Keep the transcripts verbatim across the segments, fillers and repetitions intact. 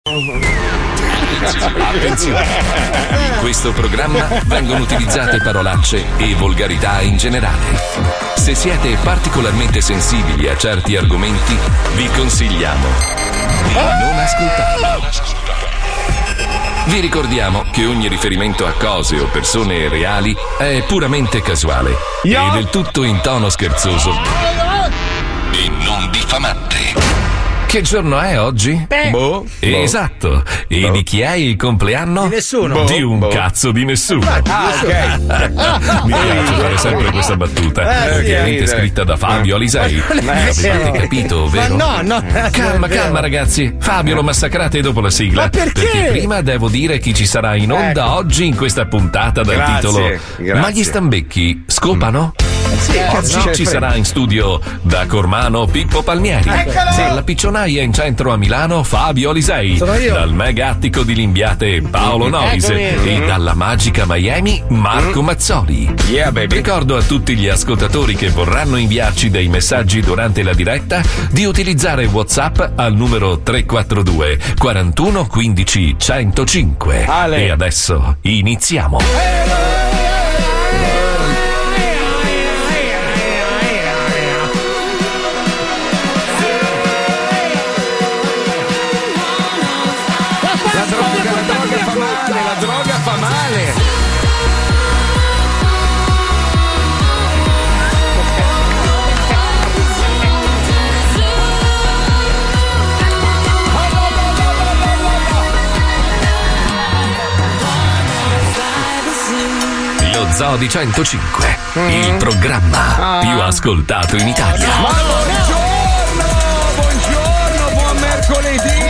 Attenzione! In questo programma vengono utilizzate parolacce e volgarità in generale. Se siete particolarmente sensibili a certi argomenti, vi consigliamo di non ascoltarli. Vi ricordiamo che ogni riferimento a cose o persone reali è puramente casuale e del tutto in tono scherzoso e non diffamante. Che giorno è oggi? Beh. Boh. Esatto. E boh. Di chi è il compleanno? Di nessuno. Boh. Di un Boh. cazzo di nessuno. Ah, ok. Mi piace fare sempre questa battuta. Eh, Chiaramente sì, scritta da Fabio Alisei. Avete capito, vero? Ma no, no. Calma, calma, ragazzi. Fabio lo massacrate dopo la sigla. Ma perché? Perché prima devo dire chi ci sarà in onda ecco. oggi in questa puntata dal Grazie, titolo grazie. Ma gli stambecchi scopano? Sì, Oggi ci sarà in studio da Cormano Pippo Palmieri. Eccolo! Dalla Piccionaia in centro a Milano Fabio Alisei. Sono io. Dal mega attico di Limbiate Paolo Noise. Eccomi. E dalla magica Miami Marco Mazzoli. Yeah, baby. Ricordo a tutti gli ascoltatori che vorranno inviarci dei messaggi durante la diretta di utilizzare WhatsApp al numero tre quattro due quarantuno quindici centocinque. Ale. E adesso iniziamo. La droga, la droga fa male, la droga fa male. Lo Zoo di centocinque, il programma più ascoltato in Italia. Ma buongiorno, buongiorno, buon mercoledì,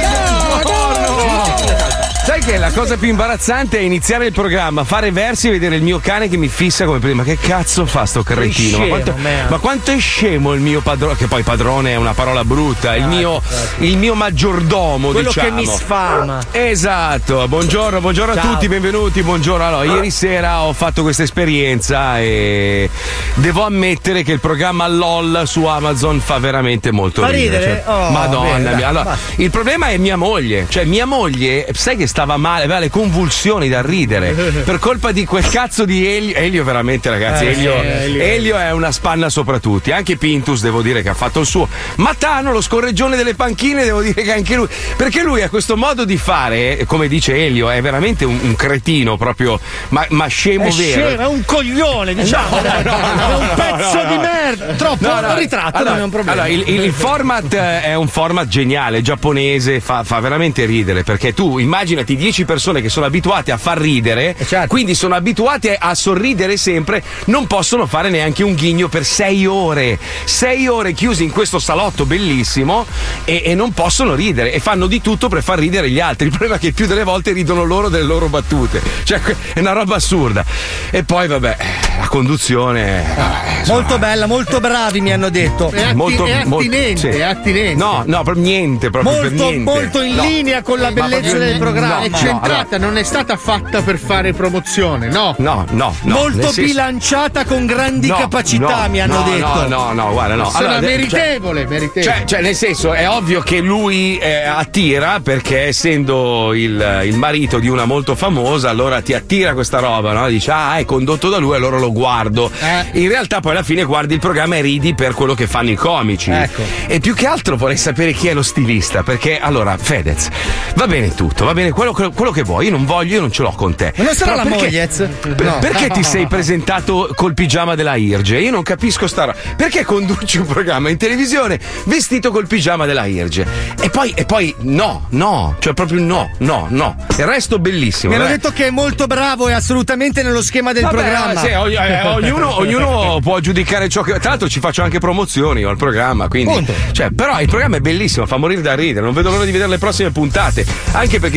buongiorno. Sai che la cosa più imbarazzante è iniziare il programma, fare versi e vedere il mio cane che mi fissa come prima. Che cazzo fa sto carrettino? Ma quanto, ma quanto è scemo il mio padrone, che poi padrone è una parola brutta, il mio, il mio maggiordomo, quello diciamo. che mi sfama. Esatto, buongiorno, buongiorno Ciao. a tutti, benvenuti, buongiorno. Allora, ieri sera ho fatto questa esperienza e devo ammettere che il programma LOL su Amazon fa veramente molto Fa ridere. ridere? Cioè, Oh, Madonna bene, mia. Allora, basta. il problema è mia moglie, cioè mia moglie, sai che stava male, aveva le convulsioni da ridere per colpa di quel cazzo di Elio. Elio veramente, ragazzi, Eh, Elio, sì, Elio. Elio è una spanna sopra tutti. Anche Pintus devo dire che ha fatto il suo. Matano, lo scorreggione delle panchine, devo dire che anche lui, perché lui ha questo modo di fare, come dice Elio, è veramente un, un cretino proprio, ma, ma scemo È vero. scemo, è un coglione, diciamo. No, no, no, è un no, pezzo no, no. di merda. Troppo No, no. ritratto, Allora, non è un problema. allora, il, il- il format eh, è un format geniale, giapponese, fa, fa veramente ridere, perché tu immaginati dieci persone che sono abituate a far ridere, Eh, certo. quindi sono abituate a sorridere sempre, non possono fare neanche un ghigno per sei ore. Sei ore chiusi in questo salotto bellissimo e, e non possono ridere e fanno di tutto per far ridere gli altri. Il problema è che il più delle volte ridono loro delle loro battute. Cioè, è una roba assurda. E poi, vabbè, la conduzione. vabbè, insomma, Molto bella, molto bravi mi hanno detto. È, atti- Molto- è molto- attinente, sì. è attinente. No, no, proprio niente, proprio per Molto, niente. molto in No. linea con la Ma bellezza proprio- del programma. no, È no, centrata, allora- non è stata fatta per fare promozione, no. No, no, no. Molto nel senso- bilanciata con grandi No, capacità, no, mi hanno no, detto. No, no, no, guarda, no. Sarà Allora, meritevole, meritevole. Cioè, cioè, nel senso, è ovvio che lui eh, attira perché essendo il, il marito di una molto famosa, allora ti attira questa roba, no? Dici, ah, è condotto da lui, allora lo guardo. Eh. In realtà poi alla fine guardi il programma e ridi per quello che fanno i comici. Ecco. E più che altro vorrei sapere chi è lo stilista, perché allora, Fedez, va bene tutto, va bene quello, quello che vuoi, io non voglio, io non ce l'ho con te. Ma non sarà Però la perché- Mogliez? per- No. Perché ti sei presentato col pigiama della Irge? Io non capisco sta roba. Perché conduci un programma in televisione vestito col pigiama della Irge? E poi, e poi no, no, cioè proprio no, no, no. Il resto bellissimo. Mi hanno dai. detto che è molto bravo e assolutamente nello schema del Vabbè, programma. sì, ogni- eh, ognuno, ognuno può giudicare ciò che. Tra l'altro ci faccio anche promozioni io al programma, quindi. Punto. Cioè, però il programma è bellissimo, fa morire da ridere, non vedo l'ora di vedere le prossime puntate. Anche perché si interrompe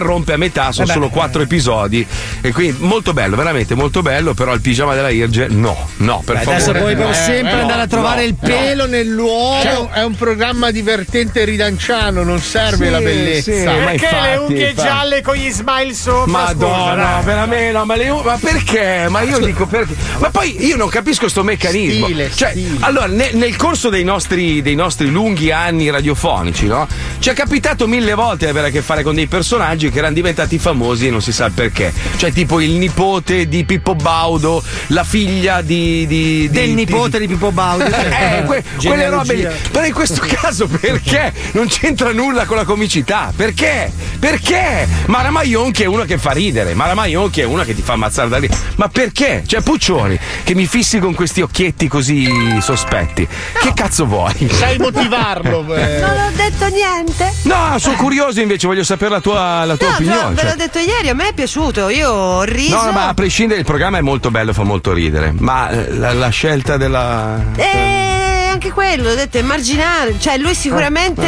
interrompe a metà, sono eh solo quattro episodi e quindi molto bello, veramente molto bello, però il pigiama della Irge no, no, per Beh, favore. adesso poi no, eh, sempre no, andare a trovare no, il pelo no. nell'uovo. Cioè, è un programma divertente ridanciano, non serve Sì, la bellezza. sì, ma Perché infatti, le unghie infatti. gialle con gli smile sopra? Madonna, scusa, dai. veramente, no, ma, le, ma perché? Ma io dico perché? Ma poi io non capisco sto meccanismo. Stile, cioè, stile. allora, ne- nel corso dei nostri, dei nostri lunghi anni radiofonici, no? Ci è capitato mille volte di avere a che fare con dei personaggi che erano diventati famosi e non si sa il perché. Cioè, tipo il nipote di Pippo Baudo, la figlia di. di, di Del di- nipote di Pippo Baudo. eh, que- quelle robe lì. Genealogia. Però in questo caso perché? Non c'entra nulla con la comicità. Perché? Perché? Mara Maionchi è uno che fa ridere. Mara Maionchi è una che ti fa ammazzare da ridere. Ma perché? Cioè, Puccioni, che mi fissi con questi occhietti così sospetti. Che cazzo vuoi? Sai motivarlo. eh. Non ho detto niente. No, sono curioso invece, voglio sapere la tua, la tua No, opinione. però ve cioè. l'ho detto ieri, a me è piaciuto, io ho riso. No, ma a prescindere, il programma è molto bello, fa molto ridere. Ma eh, la, la scelta della. E anche quello, ho detto, è marginale. Cioè, lui sicuramente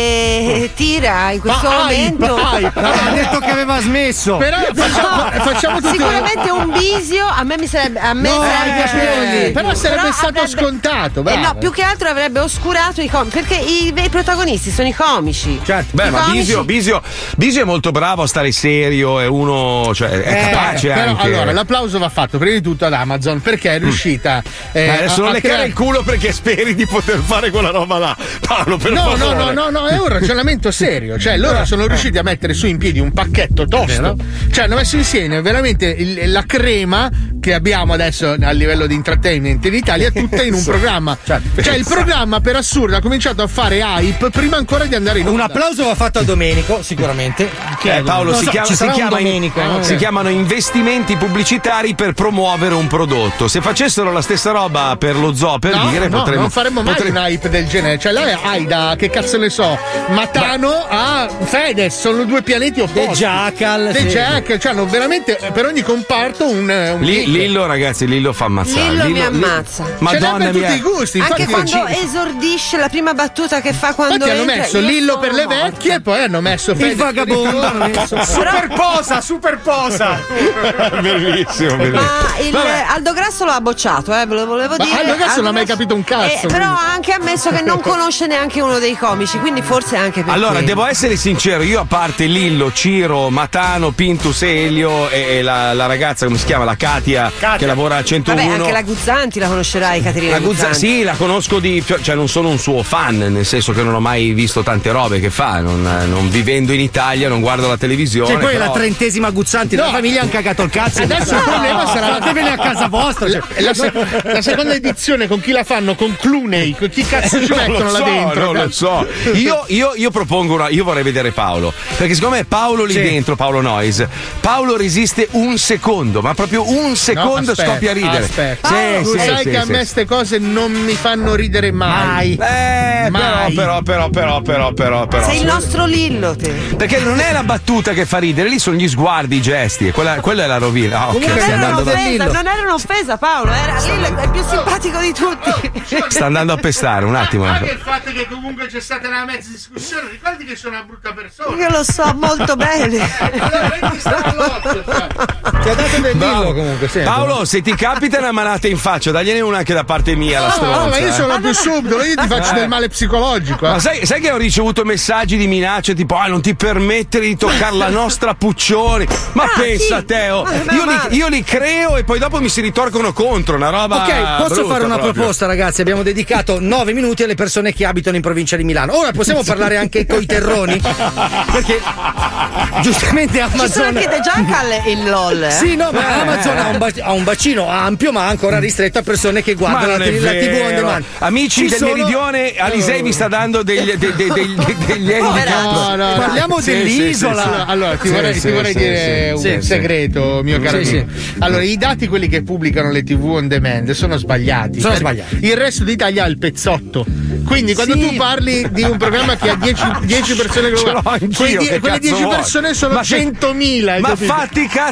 eh, tira in questo Ma momento. hype, hype. Ha detto che aveva smesso. Però facciamo, facciamo tutto. Sicuramente un bisio a me mi sarebbe. A me No, sarebbe ai piaciuti. Però sarebbe stato avrebbe- scontato, Eh bravo. no, più che altro avrebbe oscurato i comici. Perché i, i protagonisti sono i comici. Certo. Beh, I ma comici- Bisio, Bisio, Bisio è molto bravo a stare serio, è uno, cioè, è Eh, capace Però anche. allora l'applauso va fatto prima di tutto ad Amazon perché è riuscita eh, Eh, adesso a- non a le cade creare- il culo perché speri di poter fare quella roba là. Paolo, per No, no, favore. no, no, no, è un ragionamento serio. Cioè, loro sono riusciti a mettere su in piedi un pacchetto tosto. Cioè, hanno messo insieme veramente il- la crema che abbiamo adesso a livello di entertainment in Italia, tutta in un programma. Cioè, il programma per assurdo ha cominciato a fare hype prima ancora di andare in Un onda. applauso va fatto a Domenico, sicuramente. Eh, Paolo, Non si, so, chiama- ci si sarà un chiama- Domenico, eh, no? si chiamano investimenti pubblicitari per promuovere un prodotto. Se facessero la stessa roba per lo zoo, per No, dire, no, potremmo. non faremmo mai potre- un hype del genere. Cioè, là hai da che cazzo ne so, Matano a Fedez, sono due pianeti opposti. The Jackal, The sì. Jack, cioè hanno veramente per ogni comparto un, un Li- geek. Lillo, ragazzi, Lillo fa ammazzare. Lillo mi Lillo- ammazza. Ce l'ha Madonna per tutti mia. i gusti. Anche Infatti, quando esordisce la prima battuta che fa quando infatti hanno entra, messo io Lillo sono per le morta. vecchie e poi hanno messo Il Fedez per i vagabondo. giovani. Superposa, superposa. Bellissimo, bellissimo. Ma il Vabbè. Aldo Grasso l'ha bocciato, eh, ve lo volevo Ma dire. Aldo Grasso non ha mai Grasso- capito un cazzo, Eh, quindi. però ha anche ammesso che non conosce neanche uno dei comici, quindi forse anche per Allora, quello. devo essere sincero, io a parte Lillo, Ciro, Matano, Pintus, Elio e, e la, la ragazza, come si chiama? La Katia, che lavora al centouno. Vabbè, anche la Guzzanti la conoscerai, Caterina La Guzza- Guzzanti. sì, la conosco di. cioè non sono un suo fan, nel senso che non ho mai visto tante robe che fa. Non, non vivendo in Italia, non guardo la televisione. Cioè, poi però- la trentesima Guzzanti della No. famiglia hanno cagato il cazzo. Adesso il problema sarà Fatevene a casa vostra. Cioè. La, la se- la seconda edizione con chi la fanno? Con Clooney, con chi cazzo ci Non mettono lo là so, dentro? non lo so. Io, io, io propongo una. Io vorrei vedere Paolo. Perché secondo me Paolo lì Sì. dentro, Paolo Noyes, Paolo resiste un secondo, ma proprio un secondo aspetta, scoppia a ridere. aspetta. Sì, Tu sì, sai sì, che a sì. me ste cose non mi fanno ridere mai. Eh, Mai. però, però, però, però, però, però. Sei il nostro Lillo, te. Perché non è la battuta che fa ridere, lì sono gli sguardi, i gesti, e quella, quella è la rovina. Ah, ok, Non sta era andando, da- un'offesa, non era un'offesa, Paolo. Era Lillo, è il più simpatico di tutti. sta andando a pestare, un attimo. Ma che il fatto che comunque c'è stata una mezza discussione, ricordi che sono una brutta persona. Io lo so molto bene. Allora, vedi sta all'occhio, cioè. Ti ha dato del Bravo. dillo comunque, sì. Paolo, se ti capita una manata in faccia, dagliene una anche da parte mia, la No, stronza. no, ma io eh. sono più subdolo, io ti faccio del male psicologico. Ma Eh. sai, sai che ho ricevuto messaggi di minacce tipo ah non ti permettere di toccare la nostra Puccioni. Ma Ah, pensa sì. Teo, Ma- io, ma- li, io li creo e poi dopo mi si ritorcono contro, una roba Ok, posso brutta fare una proprio. proposta, ragazzi? Abbiamo dedicato nove minuti alle persone che abitano in provincia di Milano. Ora possiamo parlare anche coi terroni? Perché giustamente Ci sono Amazon. anche The Jackal e il LOL. eh. Sì, no, ma Amazon ha un, bac- ha un bacino ampio, ma ancora ristretto a persone che Ma guardano non la, è te- la tivù on vero. demand. Amici Ci del sono- Meridione, Alisei vi sta dando degli, de- de- degli, degli handicap. No, no, no. Parliamo Sì, dell'isola. sì, sì, sì. Allora, ti Sì, vorrei, sì, ti vorrei sì, dire sì, un sì, sì. segreto, mio caro Sì, amico. Allora, i dati, quelli che pubblicano le tivù on demand, sono sbagliati. Sono perché sbagliati. Il resto d'Italia ha il pezzotto. Quindi, quando Sì. tu parli di un programma che ha dieci persone che lo Ce l'ho guardano, anch'io, quei die- che quelle cazzo dieci vuoi? persone sono Ma se- centomila. hai Ma capito? fatti i cazzi tuoi,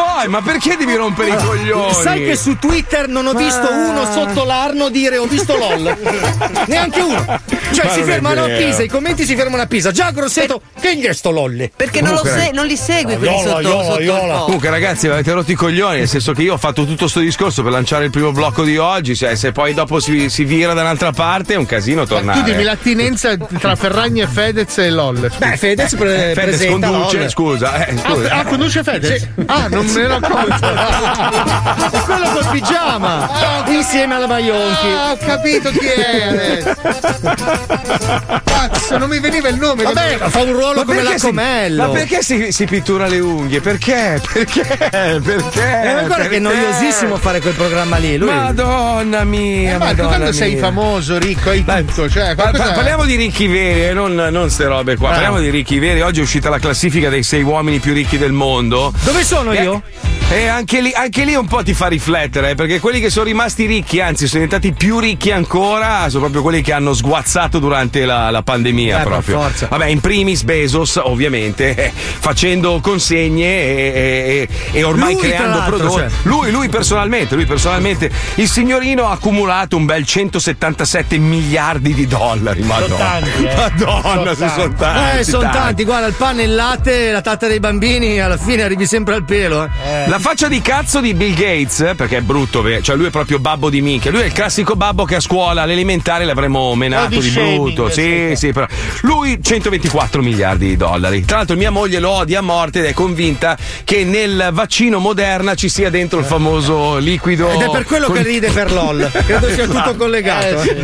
vuoi? Ma perché devi rompere allora, i coglioni? Sai che su Twitter non ho visto ah. uno sotto l'arno dire ho visto LOL. Neanche uno. Cioè ma si fermano a Pisa, i commenti si fermano a Pisa. Già Grosseto, per... che gli è sto LOL? Perché non, lo se- non li segui quelli iola, sotto, iola, sotto iola. Comunque ragazzi avete rotto i coglioni, nel senso che io ho fatto tutto sto discorso per lanciare il primo blocco di oggi, cioè se poi dopo si, si vira da un'altra parte è un casino tornare. Tu dimmi l'attinenza tra Ferragni e Fedez e LOL. Scusa. Beh, Fedez pre- Fedez presenta conduce, LOL. scusa, eh, scusa. Ah, ah, conduce Fedez? Sì. Ah, non me ne ero accorto. È quello col pigiama, ah, insieme alla Maionchi. Ah, ho capito chi è adesso. Cazzo, non mi veniva il nome. Vabbè, ma fa un ruolo ma come la si, Comello. ma perché si, si pittura le unghie? Perché? Perché? Perché? Eh, guarda che è noiosissimo fare quel programma lì. Lui... Madonna mia, eh, Madonna Marco, quando mia. sei famoso, ricco, hai tutto. Cioè, pa- pa- parliamo di ricchi veri, eh, non, non ste robe qua. Ah. Parliamo di ricchi veri. Oggi è uscita la classifica dei sei uomini più ricchi del mondo. Dove sono eh, io? E anche lì, anche lì un po' ti fa riflettere, perché quelli che sono rimasti ricchi, anzi sono diventati più ricchi ancora, sono proprio quelli che hanno sguazzato durante la, la pandemia. Eh, proprio. Per forza. Vabbè, in primis Bezos, ovviamente, eh, facendo consegne e, e, e ormai lui, creando prodotti. Cioè. Lui, lui personalmente, lui personalmente, il signorino ha accumulato un bel centosettantasette miliardi di dollari. Madonna, sono tanti, eh. Madonna, sono sono tanti. Eh, sono tanti. tanti. Guarda, il pane, il latte, la tata dei bambini, alla fine arrivi sempre al pelo. Eh. La faccia di cazzo di Bill Gates, perché è brutto, cioè lui è proprio babbo di minchia. Lui è il classico babbo che a scuola all'elementare l'avremmo menato di, di brutto. Sì, sì, però. Lui centoventiquattro miliardi di dollari. Tra l'altro mia moglie lo odia a morte ed è convinta che nel vaccino Moderna ci sia dentro il famoso liquido. Ed è per quello con... che ride per LOL. Credo sia tutto collegato. Eh,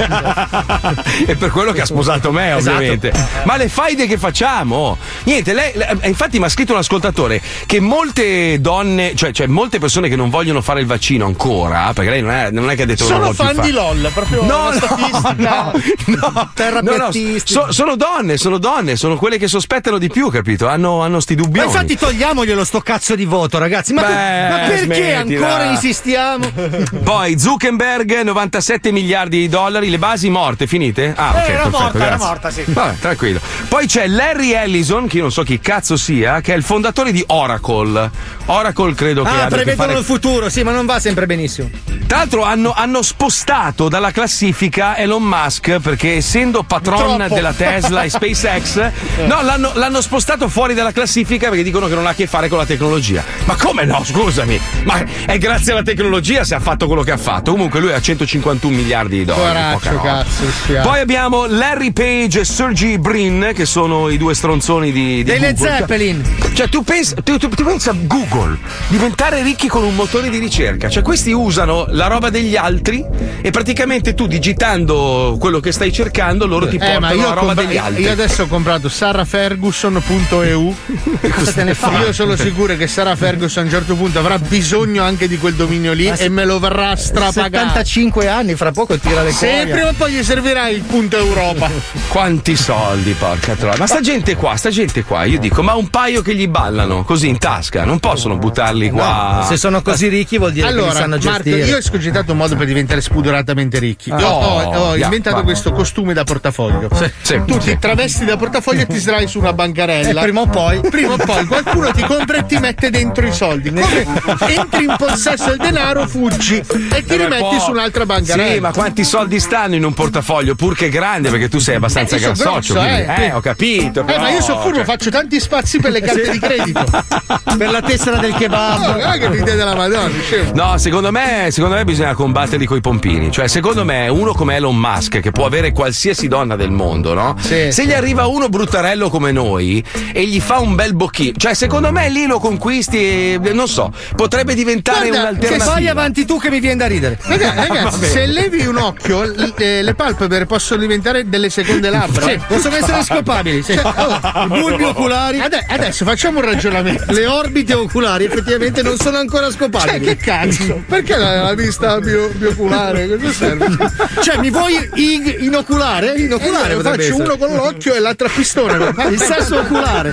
sì. È per quello che ha sposato me, ovviamente. Esatto. Ma le faide che facciamo? Niente, lei, infatti mi ha scritto un ascoltatore che molte donne, cioè, cioè molte persone che non vogliono fare il vaccino ancora, perché lei non è, non è che ha detto sono non fan fa. di LOL, proprio no, una statistica. No, no, terrapiattisti. No, no, so, sono donne, sono donne, sono quelle che sospettano di più, capito? Hanno, hanno sti dubbi. Ma infatti togliamoglielo sto cazzo di voto, ragazzi. Ma, Beh, ma perché smettila. ancora insistiamo? Poi Zuckerberg, novantasette miliardi di dollari, le basi morte, finite? Ah, ok, eh, era perfetto, morta, grazie. era morta, sì. Vabbè, tranquillo. Poi c'è Larry Ellison, che io non so chi cazzo sia, che è il fondatore di Oracle. Oracle credo che Ah, abbia prevedono fare... il futuro, sì, ma non va sempre benissimo. Tra l'altro hanno, hanno spostato dalla classifica Elon Musk perché essendo patron Troppo. della Tesla e SpaceX, no, l'hanno, l'hanno spostato fuori dalla classifica perché dicono che non ha a che fare con la tecnologia. Ma come no? Scusami, ma è grazie alla tecnologia se ha fatto quello che ha fatto. Comunque lui ha centocinquantuno miliardi di dollari. Coraggio, cazzo, Poi abbiamo Larry Page e Sergey Brin, che sono i due stronzoni di, di dei Led Google. Zeppelin. Cioè tu pensi, tu, tu, tu pensi a Google diventare ricchi con un motore di ricerca, cioè questi usano la roba degli altri e praticamente tu digitando quello che stai cercando loro ti eh, portano ma io la roba compra- degli altri. Io adesso ho comprato sarah ferguson punto e u. Cosa te ne fa? Io sono sicuro che Sarah Ferguson a un certo punto avrà bisogno anche di quel dominio lì e me lo verrà strapagato. settantacinque anni, fra poco tira le cose. Se prima o poi gli servirà il punto Europa. Quanti soldi, porca troia. Ma sta gente qua, sta gente qua, io dico, ma un paio che gli ballano così in tasca, non possono buttarli qua. No, se sono così ricchi vuol dire allora, che li sanno Marco, gestire. io ho escogitato un modo per diventare spudoratamente ricchi. Ah, Io ho, oh, ho yeah, inventato va. questo costume da portafoglio. Sì, sì, tu sì. ti travesti da portafoglio e ti sdrai su una bancarella. E prima o poi. Prima o poi qualcuno ti compra e ti mette dentro i soldi. Come entri in possesso del denaro, fuggi e ti Eh, rimetti po'. su un'altra bancarella. Sì, ma quanti soldi stanno in un portafoglio? Pur che grande, perché tu sei abbastanza Eh, io sono grassoccio. grosso, quindi- eh. eh, ho capito. Eh, però, ma io sono furbo, cioè- faccio tanti spazi per le carte di credito. Per la tessera del No, kebab. non è che l'idea della Madonna, scemo. No, secondo me, secondo me bisogna combatterli coi pompini. Cioè, secondo me, uno come Elon Musk, che può avere qualsiasi donna del mondo, no? Sì, Se sì. gli arriva uno bruttarello come noi e gli fa un bel bocchino, cioè, secondo me lì lo conquisti e non so, potrebbe diventare Guarda, un'alternativa. Che vai avanti tu che mi viene da ridere. Raga- Ragazzi, bene. se levi un occhio, l- eh, le palpebre possono diventare delle seconde labbra. Sì, possono essere scopabili. Sì. I bulbi oculari. Ade- adesso facciamo un ragionamento. Le orbite oculari effettivamente non sono ancora Cioè, scopabili. che cazzo? Perché la, la vista bio- bioculare? Cosa serve? Cioè, mi vuoi in- inoculare? Inoculare Eh, potrebbe faccio essere. uno con l'occhio e l'altra pistone. Il sesso oculare.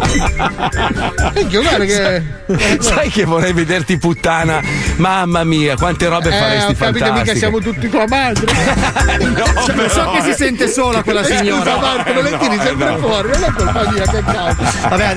Minchia, guarda che. Sai che vorrei vederti puttana? Mamma mia, quante robe Eh, faresti ho capito, fantastiche. mica siamo tutti tua madre. No, Cioè, lo so che si sente sola quella Eh, Scusa, signora. Marco, non le tiri sempre fuori. Non è colpa mia, che cazzo. Vabbè, adesso ha smesso.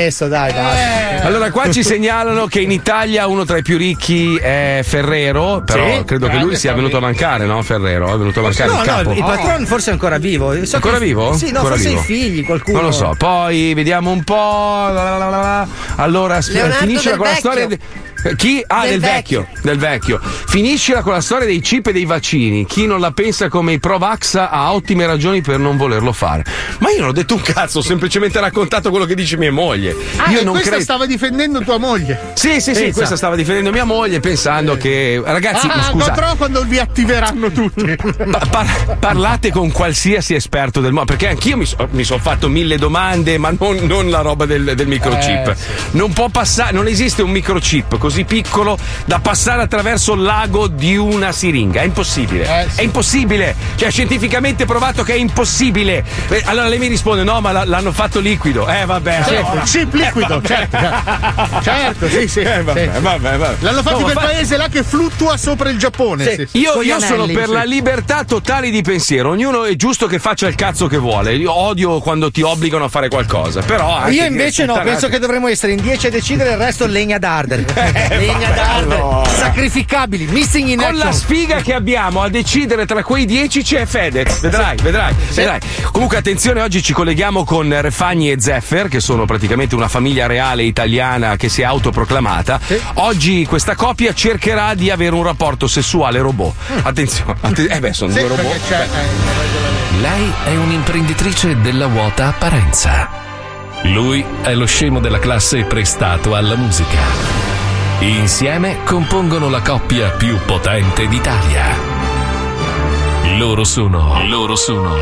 smesso, dai, basta. Allora, qua ci segnalano che in Italia uno tra i più ricchi è Ferrero, però Sì, credo che lui sia venuto a mancare, no? Ferrero, è venuto a mancare No, il capo. no, il patron forse è ancora vivo. So Ancora che- vivo? Sì, no, Ancora forse vivo. i figli, qualcuno. Non lo so, poi vediamo un po'. la la la la la. Allora, sp- Leonardo finiscila del con la Vecchio. storia. di- eh, Chi? Ah, del, Del vecchio. del vecchio. Finiscila con la storia dei chip e dei vaccini. Chi non la pensa come i Pro-Vax ha ottime ragioni per non volerlo fare. Ma io non ho detto un cazzo, ho semplicemente raccontato quello che dice mia moglie. Ah, io e non questa credo. stava difendendo tua moglie. Sì, sì, sì, questa stava difendendo mia moglie pensando che. Ragazzi, ma Ah, scusa. godrò quando vi attiveranno tutti. Pa- par- parlate con qualsiasi esperto del mondo, perché anch'io mi, so- mi sono fatto mille domande, ma non, non la roba del, del microchip. Eh, Non può passare, non esiste un microchip così piccolo da passare attraverso il lago di una siringa. È impossibile. Eh, sì. È impossibile. Cioè, è scientificamente provato che è impossibile. Eh, Allora lei mi risponde: no, ma la- l'hanno fatto liquido. Eh, vabbè. Sì, allora. chip liquido, certo, certo. Certo, sì, sì. Eh, vabbè, sì. vabbè, vabbè. L'hanno fatto No, in quel ma fa- paese là che fluttua sopra il Giappone. Sì. Sì, sì. Io, Con gli io sono anelli, per sì. la libertà totale di pensiero. Ognuno è giusto che faccia il cazzo che vuole. Io odio quando ti obbligano a fare qualcosa. Però anche Io che- invece no, penso che dovremmo essere in dieci a decidere, il resto legna d'ardere. legna d'ardere. allora. Sacrificabili, missing in con action. la sfiga che abbiamo a decidere tra quei dieci c'è Fedez. Vedrai, vedrai, vedrai. Comunque, attenzione, oggi ci colleghiamo con Refagni e Zeffer, che sono praticamente una famiglia reale italiana che si è autoproclamata. Oggi questa coppia cercherà di avere un rapporto sessuale robot. Attenzione, atten- eh beh, sono Sì, due robot. perché c'è. eh, Lei è un'imprenditrice della vuota apparenza. Lui è lo scemo della classe prestato alla musica. Insieme compongono la coppia più potente d'Italia. Loro sono. Loro sono.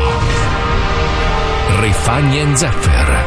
Refagni e Zeffer.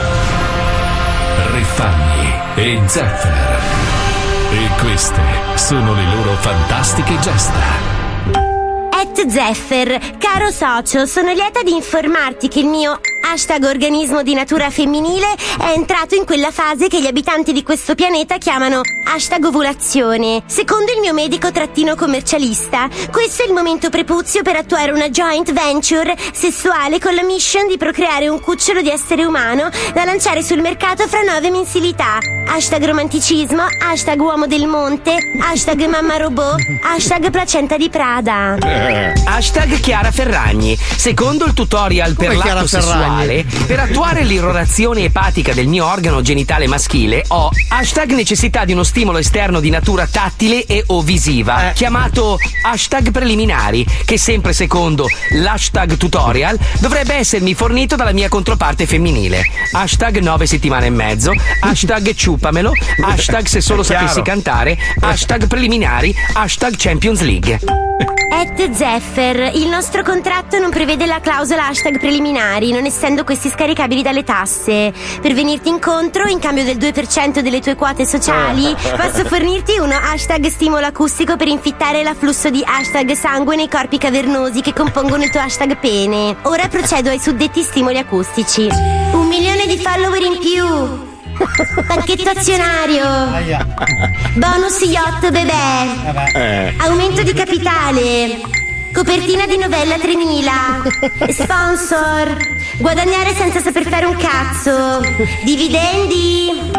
Refagni e Zeffer. E queste sono le loro fantastiche gesta. Et Zeffer, caro socio, sono lieta di informarti che il mio hashtag organismo di natura femminile è entrato in quella fase che gli abitanti di questo pianeta chiamano hashtag ovulazione. Secondo il mio medico trattino commercialista, questo è il momento prepuzio per attuare una joint venture sessuale con la mission di procreare un cucciolo di essere umano da lanciare sul mercato fra nove mensilità. Hashtag romanticismo, hashtag uomo del monte, hashtag mamma robot, hashtag placenta di Prada. Hashtag Chiara Ferragni. Secondo il tutorial per Come Chiara l'atto Ferragni? sessuale, per attuare l'irrorazione epatica del mio organo genitale maschile, ho hashtag necessità di uno stimolo esterno di natura tattile e o visiva, chiamato hashtag preliminari, che sempre secondo l'hashtag tutorial dovrebbe essermi fornito dalla mia controparte femminile. Hashtag nove settimane e mezzo, hashtag ciupamelo, hashtag se solo sapessi cantare, hashtag preliminari, hashtag Champions League. Et Zeffer, il nostro contratto non prevede la clausola hashtag preliminari, non essendo questi scaricabili dalle tasse. Per venirti incontro, in cambio del due per cento delle tue quote sociali, posso fornirti uno hashtag stimolo acustico per infittare l'afflusso di hashtag sangue nei corpi cavernosi che compongono il tuo hashtag pene. Ora procedo ai suddetti stimoli acustici. Un milione di follower in più! Pacchetto azionario, bonus yacht bebè, aumento di capitale, copertina di novella tremila, sponsor, guadagnare senza saper fare un cazzo, dividendi.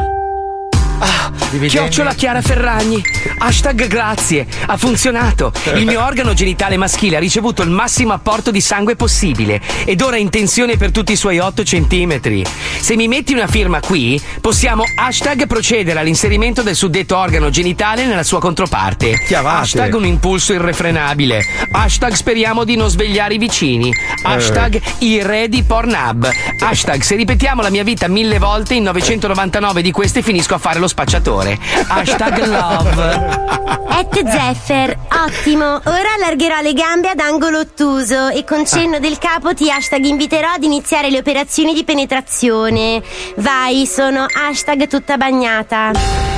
Chiocciola Chiara Ferragni. Hashtag grazie. Ha funzionato. Il mio organo genitale maschile ha ricevuto il massimo apporto di sangue possibile ed ora è in tensione per tutti i suoi otto centimetri. Se mi metti una firma qui, possiamo hashtag procedere all'inserimento del suddetto organo genitale nella sua controparte. Chiavate. Hashtag un impulso irrefrenabile. Hashtag speriamo di non svegliare i vicini. Hashtag i re di Pornhub. Hashtag se ripetiamo la mia vita mille volte, in novecentonovantanove di queste finisco a fare lo spacciatore. Hashtag love. Et Zeffer, ottimo. Ora allargherò le gambe ad angolo ottuso e con cenno del capo ti hashtag inviterò ad iniziare le operazioni di penetrazione. Vai, sono hashtag tutta bagnata.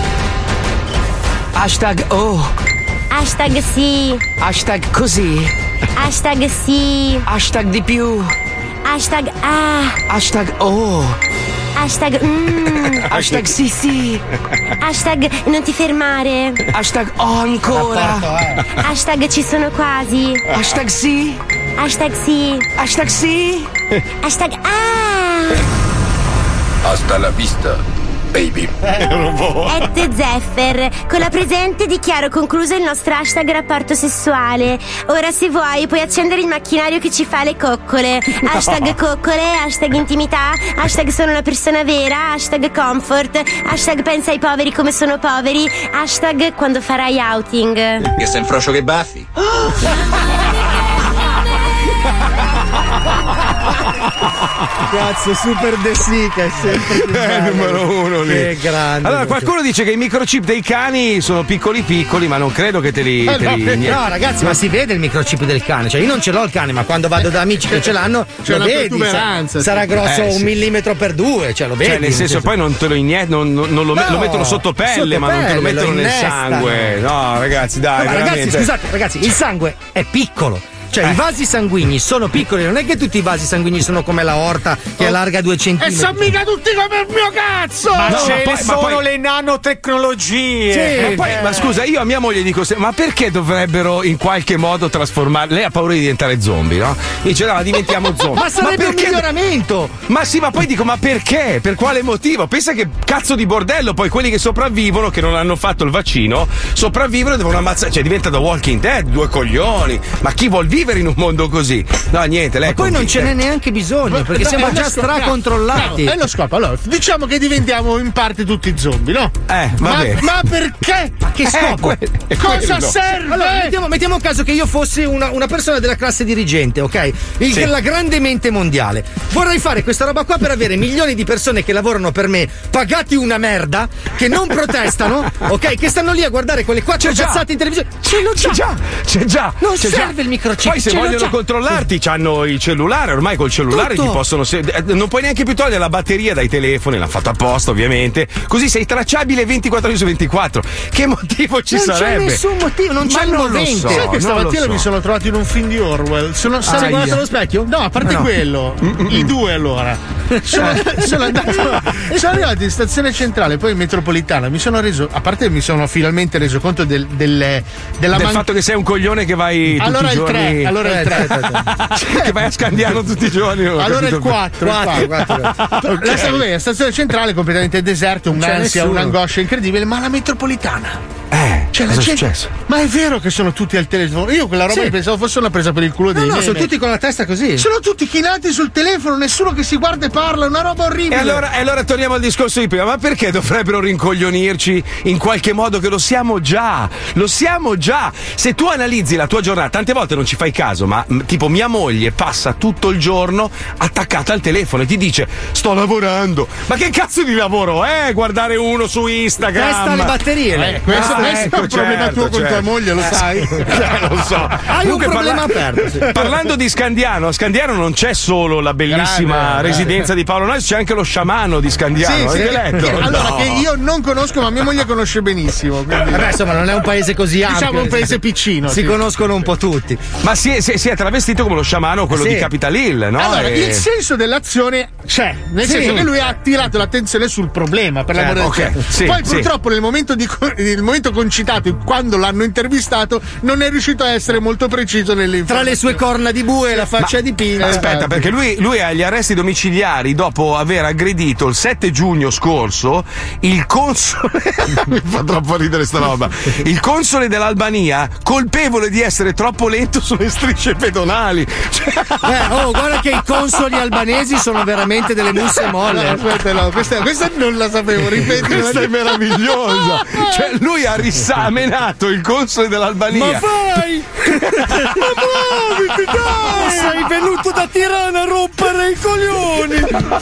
Hashtag oh. Hashtag sì. Hashtag così. Hashtag sì. Hashtag di più. Hashtag ah. Hashtag oh. Hashtag mm. Hashtag sì sì. Hashtag non ti fermare. Hashtag oh ancora. Hashtag ci sono quasi. Hashtag sì. Hashtag sì. Hashtag sì. Hashtag ah. Hasta la vista, baby. Ed Zeffer, con la presente dichiaro concluso il nostro hashtag rapporto sessuale. Ora se vuoi puoi accendere il macchinario che ci fa le coccole. Hashtag coccole, hashtag intimità, hashtag sono una persona vera, hashtag comfort, hashtag pensa ai poveri come sono poveri, hashtag quando farai outing. Che sei un frocio che baffi? Cazzo, Super De Sica è sempre più È il numero uno lì. Che grande. Allora, qualcuno dice che i microchip dei cani sono piccoli piccoli, ma non credo che te li. Eh, te no, li no, niente. ragazzi, ma si vede il microchip del cane. Cioè, io non ce l'ho il cane, ma quando vado da amici che ce l'hanno, C'è lo una vedi. protuberanza, Sarà sì. grosso Eh, un sì. millimetro per due, cioè lo vedi. Cioè, nel senso, poi non te lo iniettano, non, non lo, No, lo mettono sotto pelle, sotto ma non te lo pelle, mettono lo nel innestano. sangue. No, ragazzi, dai. No, ma ragazzi, veramente. scusate, ragazzi, il sangue è piccolo. Cioè, Eh. i vasi sanguigni sono piccoli, non è che tutti i vasi sanguigni sono come la orta che Oh. allarga due E centimetri. sono mica tutti come il mio cazzo! Ma No, ce ma ne poi- ma sono poi- le nanotecnologie. Sì. Ma, poi- ma scusa, io a mia moglie dico: se- ma perché dovrebbero in qualche modo trasformare? Lei ha paura di diventare zombie, no? Dice: no, diventiamo zombie. Ma sarebbe un perché- miglioramento! Ma sì, ma poi dico: ma perché? Per quale motivo? Pensa che cazzo di bordello, poi quelli che sopravvivono, che non hanno fatto il vaccino, sopravvivono e devono ammazzare. Cioè, diventa The Walking Dead, due coglioni. Ma chi vuol vivere in un mondo così? No, niente, lei. Ma poi non ce n'è neanche bisogno, perché No, siamo è già lo scopo, stracontrollati. No, è lo scopo. Allora, diciamo che diventiamo in parte tutti zombie, no? Eh, va ma, bene. ma perché? Ma che scopo? que- è Cosa quello. serve? Allora, mettiamo, mettiamo caso che io fossi una, una persona della classe dirigente, ok? Il, Sì. La grande mente mondiale. Vorrei fare questa roba qua per avere milioni di persone che lavorano per me, pagati una merda, che non protestano, ok? Che stanno lì a guardare quelle quattro C'è già. cazzate in televisione. Ce l'ho C'è già, c'è già. Non c'è serve già. il microchip. Poi se ce l'ho vogliono già. controllarti, c'hanno il cellulare. Ormai col cellulare Tutto. ti possono. se- eh, non puoi neanche più togliere la batteria dai telefoni, l'hanno fatto apposta, ovviamente. Così sei tracciabile ventiquattro ore su ventiquattro. Che motivo ci non sarebbe? c'è nessun motivo, non Ma c'è il non lo movente. so. Sai che non stamattina lo so. mi sono trovato in un film di Orwell. Sono, sono Sei guardato guardato allo specchio? No, a parte No. quello, i due allora. Sono, sono andato. Sono arrivato in stazione centrale, poi in metropolitana. Mi sono reso, a parte mi sono finalmente reso conto del, del, della Del man- fatto che sei un coglione che vai Allora tutti il i giorni. tre, allora il Eh, tre. tre, che vai a Scandiano tutti i giorni. non ho Allora il capito. quattro. Quattro, quattro. La sta- vabbè, la stazione centrale completamente deserta, un'ansia, nessuno. un'angoscia incredibile, ma la metropolitana. Eh, Cioè, la cosa è gente- successo? Ma è vero che sono tutti al telefono? Io quella roba Sì. che pensavo fosse una presa per il culo No, dei no, meme. sono tutti con la testa così. Sono tutti chinati sul telefono, nessuno che si guarda e parla, è una roba E orribile. allora, e allora torniamo al discorso di prima, ma perché dovrebbero rincoglionirci in qualche modo che lo siamo già? Lo siamo già! Se tu analizzi la tua giornata, tante volte non ci fai caso, ma mh, tipo mia moglie passa tutto il giorno attaccata al telefono e ti dice sto lavorando. Ma che cazzo di lavoro è? Guardare uno su Instagram. Testa le batterie. lei. Eh, questo, Ah, questo è ecco, un problema certo, tuo con certo. tua moglie, lo sai? Eh, lo so. Hai Comunque, un problema parla- aperto. sì. Parlando di Scandiano, a Scandiano non c'è solo la bellissima Grande, residenza di Paolo Noyes, c'è anche lo sciamano di Scandiano. Sì, sì, Avete letto? che- allora, No. che io non conosco, ma mia moglie conosce benissimo. Quindi, Vabbè, insomma, non è un paese così ampio. diciamo un paese piccino. Si sì. conoscono un po' tutti. Ma si è, si è- si è travestito come lo sciamano, quello Sì. di Capital Hill, no? Allora, E- il senso dell'azione c'è, nel Sì. senso che lui ha attirato l'attenzione sul problema, per l'amore Certo, del ok, cielo. sì, Poi sì. purtroppo nel momento, di, co- nel momento concitato, quando l'hanno intervistato, non è riuscito a essere molto preciso nelle Tra le sue corna di bue e la faccia di Pina. Aspetta, perché lui, lui ha gli arresti domiciliari dopo aver aggredito il sette giugno scorso il console. Mi fa troppo ridere sta roba. Il console dell'Albania, colpevole di essere troppo lento sulle strisce pedonali. Cioè, Eh, oh, guarda che i consoli albanesi sono veramente delle musse No, molle. aspetta, no, questa, questa non la sapevo, ripeti. questa è meravigliosa. Cioè, lui ha risamenato il console dell'Albania. Ma fai! Ma muoviti, dai! Sei venuto da Tirana a rompere i coglioni!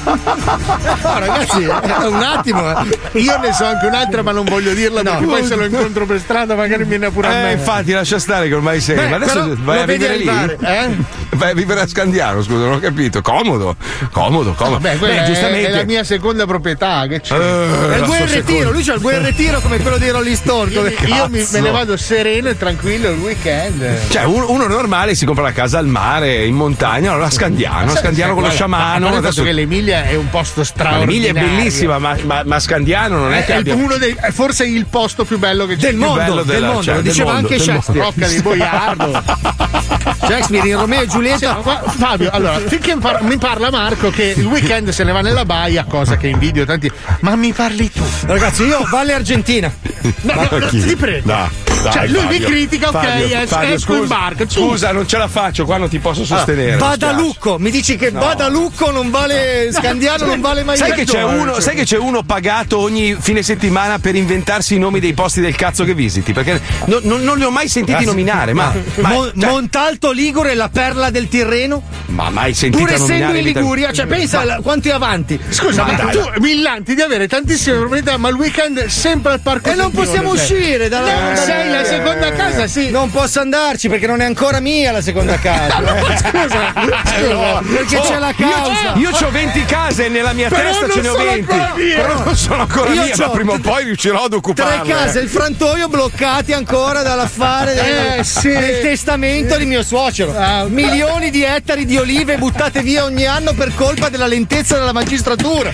No, ragazzi, è un attimo. eh. Io ne so anche un'altra, ma non voglio dirla No. perché poi se lo incontro per strada magari mi viene pure a Eh, me. infatti, lascia stare che ormai sei. Beh, Ma adesso però vai lo a vedi vivere lì? arrivare, Eh? Vai a vivere a Scandiano, scusa, non ho capito. Comodo, comodo, comodo. Beh, quella è- giustamente. è la mia seconda proprietà. Che c'è? Eh, È il la buon sua retiro, seconda. lui c'ha il buon retiro come quello di Rolling Stone. Io, Come mi- io mi- cazzo. me ne vado sereno e tranquillo il weekend. Cioè, uno, uno normale si compra la casa al mare, in montagna, allora a Scandiano, a Scandiano con lo Guarda, sciamano. a parte il fatto Adesso... che l'Emilia è un posto Ma straordinario. l'Emilia è bellissima, ma, ma, ma Scandiano non è, È, che è abbia. uno dei, è forse il posto più bello che c'è. Del mondo, bello del della- mondo, cioè, lo del diceva mondo, anche del Shakespeare. Rocca di Boiardo. Shakespeare in Romeo e Giulietta Giulietta. Sì, Fabio, allora, finché par- mi parla Marco che il weekend se ne va nella baia, cosa che invidio tanti. Ma mi parli tu? Ragazzi, io Valle Argentina. No, no, no, ti prego. No. Dai, cioè, lui Fabio, mi critica, ok, Fabio, es- Fabio, esco in scusa, barca. Scusa, non ce la faccio, qua non ti posso sostenere. Allora, mi spiace. Badalucco, mi dici che No. Badalucco non vale Scandiano, non vale mai Sai che, c'è ragione. uno, sai che c'è uno pagato ogni fine settimana per inventarsi i nomi dei posti del cazzo che visiti? Perché non, non- non li ho mai sentiti Grazie. nominare. Ma, ma, Mon- cioè, Montalto Ligure, la perla del Tirreno. ma mai sentito Pur essendo nominare in vita- Liguria, cioè pensa Ma- al- quanto è avanti. Scusa, Ma ma dai. tu millanti di avere tantissime proprietà, ma il weekend è sempre al parco. E non Sentivo, possiamo non sei. uscire dalla, No, dalla- sei la seconda casa, sì. Non posso andarci perché non è ancora mia la seconda casa. Scusa, scusa. Perché c'è la causa. Io ho venti case e nella mia Però testa non ce ne ho sono venti. ancora mie. Però non sono ancora Io mia, ma c'ho prima o t- poi riuscirò ad Tre occuparle. case, il frantoio bloccati ancora dall'affare del, Eh, sì. del testamento di mio suocero. Ah. Milioni di ettari di olive buttate via ogni anno per colpa della lentezza della magistratura.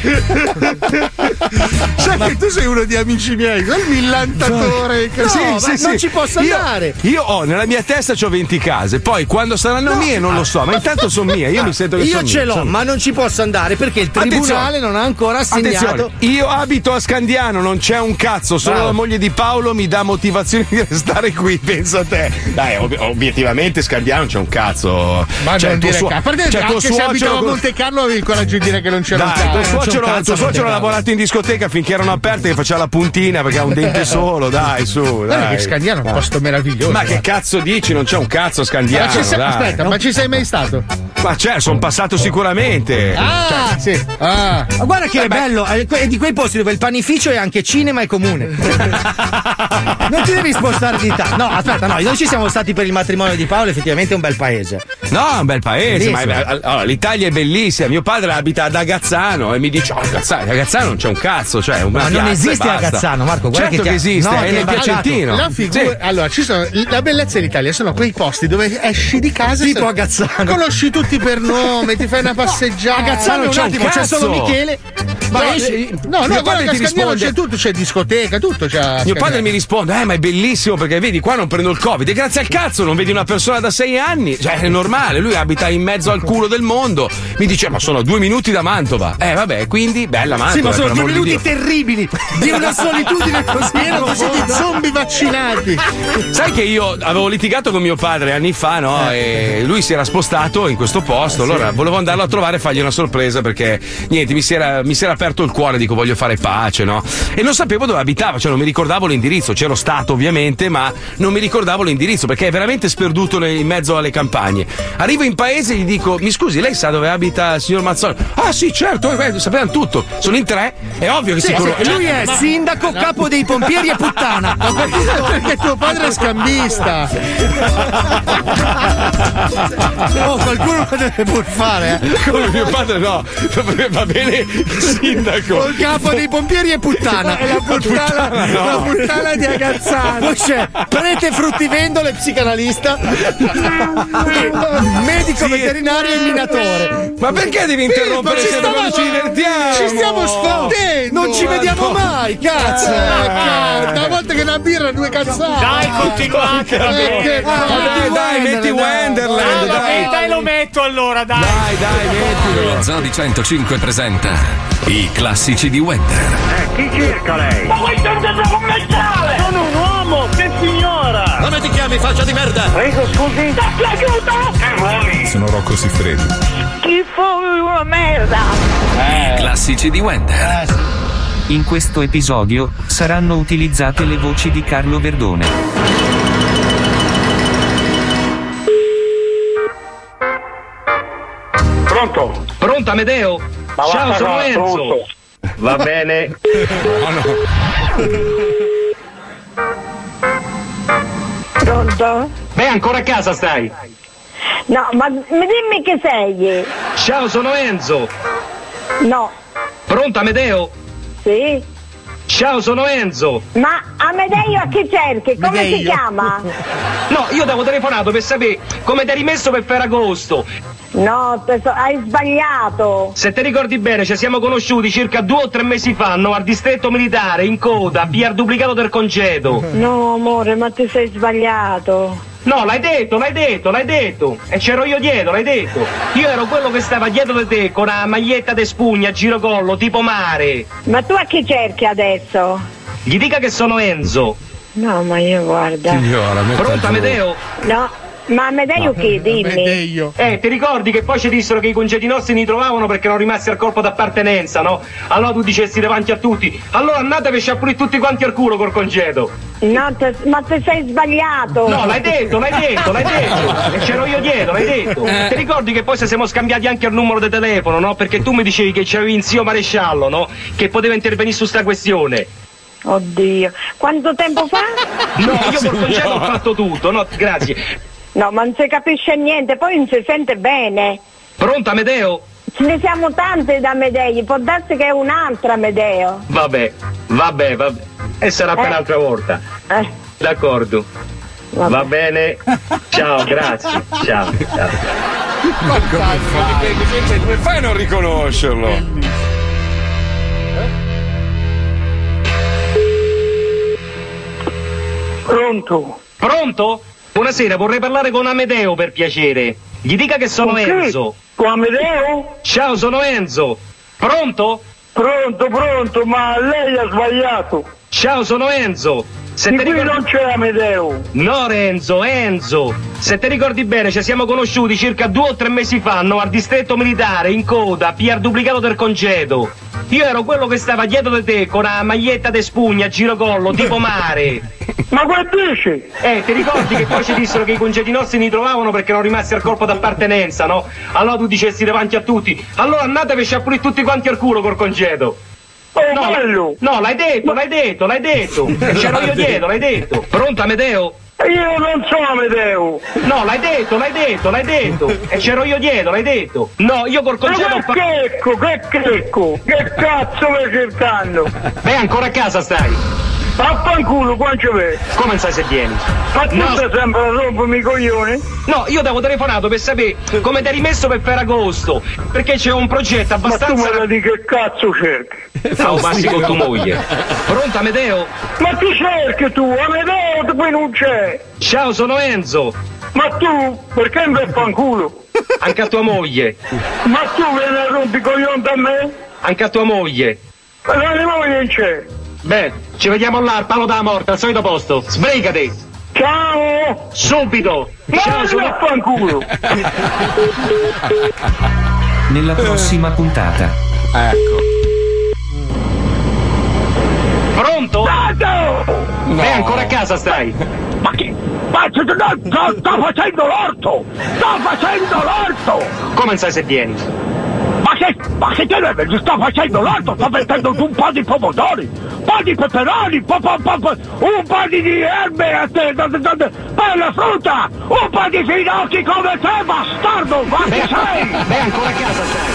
Sai che tu sei uno di amici miei, quel millantatore. che- No, sì, ma sì, non sì. ci posso Io- andare. Io ho nella mia testa c'ho venti case, poi quando saranno mie non lo so, ma intanto sono mie, io mi sento che Io sono ce mie, l'ho, sono- ma non ci posso andare perché il tribunale Attenzione. non ha ancora assegnato. Attenzione, io abito a Scandiano, non c'è un cazzo, solo Bravo. la moglie di Paolo mi dà motivazione di restare qui, pensa a te. Dai, ob- obiettivamente Scandiano non c'è un cazzo. Ma Cioè, non tuo dire suo- ca- a parte cioè, tuo anche se abitavo a suocero- Monte Carlo avevi il coraggio di dire che non c'era un Dai, tuo cazzo. suocero, cazzo tuo a Monte suocero ha Carlo. lavorato in discoteca finché erano aperte che faceva la puntina perché ha un dente solo, dai, su. Guarda Dai. che Scandiano è un posto meraviglioso. Ma che cazzo dici? Non c'è un cazzo a Ma Scandiano. ci sei, dai. aspetta, ma ci sei mai stato? Ma certo, sono passato sicuramente. Ah, sì. Ah. Ma guarda che è bello, è que- è di quei posti dove il panificio è anche cinema e comune. Non ti devi spostare di tanto. No, aspetta, no, noi ci siamo stati per il matrimonio di Paolo, effettivamente è un bel paese. No, è un bel paese, ma è- Bellissimo. allora, l'Italia è bellissima. Mio padre abita ad Agazzano e mi dice: Oh, Agazzano, Agazzano non c'è un cazzo, cioè una Ma non piazza e esiste basta. Agazzano, Marco, guarda certo che che, ti ha- esiste, no, è ti nel ha sbagliato. Piacentino. La figura, Sì. allora, ci sono, la bellezza dell'Italia sono quei posti dove esci di casa Tipo e Agazzano. conosci tutti per nome, ti fai una passeggiata. Agazzano, non un c'è un attimo, c'è cazzo. solo Michele. Ma No, esci- eh, no, no, mio guarda padre che a ti Scandiano risponde- c'è tutto, c'è discoteca, tutto. C'è a Mio Scandiano. padre mi risponde: Eh, ma è bellissimo perché vedi, qua non prendo il Covid. E grazie al cazzo non vedi una persona da sei anni. Cioè, è normale, lui abita in mezzo al culo del mondo. Mi dice: Ma sono due minuti da Mantova. Eh, vabbè, quindi bella Mantova. Sì, ma per sono due l'amor di minuti Dio. terribili di una solitudine così. Pieno così di zombie vaccinati. Sai che io avevo litigato con mio padre anni fa, no? E lui si era spostato in questo posto. Allora volevo andarlo a trovare e fargli una sorpresa perché niente, mi si era, mi si era aperto il cuore, dico voglio fare pace, no? E non sapevo dove abitava, cioè non mi ricordavo l'indirizzo. C'ero stato ovviamente, ma non mi ricordavo l'indirizzo perché è veramente sperduto nel- in mezzo alle campagne. Arrivo in paese e gli dico: Mi scusi, lei sa dove abita il signor Mazzoli? Ah, sì, certo, eh, sapevano tutto. Sono in tre, è ovvio che si conosce. Lui è sindaco, capo dei pompieri e puttana. Perché tuo padre è scambista. Oh, qualcuno lo deve pur fare, eh. Come mio padre no, va bene il sindaco. Col capo dei pompieri e puttana. È la puttana, no. la puttana di Agazzano. Poi c'è prete fruttivendole, psicanalista, medico Sì. veterinario e minatore. Ma perché devi interrompere ci sempre stiamo- quando ci divertiamo? Ci stiamo sfondendo. Non ci vediamo mai, cazzo. Eh, cazzo, una volta che una birra due cazzate. Dai, continuate. Eh, che Dai, cazzo. dai, metti dai. Wonderland, Ah, dai. vabbè, dai, lo metto allora, dai. Dai, dai, mettilo. Lo Zoo di centocinque presenta i classici di Wender. Chi cerca lei? Ma vuoi tornare commerciale? Sono un uomo, che signora! Come ti chiami, faccia di merda? Prego, scusi. Datti aiuto! Che vuoi? Sono Rocco Siffredi. Schifo, una merda! I classici di Wender. In questo episodio saranno utilizzate le voci di Carlo Verdone. Pronto? Pronto Amedeo? Ma Ciao, va- sono no, Enzo. pronto. Va bene. Pronto? Beh, ancora a casa stai? No, ma mi dimmi che sei. Ciao, sono Enzo. No. Pronto Amedeo? Sì? Ciao, sono Enzo. Ma Amedeo a chi cerchi? Come si Amedeo. chiama? No, io ti avevo telefonato per sapere come ti eri messo per Ferragosto. No, teso- hai sbagliato. Se ti ricordi bene, ci siamo conosciuti circa due o tre mesi fa, no, al distretto militare, in coda, a pigliare duplicato del congedo. No, amore, ma ti sei sbagliato. No, l'hai detto, l'hai detto, l'hai detto. E c'ero io dietro, l'hai detto. Io ero quello che stava dietro di te con una maglietta de spugna a girocollo, tipo mare. Ma tu a chi cerchi adesso? Gli dica che sono Enzo. No, ma io guarda. Signora, metta Pronto, giù. Amedeo? No, ma Amedeo chi? Dimmi. Eh, ti ricordi che poi ci dissero che i congedi nostri li trovavano perché erano rimasti al corpo d'appartenenza, no? Allora tu dicessi davanti a tutti, allora andatevi a sciappurare tutti quanti al culo col congedo. No, te, ma te sei sbagliato. No, l'hai detto, l'hai detto, l'hai detto. E c'ero io dietro, l'hai detto. Eh. Ti ricordi che poi se siamo scambiati anche il numero di telefono, no? Perché tu mi dicevi che c'avevi in zio maresciallo, no? Che poteva intervenire su sta questione. Oddio, quanto tempo fa? No, io col congedo ho fatto tutto, no? Grazie. No, ma non si capisce niente, poi non si sente bene. Pronto, Amedeo? Ce ne siamo tante da Amedei, può darsi che è un'altra Amedeo. Vabbè, vabbè, vabbè. E sarà per Eh. un'altra volta. Eh. D'accordo. Vabbè. Va bene. Ciao, grazie. Ciao, ciao. Ma come fai? Come fai a non riconoscerlo? Pronto? Pronto? Buonasera, vorrei parlare con Amedeo per piacere. Gli dica che sono Con chi? Enzo. Con Amedeo? Ciao, sono Enzo. Pronto? Pronto, pronto, ma lei ha sbagliato. Ciao, sono Enzo. Se Di ti qui ricordi- non c'è Amedeo. No, Renzo, Enzo. Se ti ricordi bene, ci siamo conosciuti circa due o tre mesi fa, no, al distretto militare, in coda, a pigliare duplicato del congedo. Io ero quello che stava dietro di te con una maglietta de spugna a girocollo, tipo mare. Ma che dici? Eh, ti ricordi che poi ci dissero che i congedi nostri li trovavano perché erano rimasti al corpo d'appartenenza, no? Allora tu dicessi davanti a tutti, allora andatevi a sciappurare tutti quanti al culo col congedo. Oh, No, bello. no, l'hai detto, l'hai detto, l'hai detto. E c'ero io dietro, l'hai detto. Pronto, Amedeo? Io non sono Amedeo. No, l'hai detto, l'hai detto, l'hai detto. E c'ero io dietro, l'hai detto. No, io col Ma congedo ho che fa- checco, che checco? Che cazzo vai cercando? Beh, ancora a casa stai. Vaffanculo, quanto c'è? Come non sai se vieni? Ma tu No. stai sempre a rompermi i coglioni? No, io ti avevo telefonato per sapere come ti hai rimesso per Ferragosto. Perché c'è un progetto Ma tu abbastanza. me la di che cazzo cerchi? Stavo passi con tua moglie. Pronto, Amedeo? Ma tu cerchi tu, Amedeo poi non c'è. Ciao, sono Enzo. Ma tu, perché mi vaffanculo? Anche a tua moglie. Ma tu vieni a rompere i coglioni da me? Anche a tua moglie. Ma la mia moglie non c'è. Beh, ci vediamo là al palo della morte, al solito posto. Sbrigati. Ciao! Subito. Ciao, Ma sono... vaffanculo! Nella prossima puntata. Ecco. Pronto? Tato! Beh, ancora a casa stai. Ma che? Ma sto, sto, sto facendo l'orto! Sto facendo l'orto! Come non sai se vieni? Ma che, ma che te ne sto facendo l'orto? Sto mettendo un po' di pomodori, un po' di peperoni, po, po, po, po, un po' di di erbe, a te, da, da, da, da, bella frutta, un po' di finocchi come te, bastardo! Ma che sei? Beh, ancora a casa stai.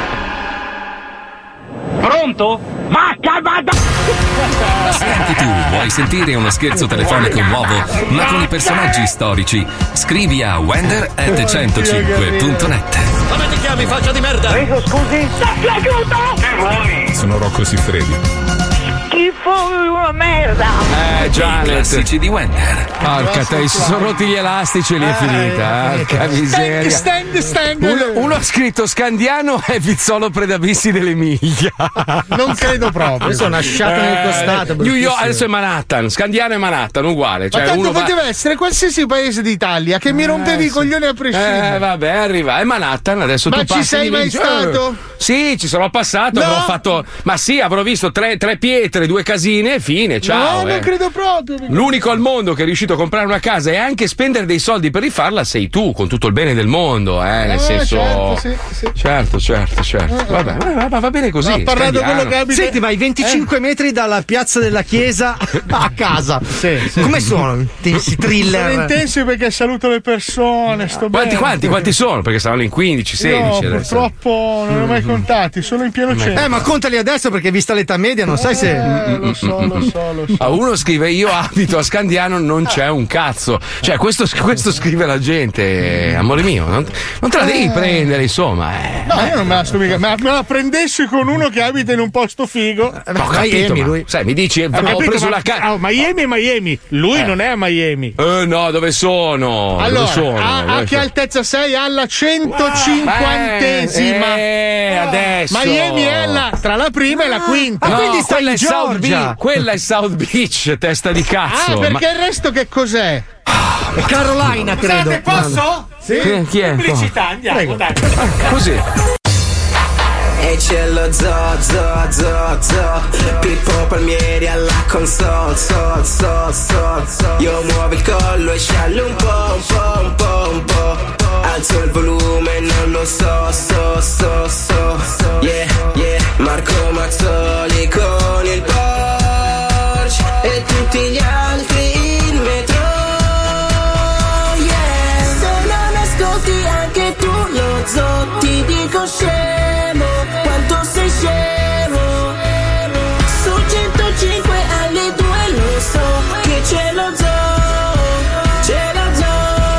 Pronto? Vacca, vada! Se anche tu vuoi sentire uno scherzo telefonico nuovo, ma con i personaggi storici, scrivi a wender at centocinque punto net. Come ti chiami, faccia di merda? Prego, scusi? Sei piaciuto? Che vuoi? Sono Rocco Siffredi. Schifo, una merda! Eh, I Janet. classici di Wender. Porca te, si sono rotti gli elastici e lì è finita. Porca miseria. Stand, stand. Uno, uno ha scritto Scandiano è Vizzolo Predabissi dell'Emilia. Non credo proprio. Questo è una sciata nel costato. New York, bruttissimo. adesso è Manhattan. Scandiano è Manhattan, uguale. Ma Cioè, tanto uno va... poteva essere qualsiasi paese d'Italia che mi rompevi Eh, i sì. coglioni a prescindere. Eh, vabbè, arriva. È Manhattan, adesso Ma tu ci passi sei di mai lì, stato? eh, Sì, ci sono passato, No. avrò fatto. Ma sì, avrò visto tre, tre pietre, due casine e fine. Ciao. no, eh. non credo proprio. L'unico al mondo che è riuscito a comprare una casa e anche spendere dei soldi per rifarla sei tu, con tutto il bene del mondo, eh, nel Eh, senso. certo, sì, sì. certo, certo, certo. Eh, Vabbè, va, va- va bene così. Ha parlato Scandiano. quello che abita. Senti, ma i venticinque metri dalla piazza della chiesa a casa. Sì, sì. Come sono? Intensi Sono thriller. intensi perché saluto le persone. Sto Quanti, bene. quanti, quanti sono? Perché saranno in quindici, sedici Io adesso. purtroppo non li ho mai contati, sono in pieno centro. Eh, ma contali adesso perché vista l'età media non sai se. Eh, Eh, lo so, lo so, lo so. Ah, uno scrive io abito a Scandiano, non c'è un cazzo. Cioè, questo, questo scrive la gente, amore mio, non, non te la devi Eh. prendere, insomma. Eh. No, io non me la sto mica. Me me la prendessi con uno che abita in un posto figo. Ho capito, ma, sai, mi dici, Ho ho capito, preso ma- la casa. oh, Miami è Miami, lui Eh. non è a Miami. Eh no, dove sono? Allora, dove sono? a, a Dove che sono? altezza sei? Alla centocinquantesima. Eh, adesso. Miami è la, tra la prima e la quinta. No, quella è South Beach, quella è South Beach, testa di cazzo. Ah, perché Ma- il resto che cos'è? È Carolina, credo. Scusate, posso? Sì. Chi- chi è? Pubblicità, andiamo, Prego. dai. Così. E c'è lo zo, zo, zo, zo Pippo Palmieri alla console, so, so, so, so. Io muovo il collo e sciallo un po', un po', un po', un po'. Alzo il volume, non lo so, so, so, so. Yeah, yeah. Marco Mazzoli con il Porsche e tutti gli altri in metro. Yeah. Se non ascolti anche tu lo zo, ti dico scemo, quanto sei scemo. Su centocinque alle due lo so che c'è lo zo, c'è lo zo.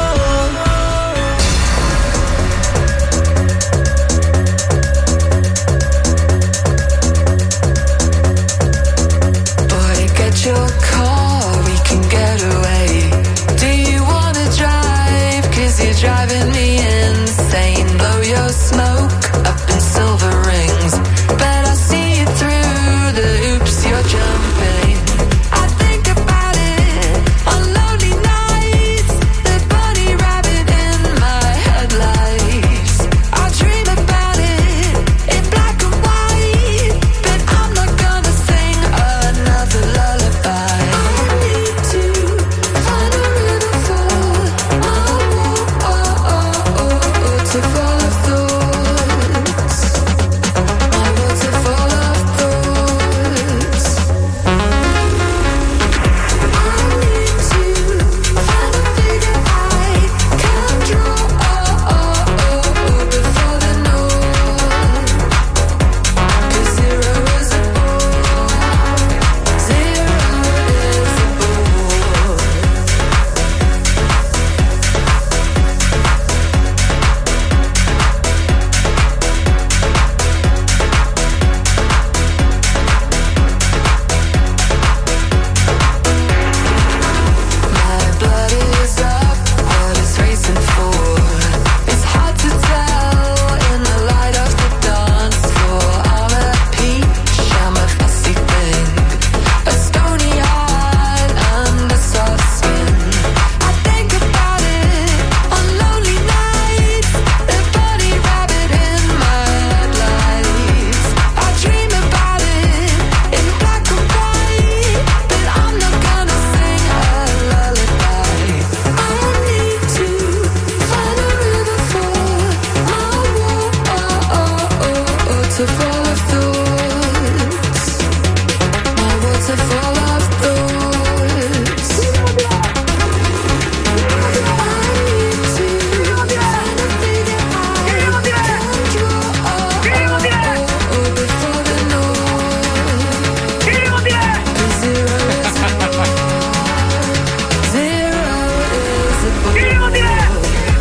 Boy, get your car, we can get away. Do you wanna drive? Cause you're driving me insane. Blow your smoke up in silver rings. But I see you through the hoops you're jumping. I think about it on lonely nights. The bunny rabbit in my headlights. I dream about it in black and white. But I'm not gonna sing another lullaby. I need to find a rhythm for oh, oh, oh, oh, oh, to follow thoughts. I want to follow thoughts. I need to find a figure I can draw oh, oh, oh, oh, before the north. 'Cause zero is a bore. Zero is a bore. My blood is up, what is racing for? It's hard to tell in the light of the dance floor. I'm a peach, I'm a fussy thing, a stony heart under soft skin. I think about it on lonely nights, the bunny rabbit in my headlights. I dream about it in black and white, but I'm not gonna sing a lullaby. I need to find a rhythm for oh, oh, oh, oh, oh, to follow thoughts. I want to follow thoughts. I need to find a figure I can draw oh, oh, oh, oh, before the north. 'Cause zero is a bore. Zero is a bore.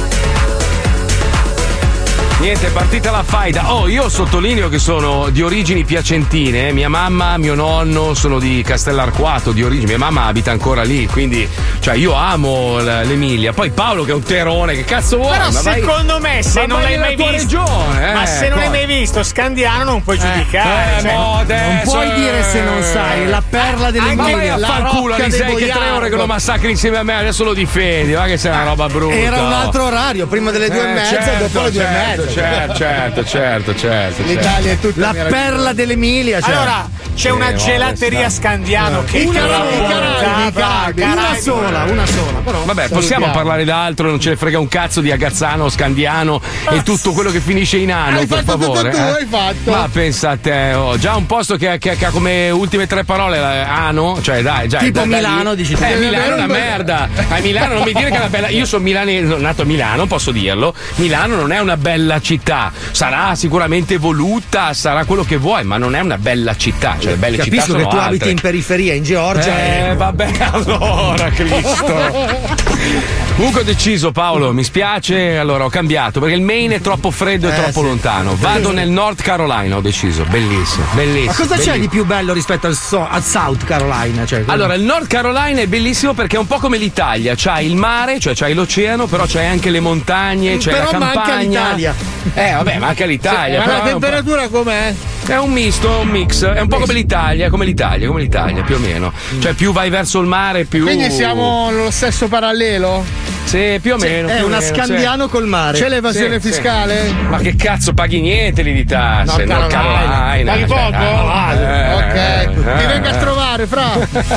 Niente, è partita la faida. Oh, io sottolineo che sono di origini piacentine. Mia mamma, mio nonno sono di Castellarquato, di origine. Mia mamma abita ancora lì, quindi, cioè, io amo l- l'Emilia. Poi Paolo, che è un terone, che cazzo vuoi? Però Ma vai- secondo me, se ma non vai l'hai nella mai tua visto, regione, eh, ma se non poi. l'hai mai visto Scandiano, non puoi giudicare. eh, cioè- mo adesso, Non puoi dire se non sai, la perla delle Ma vai Emilia, a la far culo, rocca Alisei, dei che tre ore che Boiardo. lo massacri insieme a me, adesso lo difendi, va che sei una roba brutta. Era un altro orario, prima delle due e Eh, mezza certo, e dopo le due certo, e mezza. Certo, certo, certo, certo. L'Italia è tutta la perla dell'Emilia. Cioè. Allora, c'è una Eh, gelateria guarda, Scandiano che Una che sola, bontà, Caraibi, una Caraibi. sola, una sola. Però Vabbè, possiamo salutiamo. parlare d'altro, non ce ne frega un cazzo di Agazzano, Scandiano e tutto quello che finisce in anno, Hai per fatto tutto favore. tu, eh. hai fatto. Ma pensa a te, oh, già un posto che, che- che ha come ultime tre parole eh, ano, cioè dai, già. Tipo da- da Milano, lì- dici tu. Eh, Milano è una merda. A Milano non mi dire che è una bella. Io sono milanese, sono nato a Milano, posso dirlo. Milano non è una bella città, città. Sarà sicuramente evoluta, sarà quello che vuoi, ma non è una bella città. Cioè, le belle città Capisco sono che tu altre. abiti in periferia, in Georgia. Eh, e... vabbè, allora, Cristo. Comunque ho deciso, Paolo, mi spiace, allora ho cambiato perché il Maine è troppo freddo e Eh, troppo sì. lontano. Vado nel North Carolina, ho deciso, bellissimo, bellissimo. Ma cosa c'è bellissimo. di più bello rispetto al, so- al South Carolina? Cioè, Allora, il North Carolina è bellissimo perché è un po' come l'Italia, c'hai il mare, cioè c'hai l'oceano, però c'hai anche le montagne, c'hai Però la campagna. manca l'Italia. Eh, vabbè, manca l'Italia. Ma però la è un po'- temperatura com'è? È un misto, un mix, è un po' come l'Italia, come l'Italia, come l'Italia, più o meno. Cioè, più vai verso il mare, più. Quindi siamo lo stesso parallelo? Sì, più o meno. è più o una meno, Scandiano col mare. C'è l'evasione Sì, sì. fiscale? Ma che cazzo paghi niente lì di tasse? North North Carolina. Carolina. Paghi cioè, poco? eh, Ok, eh, ti eh. vengo a trovare, fra.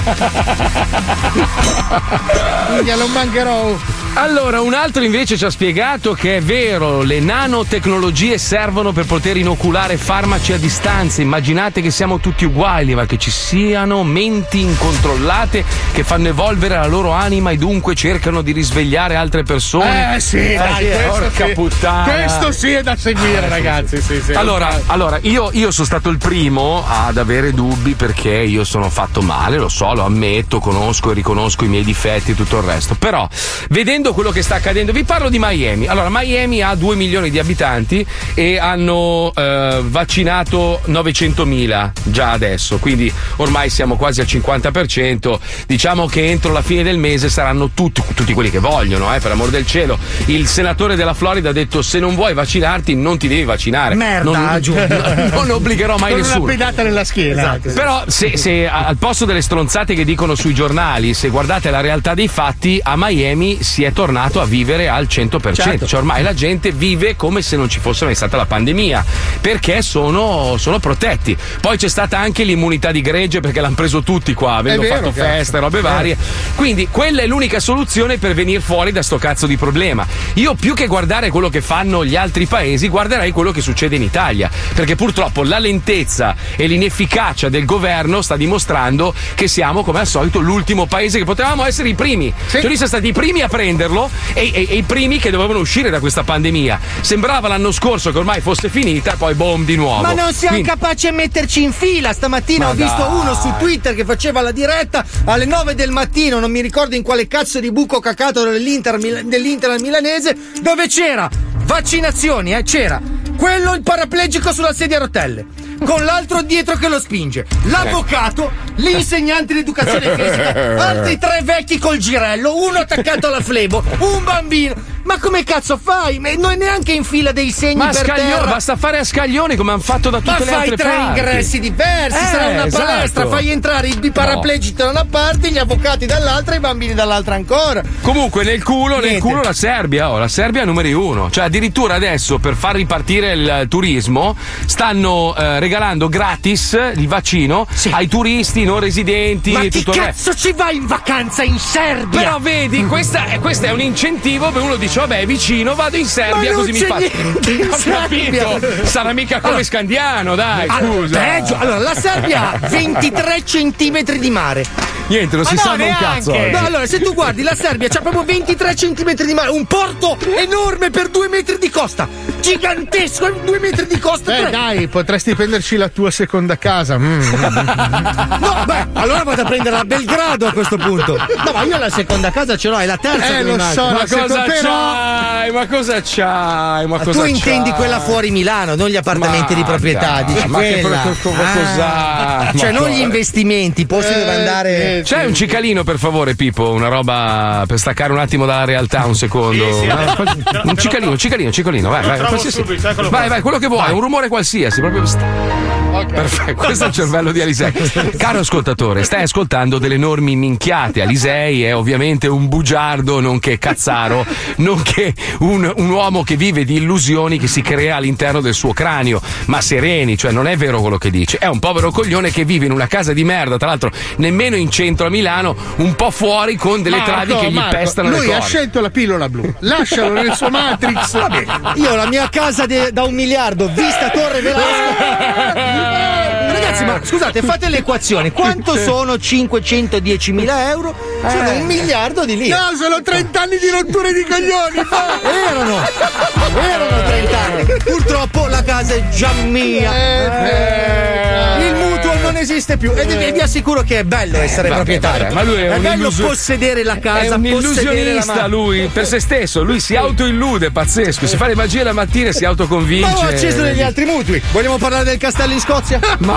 Minchia, non mancherò. Allora, un altro invece ci ha spiegato che è vero, le nanotecnologie servono per poter inoculare farmaci a distanza. Immaginate che siamo tutti uguali, ma che ci siano menti incontrollate che fanno evolvere la loro anima e dunque cercano di risvegliare altre persone. Eh sì, dai, questo porca sì. puttana. Questo sì è da seguire, ragazzi. Sì, sì. Allora, allora io, io sono stato il primo ad avere dubbi perché io sono fatto male, lo so, lo ammetto, conosco e riconosco i miei difetti e tutto il resto. Però, vedendo quello che sta accadendo, vi parlo di Miami. Allora, Miami ha due milioni di abitanti e hanno eh, vaccinato novecentomila già adesso, quindi ormai siamo quasi al cinquanta per cento. Diciamo che entro la fine del mese saranno tutti, tutti quelli che vogliono, eh, per amor del cielo. Il senatore della Florida ha detto: se non vuoi vaccinarti, non ti devi vaccinare. Merda, non, aggiungo. non, non obbligherò mai Con nessuno. una pedata nella schiena. Esatto. Però se, se al posto delle stronzate che dicono sui giornali, se guardate la realtà dei fatti, a Miami si è tornato a vivere al cento per cento. Certo. Cioè ormai la gente vive come se non ci fosse mai stata la pandemia, perché sono, sono protetti. Poi c'è stata anche l'immunità di gregge perché l'hanno preso tutti qua, avendo È vero, fatto cazzo. feste, robe varie. Quindi quella è l'unica soluzione per venire fuori da sto cazzo di problema. Io più che guardare quello che fanno gli altri paesi, guarderei quello che succede in Italia, perché purtroppo la lentezza e l'inefficacia del governo sta dimostrando che siamo come al solito l'ultimo paese, che potevamo essere i primi. Cioè noi siamo stati i primi a prenderlo e, e- e i primi che dovevano uscire da questa pandemia. Sembrava l'anno scorso che ormai fosse finita, poi boom di nuovo. Ma non siamo Quindi- capaci a metterci in fila. Stamattina Ma ho visto dai. uno su Twitter che faceva la diretta alle nove del mattino, non mi ricordo in quale cazzo di buco cacato dell'Inter, dell'Inter al milanese, dove c'era vaccinazioni, eh, c'era quello il paraplegico sulla sedia a rotelle, con l'altro dietro che lo spinge, l'avvocato, l'insegnante di educazione fisica, altri tre vecchi col girello, uno attaccato alla flebo, un bambino. Ma come cazzo fai? Ma non è neanche in fila dei segni Ma a per scaglione, terra. basta fare a scaglioni come hanno fatto da tutte Ma le fai altre tre parti. ingressi diversi, Eh, sarà una esatto. palestra, fai entrare i paraplegici da una parte, gli avvocati dall'altra e i bambini dall'altra ancora. Comunque nel culo, nel Niente. culo la Serbia, oh, la Serbia è numeri uno. Cioè addirittura adesso per far ripartire il turismo stanno eh, regalando gratis il vaccino ai turisti non residenti Ma e chi tutto il resto. cazzo ci va in vacanza in Serbia? Però vedi, questa, è- questo è un incentivo per uno dice vabbè è vicino, vado in Serbia Ma non così mi c'è faccio. niente in Ho Serbia. capito, sarà mica come Allora- Scandiano, dai, Allora, scusa. peggio. Allora, la Serbia ha ventitré centimetri di mare. Niente, non Ma si no, sa un neanche. cazzo. oggi. No, allora, se tu guardi la Serbia c'ha proprio ventitré centimetri di mare, un porto enorme per due metri di costa, gigantesco, due metri di costa. Eh tre. dai, potresti prenderci la tua seconda casa. Mm. No, beh, allora vado a prendere a Belgrado a questo punto. No, ma io la seconda casa ce l'ho, è la terza. Eh, che mi lo manca. so, Ma la cosa seconda però. c'hai? Ma cosa c'hai? Ma Ma cosa tu intendi c'hai? quella fuori Milano, non gli appartamenti Ma di proprietà, dai, dici ma che quella. pro- co- co- cos'ha? Cioè, Ma non co- gli investimenti, posti dove andare. C'è un cicalino per favore, Pippo? Una roba per staccare un attimo dalla realtà, un secondo. Sì, sì, No, te lo- un te lo- cicalino, un cicalino, un cicalino, vai, Lo vai. trovo qualsiasi- subito, eccolo vai, qua. vai, quello che vuoi, Vai. un rumore qualsiasi, proprio. Perfetto, questo è il cervello di Alisei. Caro ascoltatore, stai ascoltando delle enormi minchiate. Alisei è ovviamente un bugiardo, nonché cazzaro, nonché un, un uomo che vive di illusioni che si crea all'interno del suo cranio. Ma sereni, cioè non è vero quello che dice. È un povero coglione che vive in una casa di merda, tra l'altro nemmeno in centro a Milano, un po' fuori con delle Marco, travi che gli Marco, pestano lui le ha corde. scelto la pillola blu. Lascialo nel suo Matrix. Io ho la mia casa de- da un miliardo, vista Torre Velasco. Ragazzi, ma scusate, fate le equazioni. Quanto sono cinquecentodiecimila euro? Sono Eh. un miliardo di lire. No, sono trenta anni di rotture di coglioni. Erano, erano trenta anni. Purtroppo la casa è già mia. Eh. Il mutuo non esiste più. E vi, vi assicuro che è bello essere Vabbè, proprietario. vabbè, ma lui è, un bello illuso- possedere la casa. È un possedere la illusionista ma- lui, per se stesso. Lui si autoillude, pazzesco. Si fa le magie la mattina e si autoconvince. Ma ho acceso degli altri mutui. Vogliamo parlare del castello in Scozia? Ma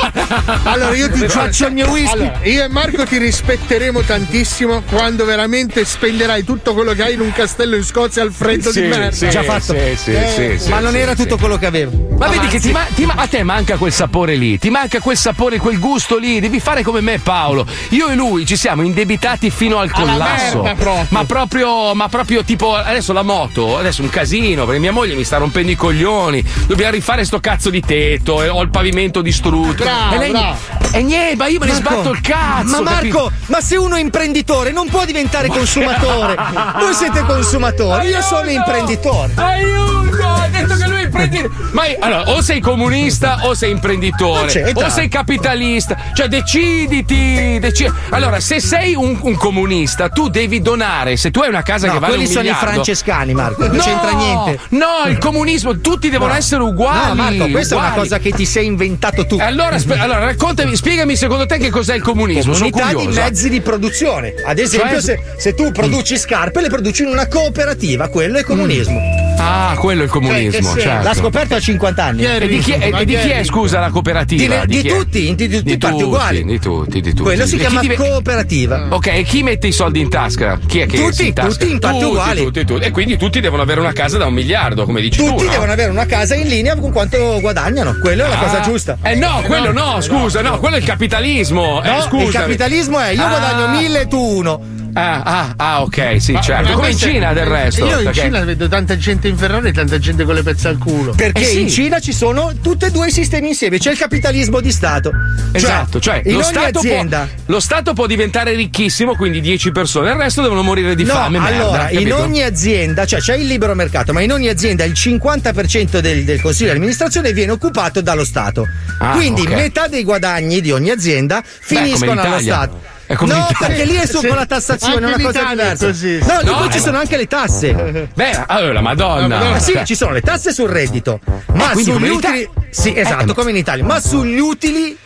Allora io ti faccio il mio whisky. Allora, io e Marco ti rispetteremo tantissimo quando veramente spenderai tutto quello che hai in un castello in Scozia al freddo Sì, di merda. sì, Già fatto. sì, sì, Eh, sì, ma sì, non sì, era sì. tutto quello che avevo. Ma vedi anzi. che ti ma- ti ma- a te manca quel sapore lì, ti manca quel sapore, quel gusto lì, devi fare come me Paolo. Io e lui ci siamo indebitati fino al Alla collasso. merda proprio. Ma proprio, ma proprio tipo adesso la moto, adesso un casino, perché mia moglie mi sta rompendo i coglioni. Dobbiamo rifare sto cazzo di tetto, e ho il pavimento distrutto. Bravo, e lei bravo. e niente, ma io me ne Marco, sbatto il cazzo. Ma Marco, capito? ma se uno è imprenditore non può diventare consumatore. Voi siete consumatori, io sono imprenditore. Aiuto! Ha detto che lui è imprenditore. Ma io- allora, o sei comunista o sei imprenditore. Accetta. O sei capitalista. Cioè, deciditi. Deci- allora, se sei un, un comunista, tu devi donare. Se tu hai una casa No, che vale quelli un sono miliardo. i francescani, Marco. Non No, c'entra niente. No, il comunismo, tutti devono No. essere uguali. No, Marco, questa è una uguali. cosa che ti sei inventato tu. Allora, spe- allora, raccontami, spiegami secondo te che cos'è il comunismo. Sono Unità di curioso. mezzi di produzione. Ad esempio, Cioè- se, se tu produci scarpe, le produci in una cooperativa, quello è comunismo. Ah, quello è il comunismo, Cioè, che se- certo. L'ha scoperto a cinquanta anni. E di chi, è, e di chi è, scusa, la cooperativa? Di- di chi è? tutti, di- di tutti, parti tutti, uguali. Di tutti, di tutti. Quello si E chi chiama dive- cooperativa. Ok, e chi mette i soldi in tasca? Chi è che Tutti, si tasca? tutti in parti tutti, uguali. Tutti, tutti. E quindi tutti devono avere una casa da un miliardo, come dici tu. Tutti no? devono avere una casa in linea con quanto guadagnano. Quella è la Ah. cosa giusta. Eh no, quello no, scusa, no, quello è il capitalismo. Eh, No, scusami. il capitalismo è io Ah. guadagno mille e tu uno. Ah, ah, ah, ok, sì, Ma- certo. ma Come in questa- Cina del resto. Io in perché- Cina vedo tanta gente in Ferrari e tanta gente con le pezze al culo. Perché Eh sì. in Cina ci sono tutti e due i sistemi insieme. C'è il capitalismo di Stato. Esatto, cioè, in lo, ogni stato azienda. può, lo Stato può diventare ricchissimo, quindi dieci persone, il resto devono morire di No, fame. merda, allora, in capito? ogni azienda, cioè c'è il libero mercato, ma in ogni azienda il cinquanta per cento del, del consiglio di amministrazione viene occupato dallo Stato. Ah, Quindi ok. metà dei guadagni di ogni azienda come in finiscono allo Italia. Stato. È come in No, Italia. perché lì è sopra Sì. la tassazione, è Anche una in cosa Italia è diversa. così. No, di No, cui eh, ci ma- sono anche le tasse. Beh, allora, Madonna. Ma sì, Cioè- ci sono le tasse sul reddito, ma quindi come sugli in utili. Italia- Sì, esatto, Eh, ma- come in Italia. Ma sugli utili,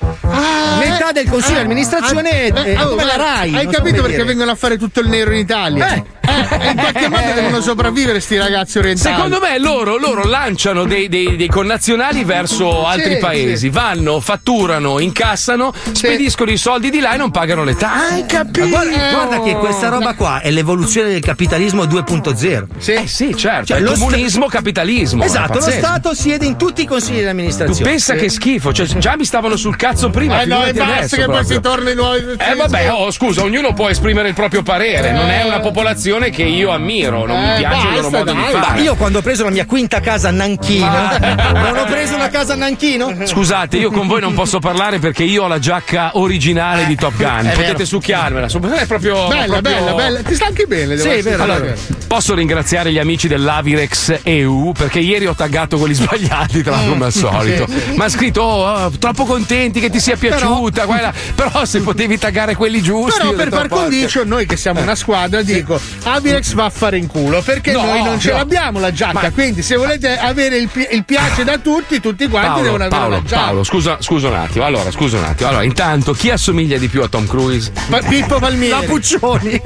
metà del consiglio di amministrazione è, è oh, come la guarda, RAI. Hai non so capito come perché dire. vengono a fare tutto il nero in Italia? Eh. Eh, e in qualche modo devono sopravvivere sti ragazzi orientali. Secondo me loro, loro lanciano dei, dei- dei connazionali verso altri Sì, paesi, sì. vanno, fatturano, incassano, spediscono i soldi di là e non pagano le tasse. Hai capito? Ma guarda, guarda che questa roba qua è l'evoluzione del capitalismo due punto zero. Sì. Eh sì, certo, Cioè, è lo comunismo, capitalismo. è Esatto, lo pazzesco. Stato siede in tutti i consigli di Tu amministrazione. pensa che schifo, cioè già mi stavano sul cazzo prima. Eh no, e figurati basta adesso che poi proprio. si torna in nuovi. Eh vabbè, oh, scusa, ognuno può esprimere il proprio parere, non è una popolazione che io ammiro, non mi Eh, piace il loro basta, modo di dai. Ma fare. io quando ho preso la mia quinta casa a Nanchino, non ho preso una casa a Nanchino? Scusate, io con voi non posso parlare perché io ho la giacca originale di Top Gun. è Potete vero. succhiarmela. È proprio. Bella, proprio- bella, bella. Ti sta anche bene, devo Sì, essere vero, Allora, vero. posso ringraziare gli amici dell'Avirex E U perché ieri ho taggato quelli sbagliati, tra l'altro, come al solito. Ma ha scritto: oh, oh, troppo contenti che ti sia piaciuta. Però, però se potevi taggare quelli giusti. Però ho per detto, par porca- condicio, noi che siamo una squadra, dico Avirex va a fare in culo perché No, noi non ce no. l'abbiamo la giacca. Ma- Quindi, se volete avere il, pi- il piace da tutti, tutti quanti Paolo, devono avere Paolo, la giacca. Paolo, scusa, scusa un attimo. Allora, scusa un attimo. Allora, intanto, chi assomiglia di più a Tom Cruise? Pa- Pippo Palmieri. La Puccioni.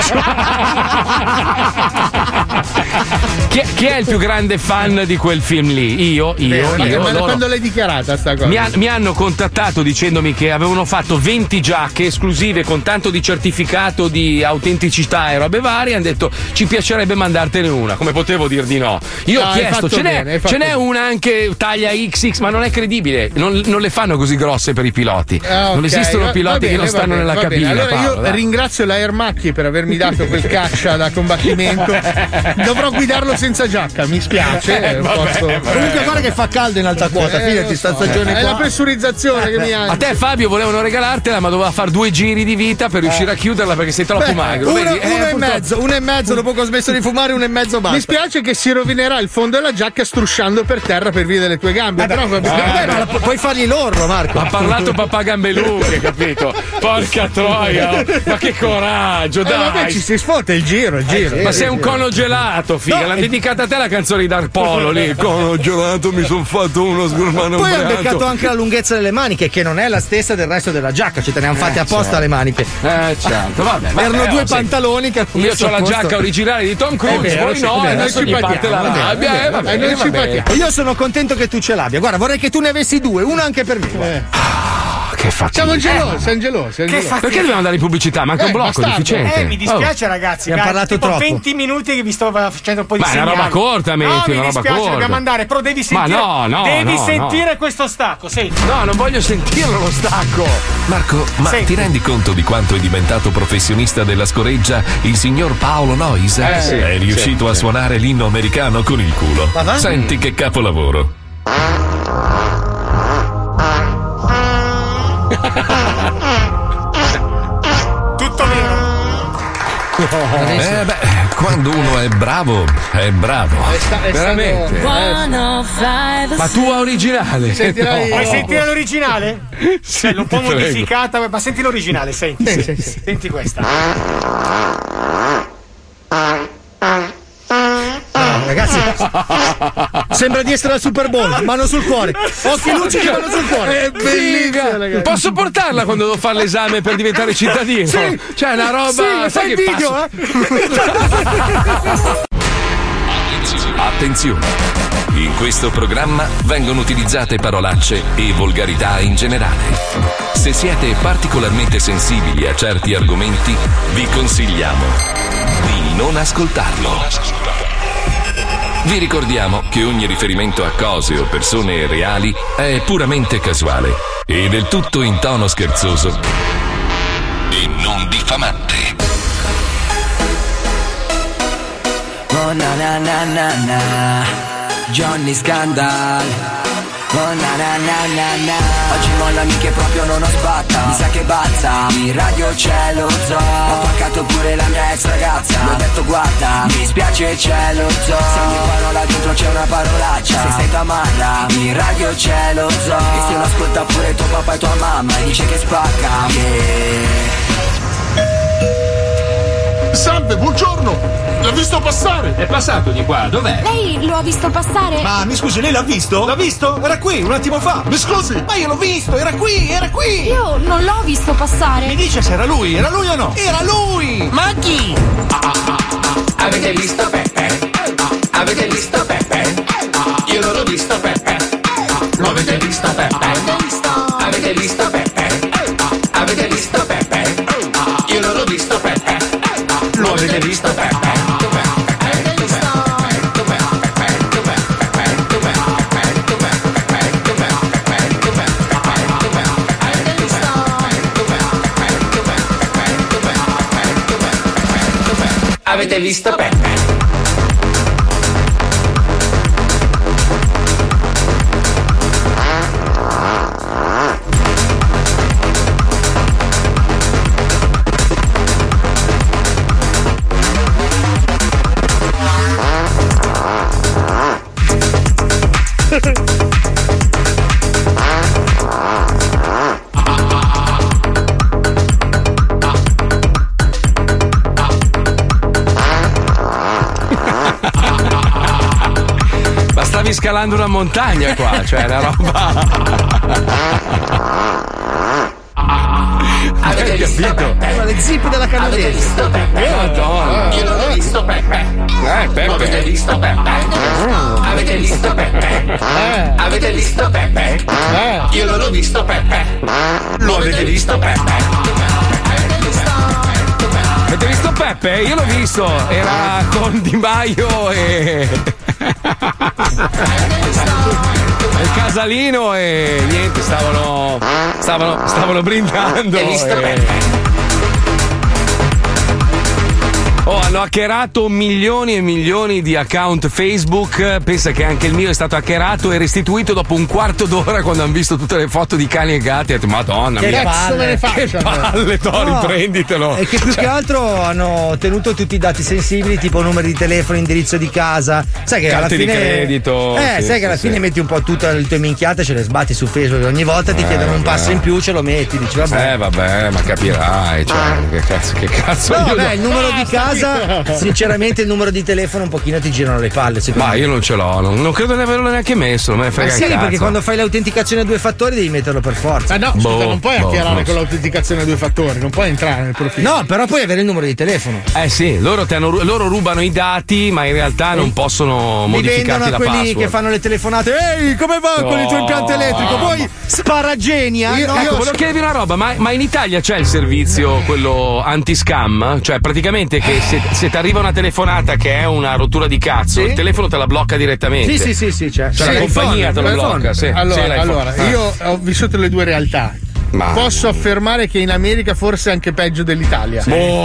Chi è, chi è il più grande fan di quel film lì? Io, io, Vero, ma- io. ma loro. quando l'hai dichiarata sta cosa? Mi, ha- mi hanno contattato dicendomi che avevano fatto venti giacche esclusive con tanto di certificato di autenticità e robe varie. Hanno detto ci piacerebbe mandartene una. Come potevo dir di no? Io No, ho hai chiesto, fatto ce n'è, bene, hai fatto ce n'è bene. una anche taglia X X, ma non è credibile. Non, non le fanno così grosse per i piloti. Ah, Non ok, esistono va- piloti va bene, che non va stanno bene, nella va bene. cabina. Allora Paolo, io dai. ringrazio la Air Macchi per avermi dato quel caccia da combattimento. Dovrò guidarlo senza giacca, mi spiace. Eh, vabbè, posso- vabbè. Comunque guarda che fa caldo in alta quota, Eh, fidati, lo sta so, stagione È qua. la pressurizzazione che mi ha. A te Fabio volevano regalartela ma doveva fare due giri di vita per riuscire a chiuderla perché sei troppo Beh, magro. uno, Vedi? Eh, uno e purtroppo- mezzo, mezzo, uno e mezzo dopo che ho smesso di fumare, uno e mezzo basta. Mi spiace che si rovinerà il fondo della giacca strusciando per terra per via delle tue gambe. Eh, però beh, vabbè, ma la pu- puoi fargli l'orlo, Marco. Ha parlato papà gambe lunghe, capito? Porca troia, ma che coraggio, Eh, dai. vabbè, ci si sfotta il giro, il giro. Ma sei un cono gelato, figa. No, L'hanno eh. dedicata a te la canzone di Dark Polo lì. Il cono gelato, mi sono fatto uno sgurmano Poi ha beccato anche la lunghezza delle maniche, che non è la stessa del resto della giacca, ci te ne hanno fatte Eh, apposta certo. le maniche. Eh, certo, vabbè. vabbè Erano oh, due sì. pantaloni che hanno Io messo ho a la posto. giacca originale di Tom Cruise, È vero, poi sì, no, è vero, e adesso noi gli ci parte la patiamo, va rabbia. bene, Eh, va va bene, bene, va va bene. bene. E io sono contento che tu ce l'abbia. Guarda, vorrei che tu ne avessi due, uno anche per me. Che fatica. Siamo gelosi, siamo gelosi. siamo Che gelosi. fa- Perché dobbiamo andare in pubblicità? Manca un Eh, blocco, bastardo. deficiente. Eh, mi dispiace, ragazzi. abbiamo guarda, parlato tipo troppo. venti minuti che vi sto facendo un po' di Ma è una segnali. roba corta, metti, no, una mi roba dispiace, corta. dobbiamo andare, però devi Ma sentire. no, no, devi no, sentire questo stacco, senti. No, non voglio sentirlo lo stacco. Marco, ma Senti. ti rendi conto di quanto è diventato professionista della scoreggia il signor Paolo Noyes? Eh, sì, è riuscito sì, a sì. suonare l'inno americano con il culo. Ma va? Senti che capolavoro. Tutto vero. Eh beh, quando uno è bravo, è bravo. È sta- è Veramente. stato- Ma tua originale? Sentirai- Vuoi sentire l'originale? Cioè, l'ho un po' ti prego. modificata, ma senti l'originale, senti. Sì, senti, sì, sì. senti questa. Ragazzi, sembra di essere al Super Bowl, mano sul cuore. Occhi lucidi, mano sul cuore. È bellissima, ragazzi. Posso portarla quando devo fare l'esame per diventare cittadino? Sì. Cioè, una roba. Sì, sai fai il che video, passo- eh. Attenzione! In questo programma vengono utilizzate parolacce e volgarità in generale. Se siete particolarmente sensibili a certi argomenti, vi consigliamo di non ascoltarlo. Vi ricordiamo che ogni riferimento a cose o persone reali è puramente casuale e del tutto in tono scherzoso e non diffamante. Oh na na na na na, Johnny Scandal. Oh na na na na na, oggi mollami che proprio non ho sbatta. Mi sa che bazza, in radio c'è lo zoo. Ho paccato pure la mia ex ragazza. Le ho detto guarda, mi spiace c'è lo zoo. Se ogni parola dentro c'è una parolaccia. Se sei tua madre, in radio c'è lo zoo. E se lo ascolta pure tuo papà e tua mamma e dice che spacca, yeah. Salve, buongiorno! L'ho visto passare! È passato di qua, dov'è? Lei lo ha visto passare? Ma mi scusi, lei l'ha visto? L'ha visto? Era qui, un attimo fa! Mi scusi! Ma io l'ho visto, era qui, era qui! Io non l'ho visto passare. Mi dice se era lui, era lui o no? Era lui! Ma chi? Avete visto Peppe? Avete visto Peppe? Io non l'ho visto Peppe. Lo avete visto Peppe? Avete visto Peppe? Avete visto Peppe? Io non l'ho visto Peppe. Lo avete visto Peppe? Avete visto Peppe? Ma stavi scalando una montagna qua, cioè una roba. Avete Hai visto capito? Peppe? Ma le zip della Avete canadese. visto Peppe? Madonna. Io non l'ho visto Peppe. Eh, Avete Peppe. visto Peppe? Avete visto Peppe? Avete visto Peppe? Io non l'ho visto Peppe. Lo avete visto Peppe? Avete visto Peppe? Io l'ho visto, era con Di Maio e. il Casalino e niente, stavano. stavano, stavano brindando. Hai visto e- Peppe? Oh, hanno hanno hackerato milioni e milioni di account Facebook. Pensa che anche il mio è stato hackerato e restituito dopo un quarto d'ora quando hanno visto tutte le foto di cani e gatti. Ho detto, Madonna Che mia, cazzo me ne che faccio? palle, Tori, No, prenditelo. E che più Cioè, che altro hanno tenuto tutti i dati sensibili, tipo numeri di telefono, indirizzo di casa. Sai che alla Carte di fine. credito, Eh, sì, sai sì, che alla sì. fine metti un po' tutte le tue minchiate, ce le sbatti su Facebook. Ogni volta ti Eh, chiedono un vabbè. passo in più, ce lo metti, dici vabbè. Eh vabbè, ma capirai, cioè, che cazzo, che cazzo No, io beh, do- il numero di casa, sinceramente il numero di telefono un pochino ti girano le palle, secondo Ma me. io non ce l'ho, non, non credo di averlo neanche messo, non me ne frega Ma sì, il cazzo. perché quando fai l'autenticazione a due fattori devi metterlo per forza. Ah no, Boh, scusa, non puoi boh, hackerare non con so. l'autenticazione a due fattori, non puoi entrare nel profilo. No, però puoi avere il numero di telefono. Eh sì, loro, ti hanno, loro rubano i dati, ma in realtà non possono Li vendono modificarti a la quelli password. che fanno le telefonate. Ehi, come va con il tuo impianto elettrico? Poi sparagenia. Io, no? ecco, volevo chiedervi una roba, ma, ma in Italia c'è il servizio, quello anti-scam? Cioè, praticamente che se, se ti arriva una telefonata che è una rottura di cazzo, il telefono te la blocca direttamente. Sì, sì, sì, sì, c'è. Cioè, la compagnia te lo blocca, sì. Allora, Sì, l'iPhone. allora Ah. io ho vissuto le due realtà. Ma- Posso affermare che in America forse è anche peggio dell'Italia.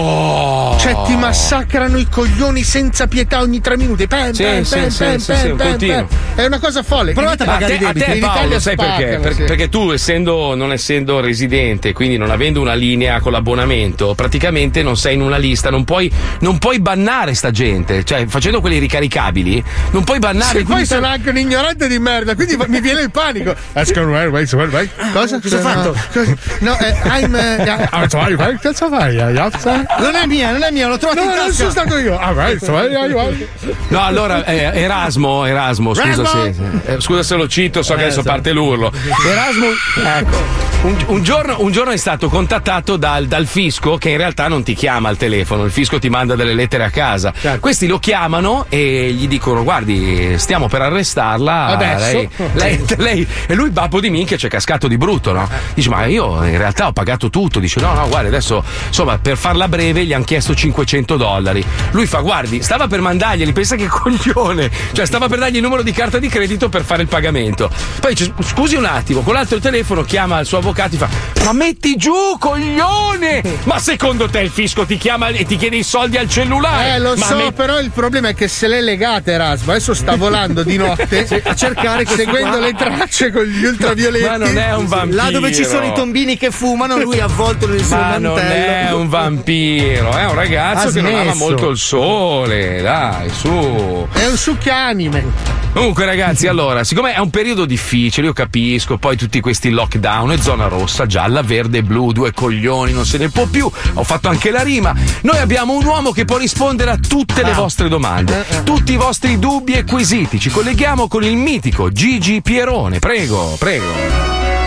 Oh. Cioè ti massacrano i coglioni senza pietà ogni tre minuti. Pam, Sì, pam, sì, pam, sì, pam, sì, pam, sì, un pam, continuo. pam. È una cosa folle. Provate a Ma a pagare te, i a debiti. te In Paolo, Italia sai perché? spaccano, Per- sì. Perché tu essendo, non essendo residente, quindi non avendo una linea con l'abbonamento, praticamente non sei in una lista, non puoi, non puoi bannare sta gente, cioè facendo quelli ricaricabili, non puoi bannare. Sì, poi quindi sono anche un ignorante di merda, quindi mi viene il panico. Ask where, wait, where, wait. Cosa? cosa ho fatto? Cosa? No, eh, I'm. eh, ah, sorry, che cazzo fai? Non è mia, non è mia, l'ho trovato No, in non tasca. sono stato io. Ah, right, sorry, right. No, allora, eh, Erasmo, Erasmo, scusa Erasmo! se, eh, scusa se lo cito, so che Eh, adesso sì. parte l'urlo. Erasmo, ecco. Un, un giorno, un giorno è stato contattato dal, dal fisco che in realtà non ti chiama al telefono, il fisco ti manda delle lettere a casa. Certo. Questi lo chiamano e gli dicono: guardi, stiamo per arrestarla. Adesso? Lei, lei, lei- e lui, babbo di minchia, c'è cascato di brutto, no? Dice: ma io in realtà ho pagato tutto. Dice: no, no, guardi, adesso insomma, per farla breve gli hanno chiesto cinquecento dollari. Lui fa: guardi, stava per mandarglieli, pensa che coglione. Cioè, stava per dargli il numero di carta di credito per fare il pagamento. Poi dice: scusi un attimo, con l'altro telefono chiama il suo avvocato e fa: ma metti giù, coglione! Ma secondo te il fisco ti chiama e ti chiede i soldi al cellulare? Eh, lo Ma so, me- però il problema è che se l'è legata Erasmo, adesso sta volando di notte a cercare, seguendo le tracce con gli ultravioletti. Ma non è un vampiro. Là dove ci sono i tombini che fumano, lui è avvolto nel suo Ma non mantello. è un vampiro, è un ragazzo Ha che non ama smesso. molto il sole, dai, su. È un succhianime. Comunque ragazzi, allora, siccome è un periodo difficile, io capisco, poi tutti questi lockdown e zona rossa, gialla, verde, blu, due coglioni, non se ne può più, ho fatto anche la rima. Noi abbiamo un uomo che può rispondere a tutte le vostre domande, tutti i vostri dubbi e quesiti. Ci colleghiamo con il mitico Gigi Pierone, prego, prego.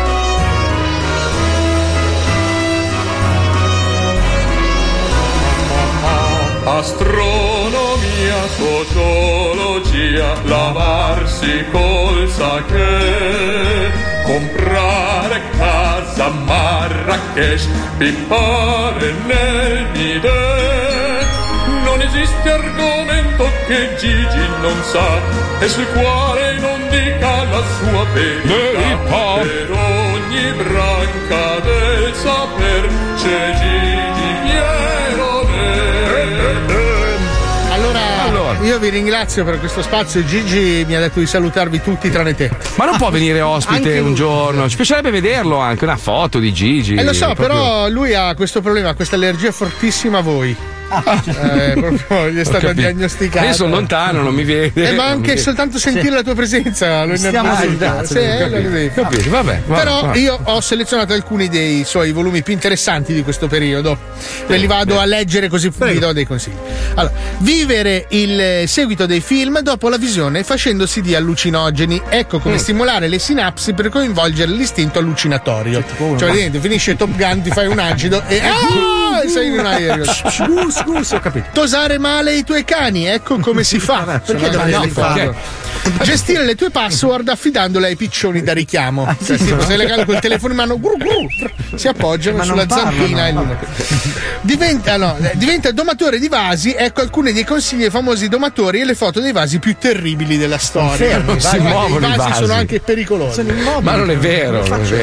Astronomia, sociologia, lavarsi col sake, comprare casa a Marrakesh, pippare nel bidet. Non esiste argomento che Gigi non sa e sul quale non dica la sua verità. Per ogni branca del saper c'è Gigi Pierone. Allora, Allora. io vi ringrazio per questo spazio. Gigi mi ha detto di salutarvi tutti tranne te. Ma non può venire ospite Anche un lui. giorno? Ci piacerebbe vederlo anche, una foto di Gigi. Eh lo so, proprio- però lui ha questo problema, questa allergia fortissima a voi. Eh, proprio gli è Ho stata capito. diagnosticata. Io sono lontano, non mi vede. Eh, ma non mi anche vede. soltanto sentire la tua presenza lo Stiamo innervosisce. sul Sì, cazzo, eh, Capito, lo devi fare. capito, vabbè, vabbè, Però vabbè. io ho selezionato alcuni dei suoi volumi più interessanti di questo periodo. Ve li vado a leggere così vi do dei consigli. Allora, vivere il seguito dei film dopo la visione facendosi di allucinogeni. Ecco come Mm. stimolare le sinapsi per coinvolgere l'istinto allucinatorio. Cioè, vedete, finisce Top Gun, ti fai un agido e ah, e sei in un aereo. Gus, gus, ho capito. Tosare male i tuoi cani, ecco come si fa. Perché dovresti farlo? Gestire le tue password affidandole ai piccioni da richiamo. Cioè, tipo, sei legato col telefono in mano, gru, gru, si appoggiano Ma non sulla parlano, zampina. e no. l'uno. Diventa, no, eh, diventa domatore di vasi. Ecco alcuni dei consigli ai famosi domatori e le foto dei vasi più terribili della storia. fermi, Sì, si ma muovono i i vasi vasi. sono anche pericolosi. Sono immobili. Ma non è vero, non è faccio? vero.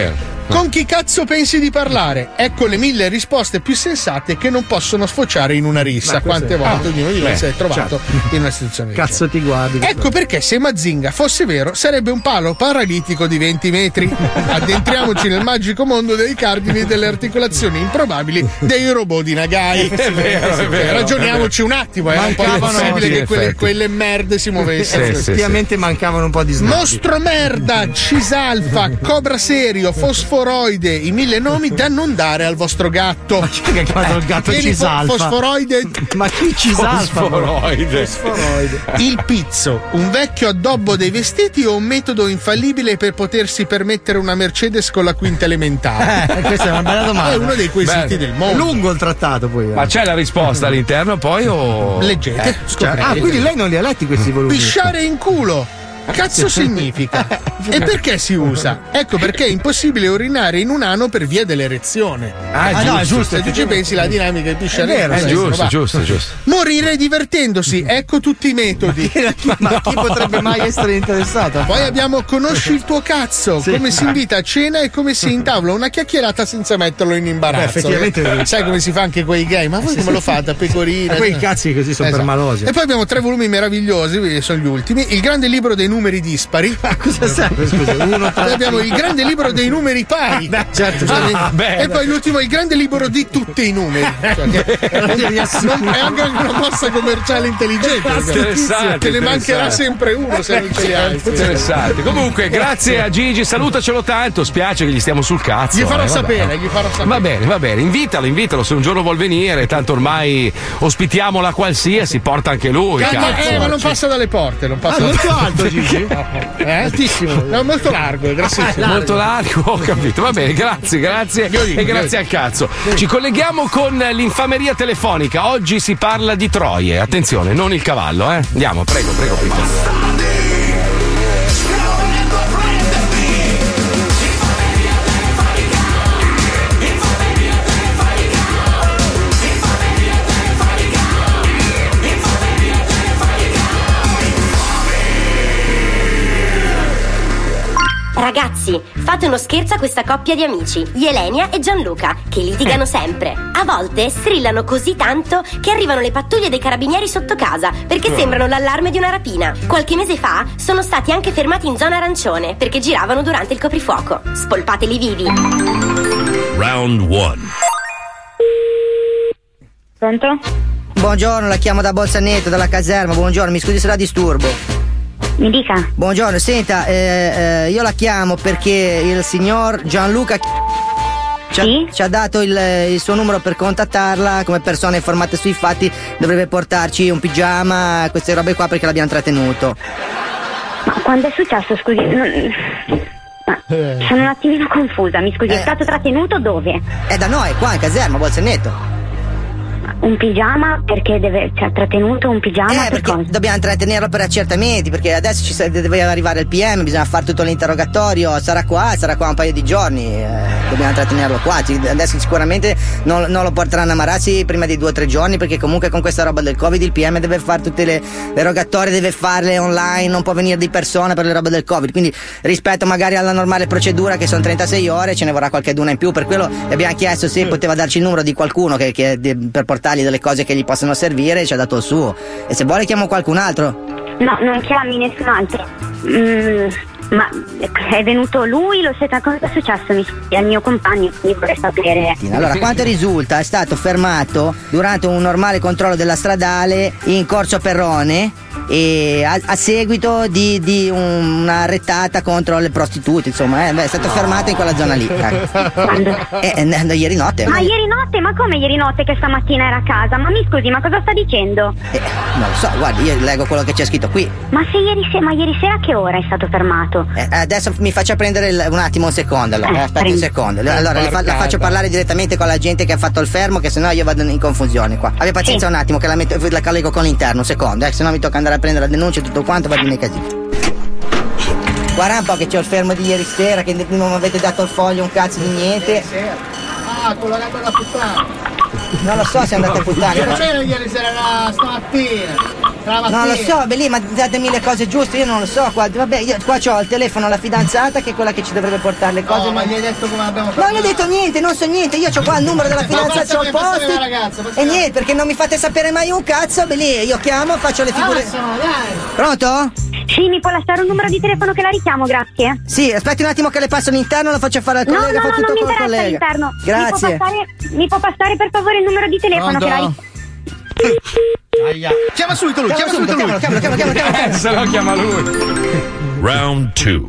Con chi cazzo pensi di parlare? Ecco le mille risposte più sensate che non possono sfociare in una rissa. Beh, Quante è... volte ah, ognuno di noi beh, si è trovato certo. in una situazione cazzo ti guardi. Ecco perché se Mazinga fosse vero sarebbe un palo paralitico di venti metri. Addentriamoci nel magico mondo dei cardini e delle articolazioni improbabili dei robot di Nagai. È vero, è vero. Ragioniamoci un attimo, è un po' possibile sì, che quelle, effetti. quelle merde si muovessero. Sì, sì, Effettivamente mancavano un po' di snobby. Mostro merda, Cisalfa, Cobra serio, Fosforoide, i mille nomi da non dare al vostro gatto. Ma chi è che ha chiamato il gatto Vieni, Cisalfa? Fosforoide. Ma chi Cisalfa? Fosforoide. Fosforoide. Il pizzo, un vecchio addobbo dei vestiti o un metodo infallibile per potersi permettere una Mercedes con la quinta elementare? Eh, questa è una bella domanda. È uno dei quesiti Beh, del mondo. Lungo il trattato poi. eh. Ma c'è la risposta all'interno poi o. Leggete, Eh, scoprete. Ah, quindi lei non li ha letti questi volumi? Pisciare in culo. Cazzo significa? E perché si usa? Ecco perché è impossibile urinare in un ano per via dell'erezione. Ah, Ah, no, è giusto. Se tu ci pensi, la dinamica di pisciare È vero, in È culo giusto, va. giusto, giusto. Morire divertendosi, ecco tutti i metodi. Ma chi potrebbe mai essere interessato? Poi abbiamo conosci il tuo cazzo, Sì. come si invita a cena e come si intavola una chiacchierata senza metterlo in imbarazzo. Beh, effettivamente Eh, sai come si fa anche quei gay? Ma voi come lo fate a pecorina? Ma quei cazzi così sono Esatto. permalosi. E poi abbiamo tre volumi meravigliosi, sono gli ultimi. Il grande libro dei numeri dispari. Ma cosa serve? Scusa, uno Poi abbiamo il grande libro dei numeri pari. Beh, certo, Ah, beh, e poi l'ultimo, il grande libro di tutti i numeri. Cioè, che non è anche una mossa commerciale intelligente. perché Interessante, Te ne mancherà interessante. sempre uno se non ce li hai. Interessante. Comunque, grazie a Gigi, salutacelo tanto. Spiace che gli stiamo sul cazzo. Gli farò eh, vabbè. sapere, gli farò sapere. Va bene, va bene, invitalo, invitalo. Se un giorno vuol venire, tanto ormai ospitiamola qualsiasi, porta anche lui. Calma, cazzo. eh, ma non passa dalle porte, non passa Ah, molto alto, Gigi? Eh? Altissimo. No, molto largo, è grassissimo. Molto largo, ho capito. Va bene, grazie, grazie Glielo dico, e glielo grazie al dico. cazzo. Ci colleghiamo con l'infameria telefonica. Oggi si parla di troie. Attenzione, non il cavallo, eh. Andiamo, prego, prego, prego. Ragazzi, fate uno scherzo a questa coppia di amici, Jelenia e Gianluca, che litigano sempre. A volte strillano così tanto che arrivano le pattuglie dei carabinieri sotto casa, perché sembrano l'allarme di una rapina. Qualche mese fa sono stati anche fermati in zona arancione, perché giravano durante il coprifuoco. Spolpateli vivi. Round one. Pronto? Buongiorno, la chiamo da Bolzaneto, dalla caserma. Buongiorno, mi scusi se la disturbo. Mi dica. Buongiorno, senta, eh, eh, io la chiamo perché il signor Gianluca ci ha, Sì? ci ha dato il, il suo numero per contattarla come persona informata sui fatti. Dovrebbe portarci un pigiama, queste robe qua perché l'abbiamo trattenuto. Ma quando è successo, scusi? Non... Ma sono un attimino confusa, mi scusi, Eh. è stato trattenuto dove? È da noi, qua in caserma, Bolzaneto. Un pigiama? Perché deve... cioè trattenuto un pigiama Eh, per perché cosa? dobbiamo trattenerlo per accertamenti, perché adesso ci sa- deve arrivare il P M, bisogna fare tutto l'interrogatorio, sarà qua, sarà qua un paio di giorni, eh, dobbiamo trattenerlo qua. Ci- adesso sicuramente non, non lo porteranno a Marassi prima di due o tre giorni, perché comunque con questa roba del Covid il P M deve fare tutte le, le rogatorie, deve farle online, non può venire di persona per le robe del Covid, quindi rispetto magari alla normale procedura che sono trentasei ore ce ne vorrà qualcheduna in più, per quello gli abbiamo chiesto se poteva darci il numero di qualcuno che, che- de- per portargli delle cose che gli possono servire, ci ha dato il suo, e se vuole chiamo qualcun altro. No, non chiami nessun altro. Mm, ma è venuto lui? Lo siete... cosa è successo? Mi scusi, al mio compagno, quindi vorrei sapere. Allora, quanto risulta, è stato fermato durante un normale controllo della stradale in Corso Perrone e a, a seguito di, di un- una rettata contro le prostitute, insomma, eh, beh, è stato fermato in quella zona lì. ecco. Eh, eh, no, ieri notte. Ma ieri notte? Ma come ieri notte che stamattina era a casa? Ma mi scusi, ma cosa sta dicendo? Non lo so, guardi, io leggo quello che c'è scritto qui. Ma se ieri sera, ma ieri sera a che ora è stato fermato? Eh, adesso mi faccia prendere il- un attimo un secondo, allora, Eh, eh, aspetta un prendi. secondo. Allora, le fa- la faccio parlare direttamente con la gente che ha fatto il fermo, che sennò io vado in confusione qua. Abbia pazienza un attimo, che la, metto, la collego con l'interno, un secondo, eh, sennò mi tocca andare a prendere la denuncia e tutto quanto, vado nei casini. Guarda un po' che c'ho il fermo di ieri sera, che non mi avete dato il foglio, un cazzo di niente. Ah, con la gamba da puttana. Non lo so se andate a puttane. Non c'era ieri sera, era stamattina. Non lo so, beh lì, ma datemi le cose giuste, io non lo so. Qua, vabbè, io qua c'ho al telefono la fidanzata che è quella che ci dovrebbe portare le cose. No, ma gli hai detto come abbiamo fatto? Non gli ho detto niente, non so niente, io c'ho qua il numero della fidanzata, c'ho il post. E niente, perché non mi fate sapere mai un cazzo, beh lì, io chiamo, faccio le figure. Pronto? Sì, mi può lasciare un numero di telefono che la richiamo, grazie. Sì, aspetti un attimo che le passo all'interno, lo faccio fare al No, collega, no, fa no, tutto non mi col interessa collega. all'interno. Grazie. Mi può, passare, mi può passare per favore il numero di telefono che la richiamo. Aia. Chiama subito lui, chiama, subito lui. Chiamalo, chiamalo, chiamalo, chiamalo. Eh, se no chiama lui. Round two.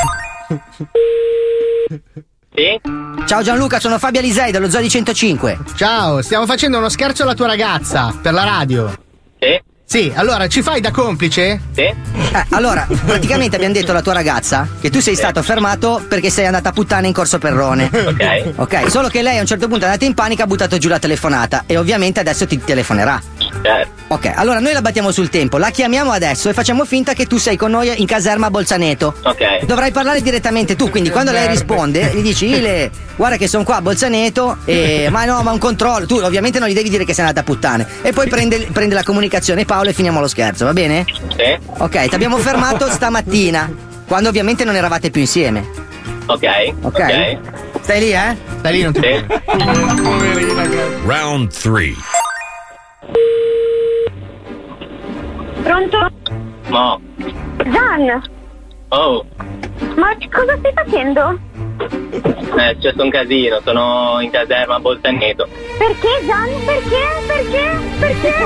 Sì? Ciao Gianluca, sono Fabio Alisei dello Zoo di centocinque. Ciao, stiamo facendo uno scherzo alla tua ragazza per la radio. Sì? Sì, allora ci fai da complice? Sì. Eh, allora, praticamente abbiamo detto alla tua ragazza che tu sei stato fermato perché sei andata a puttana in Corso Perrone. Ok. Ok, solo che lei a un certo punto è andata in panico, ha buttato giù la telefonata e ovviamente adesso ti telefonerà. Certo. Ok, allora noi la battiamo sul tempo, la chiamiamo adesso e facciamo finta che tu sei con noi in caserma a Bolzaneto. Ok. Dovrai parlare direttamente tu, quindi quando lei risponde gli dici Ile, guarda che sono qua a Bolzaneto e ma no, ma un controllo. Tu ovviamente non gli devi dire che sei andata a puttane. E poi prende, prende la comunicazione Paolo e finiamo lo scherzo, va bene? Sì. Ok, ti abbiamo fermato stamattina, quando ovviamente non eravate più insieme. Ok. Ok? Ok. Stai lì, eh? Stai lì, non ti Sì. Round three. Pronto? Mo. Gian, Oh. ma che cosa stai facendo? È successo un casino, sono in caserma a Bolzaneto. Perché Gian? Perché? Perché? Perché?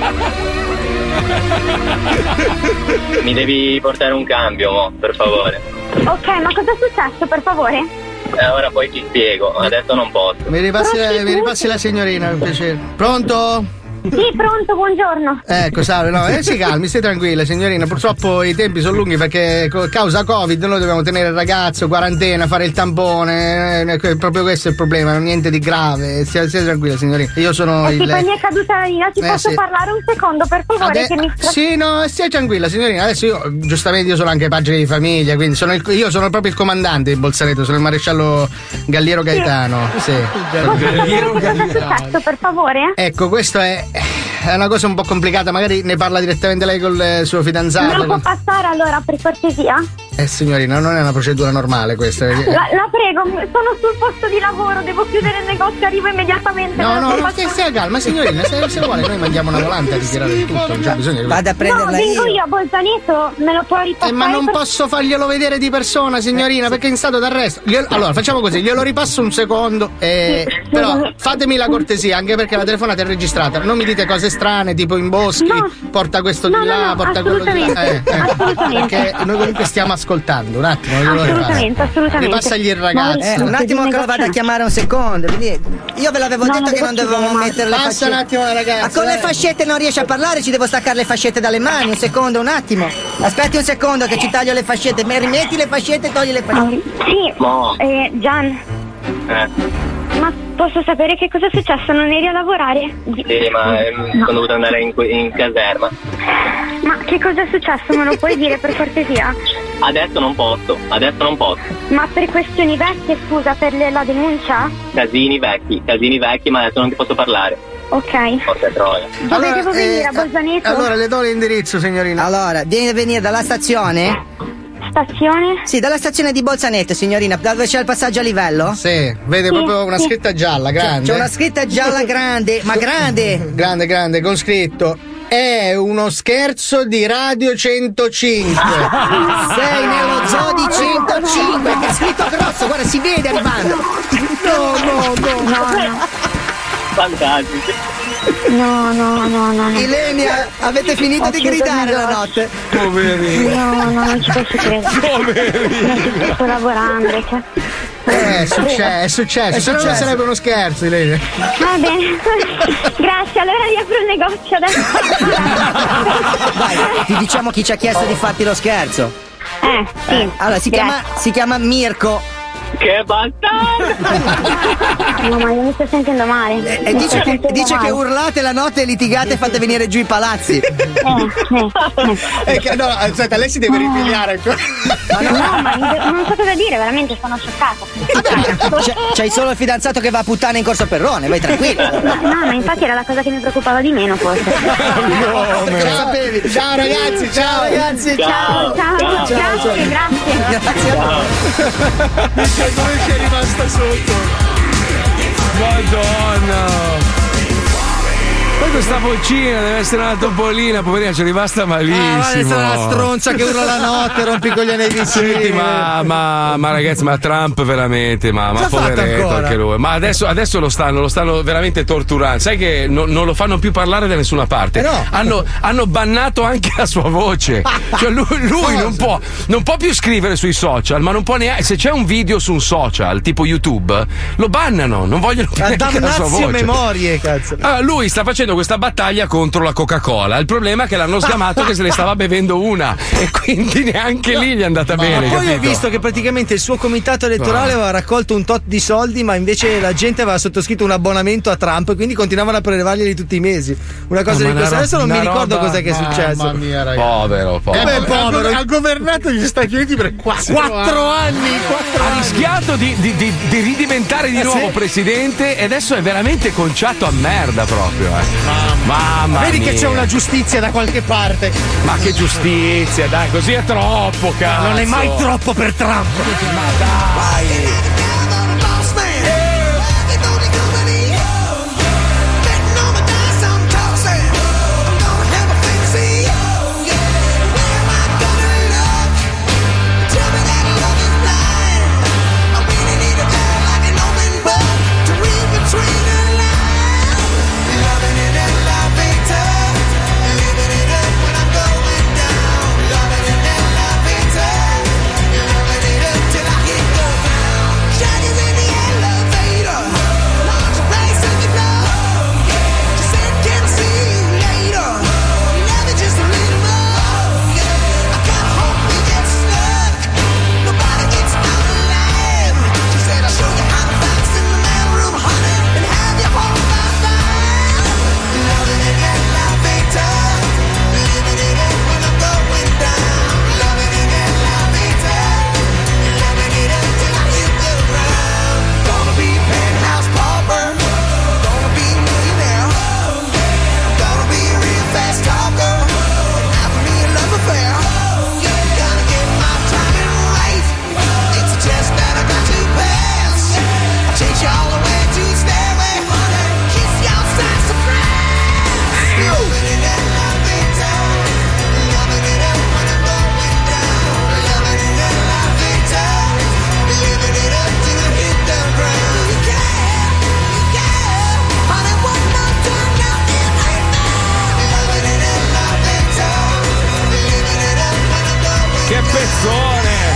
Mi devi portare un cambio, mo, per favore. Ok, ma cosa è successo, per favore? Eh, ora poi ti spiego, adesso non posso. Mi ripassi, la, mi ripassi la signorina, per piacere. Pronto? Sì, pronto, buongiorno. Ecco, salve, no, eh, si calmi, stai tranquilla signorina, purtroppo i tempi sono lunghi perché co- causa Covid noi dobbiamo tenere il ragazzo, quarantena, fare il tampone, eh, proprio questo è il problema, niente di grave, stia, stia tranquilla signorina, io sono Eh sì, il... poi mi è caduta la linea, ti Eh, posso sì. parlare un secondo, per favore? Ade- che mi... Sì, no, stia tranquilla signorina, adesso io, giustamente io sono anche padre di famiglia, quindi sono il- io sono proprio il comandante di Bolzaneto, sono il maresciallo Galliero Gaetano, sì. Posso sapere cosa è successo, per favore? Ecco, questo è... È una cosa un po' complicata, magari ne parla direttamente lei col eh, suo Me fidanzato. lo può passare allora, per cortesia? Eh signorina, non è una procedura normale questa. La, la prego, sono sul posto di lavoro, devo chiudere il negozio, arrivo immediatamente. No, me lo no, può no, passare? stia, stia calma, signorina, se, se vuole noi mandiamo una volante a ritirare il tutto, non c'è bisogno di... Vado a No, prenderla vengo io. io a Bolzaneto, me lo può ripassare? Eh, ma non per- posso farglielo vedere di persona, signorina, perché è in stato d'arresto. Glielo- Allora, facciamo così, glielo ripasso un secondo, eh, però fatemi la cortesia, anche perché la telefonata è registrata. Non mi dite cose strane, tipo in boschi, No. porta questo No, di no, là, no, porta quello di là. assolutamente, assolutamente. Perché noi comunque stiamo ascoltando, un attimo. glielo Assolutamente, ripasso. assolutamente. Ripassagli il ragazzo. Eh, un attimo che lo vado a chiamare un secondo. vedi? Io ve l'avevo No, detto non che devo non dovevamo chiudere, mettere le Passa fascette. un attimo la ragazza. Ma con le dai. fascette non riesce a parlare, ci devo staccare le fascette dalle mani. Un secondo, un attimo. Aspetti un secondo che ci taglio le fascette. Mi rimetti le fascette e togli le fascette. Sì, Mo. eh, Gian, Eh. ma posso sapere che cosa è successo? Non eri a lavorare? Di- Sì, ma ehm, sono dovuto andare in, que- in caserma. Ma che cosa è successo? Me lo puoi dire per cortesia? Adesso non posso, adesso non posso. Ma per questioni vecchie, scusa, per le- la denuncia? Casini vecchi, casini vecchi, ma adesso non ti posso parlare. Ok. Porca troia. Dove devo venire? eh, A Bolzaneto? Allora le do l'indirizzo, signorina. Allora, devi venire dalla stazione? Stazione? Sì, dalla stazione di Bolzaneto, signorina, dove c'è il passaggio a livello? Sì, vede proprio una scritta gialla, grande. C'è una scritta gialla grande, ma grande! Grande, grande, con scritto. È uno scherzo di Radio centocinque. Sei nello zoo di centocinque, che è scritto grosso, guarda, si vede arrivando. No, no, no. No, no. Fantastici. No, no, no, no. no. Ilenia, avete finito di gridare la notte? Poverino. No, no, non ci posso credere. Non sto lavorando, cioè. Eh, è successo, è successo. È Se no non successo. sarebbe uno scherzo, Ilenia. Va bene. Grazie, allora riapro il negozio adesso. Vai, ti diciamo chi ci ha chiesto di farti lo scherzo. Eh, sì. Eh, allora, si chiama, si chiama Mirko. Che bastardo! No, ma io mi sto sentendo male. E Mi dice, sto che, sentendo dice male. che urlate la notte e litigate e fate venire giù i palazzi. Eh, eh, eh. Eh, che- no, aspetta, lei si deve ripigliare. No, ma non so cosa dire, veramente sono scioccata. C'è, c'hai solo il fidanzato che va a puttane in corso Perrone, vai tranquillo. No, no, ma infatti era la cosa che mi preoccupava di meno, forse. Ciao, ciao ragazzi, ciao ragazzi, Ciao, ciao, ciao, grazie, grazie. Mica come sei rimasta sotto. Madonna. Poi questa vocina deve essere una topolina, poverina, ci è rimasta malissimo. Ah, deve essere una stronza che urla la notte, rompi i coglioni ai vicini. Senti, ma, ma, ma ragazzi, ma Trump veramente, ma, ma Cosa ha fatto poveretto ancora? anche lui. Ma adesso, adesso lo stanno, lo stanno veramente torturando. Sai che no- non lo fanno più parlare da nessuna parte. Eh no. Hanno, hanno bannato anche la sua voce. Cioè lui, lui non può, non può più scrivere sui social, ma non può neanche. Se c'è un video su un social, tipo YouTube, lo bannano, non vogliono più La neanche la sua damnazio voce. memorie, cazzo. Allora, lui sta facendo questa battaglia contro la Coca-Cola. Il problema è che l'hanno sgamato che se ne stava bevendo una e quindi neanche lì gli è andata bene. Ma poi ho capito? visto che praticamente il suo comitato elettorale No. aveva raccolto un tot di soldi, ma invece la gente aveva sottoscritto un abbonamento a Trump e quindi continuavano a prelevarglieli tutti i mesi. Una cosa No, di ma questa. una Adesso non roba- mi ricordo una cos'è che è roba- successo. Mamma mia, ragazzi. Povero, povero. Eh beh, povero. Ha governato gli Stati Uniti per quattro, Quattro anni, quattro Ha anni. rischiato di, di- di- di ridiventare di Eh, nuovo sì. presidente e adesso è veramente conciato a merda proprio. Eh. Mamma Vedi mia. che c'è una giustizia da qualche parte. Ma che giustizia, dai, così è troppo, cazzo. Non è mai troppo per Trump. Ma dai. Che pezzone!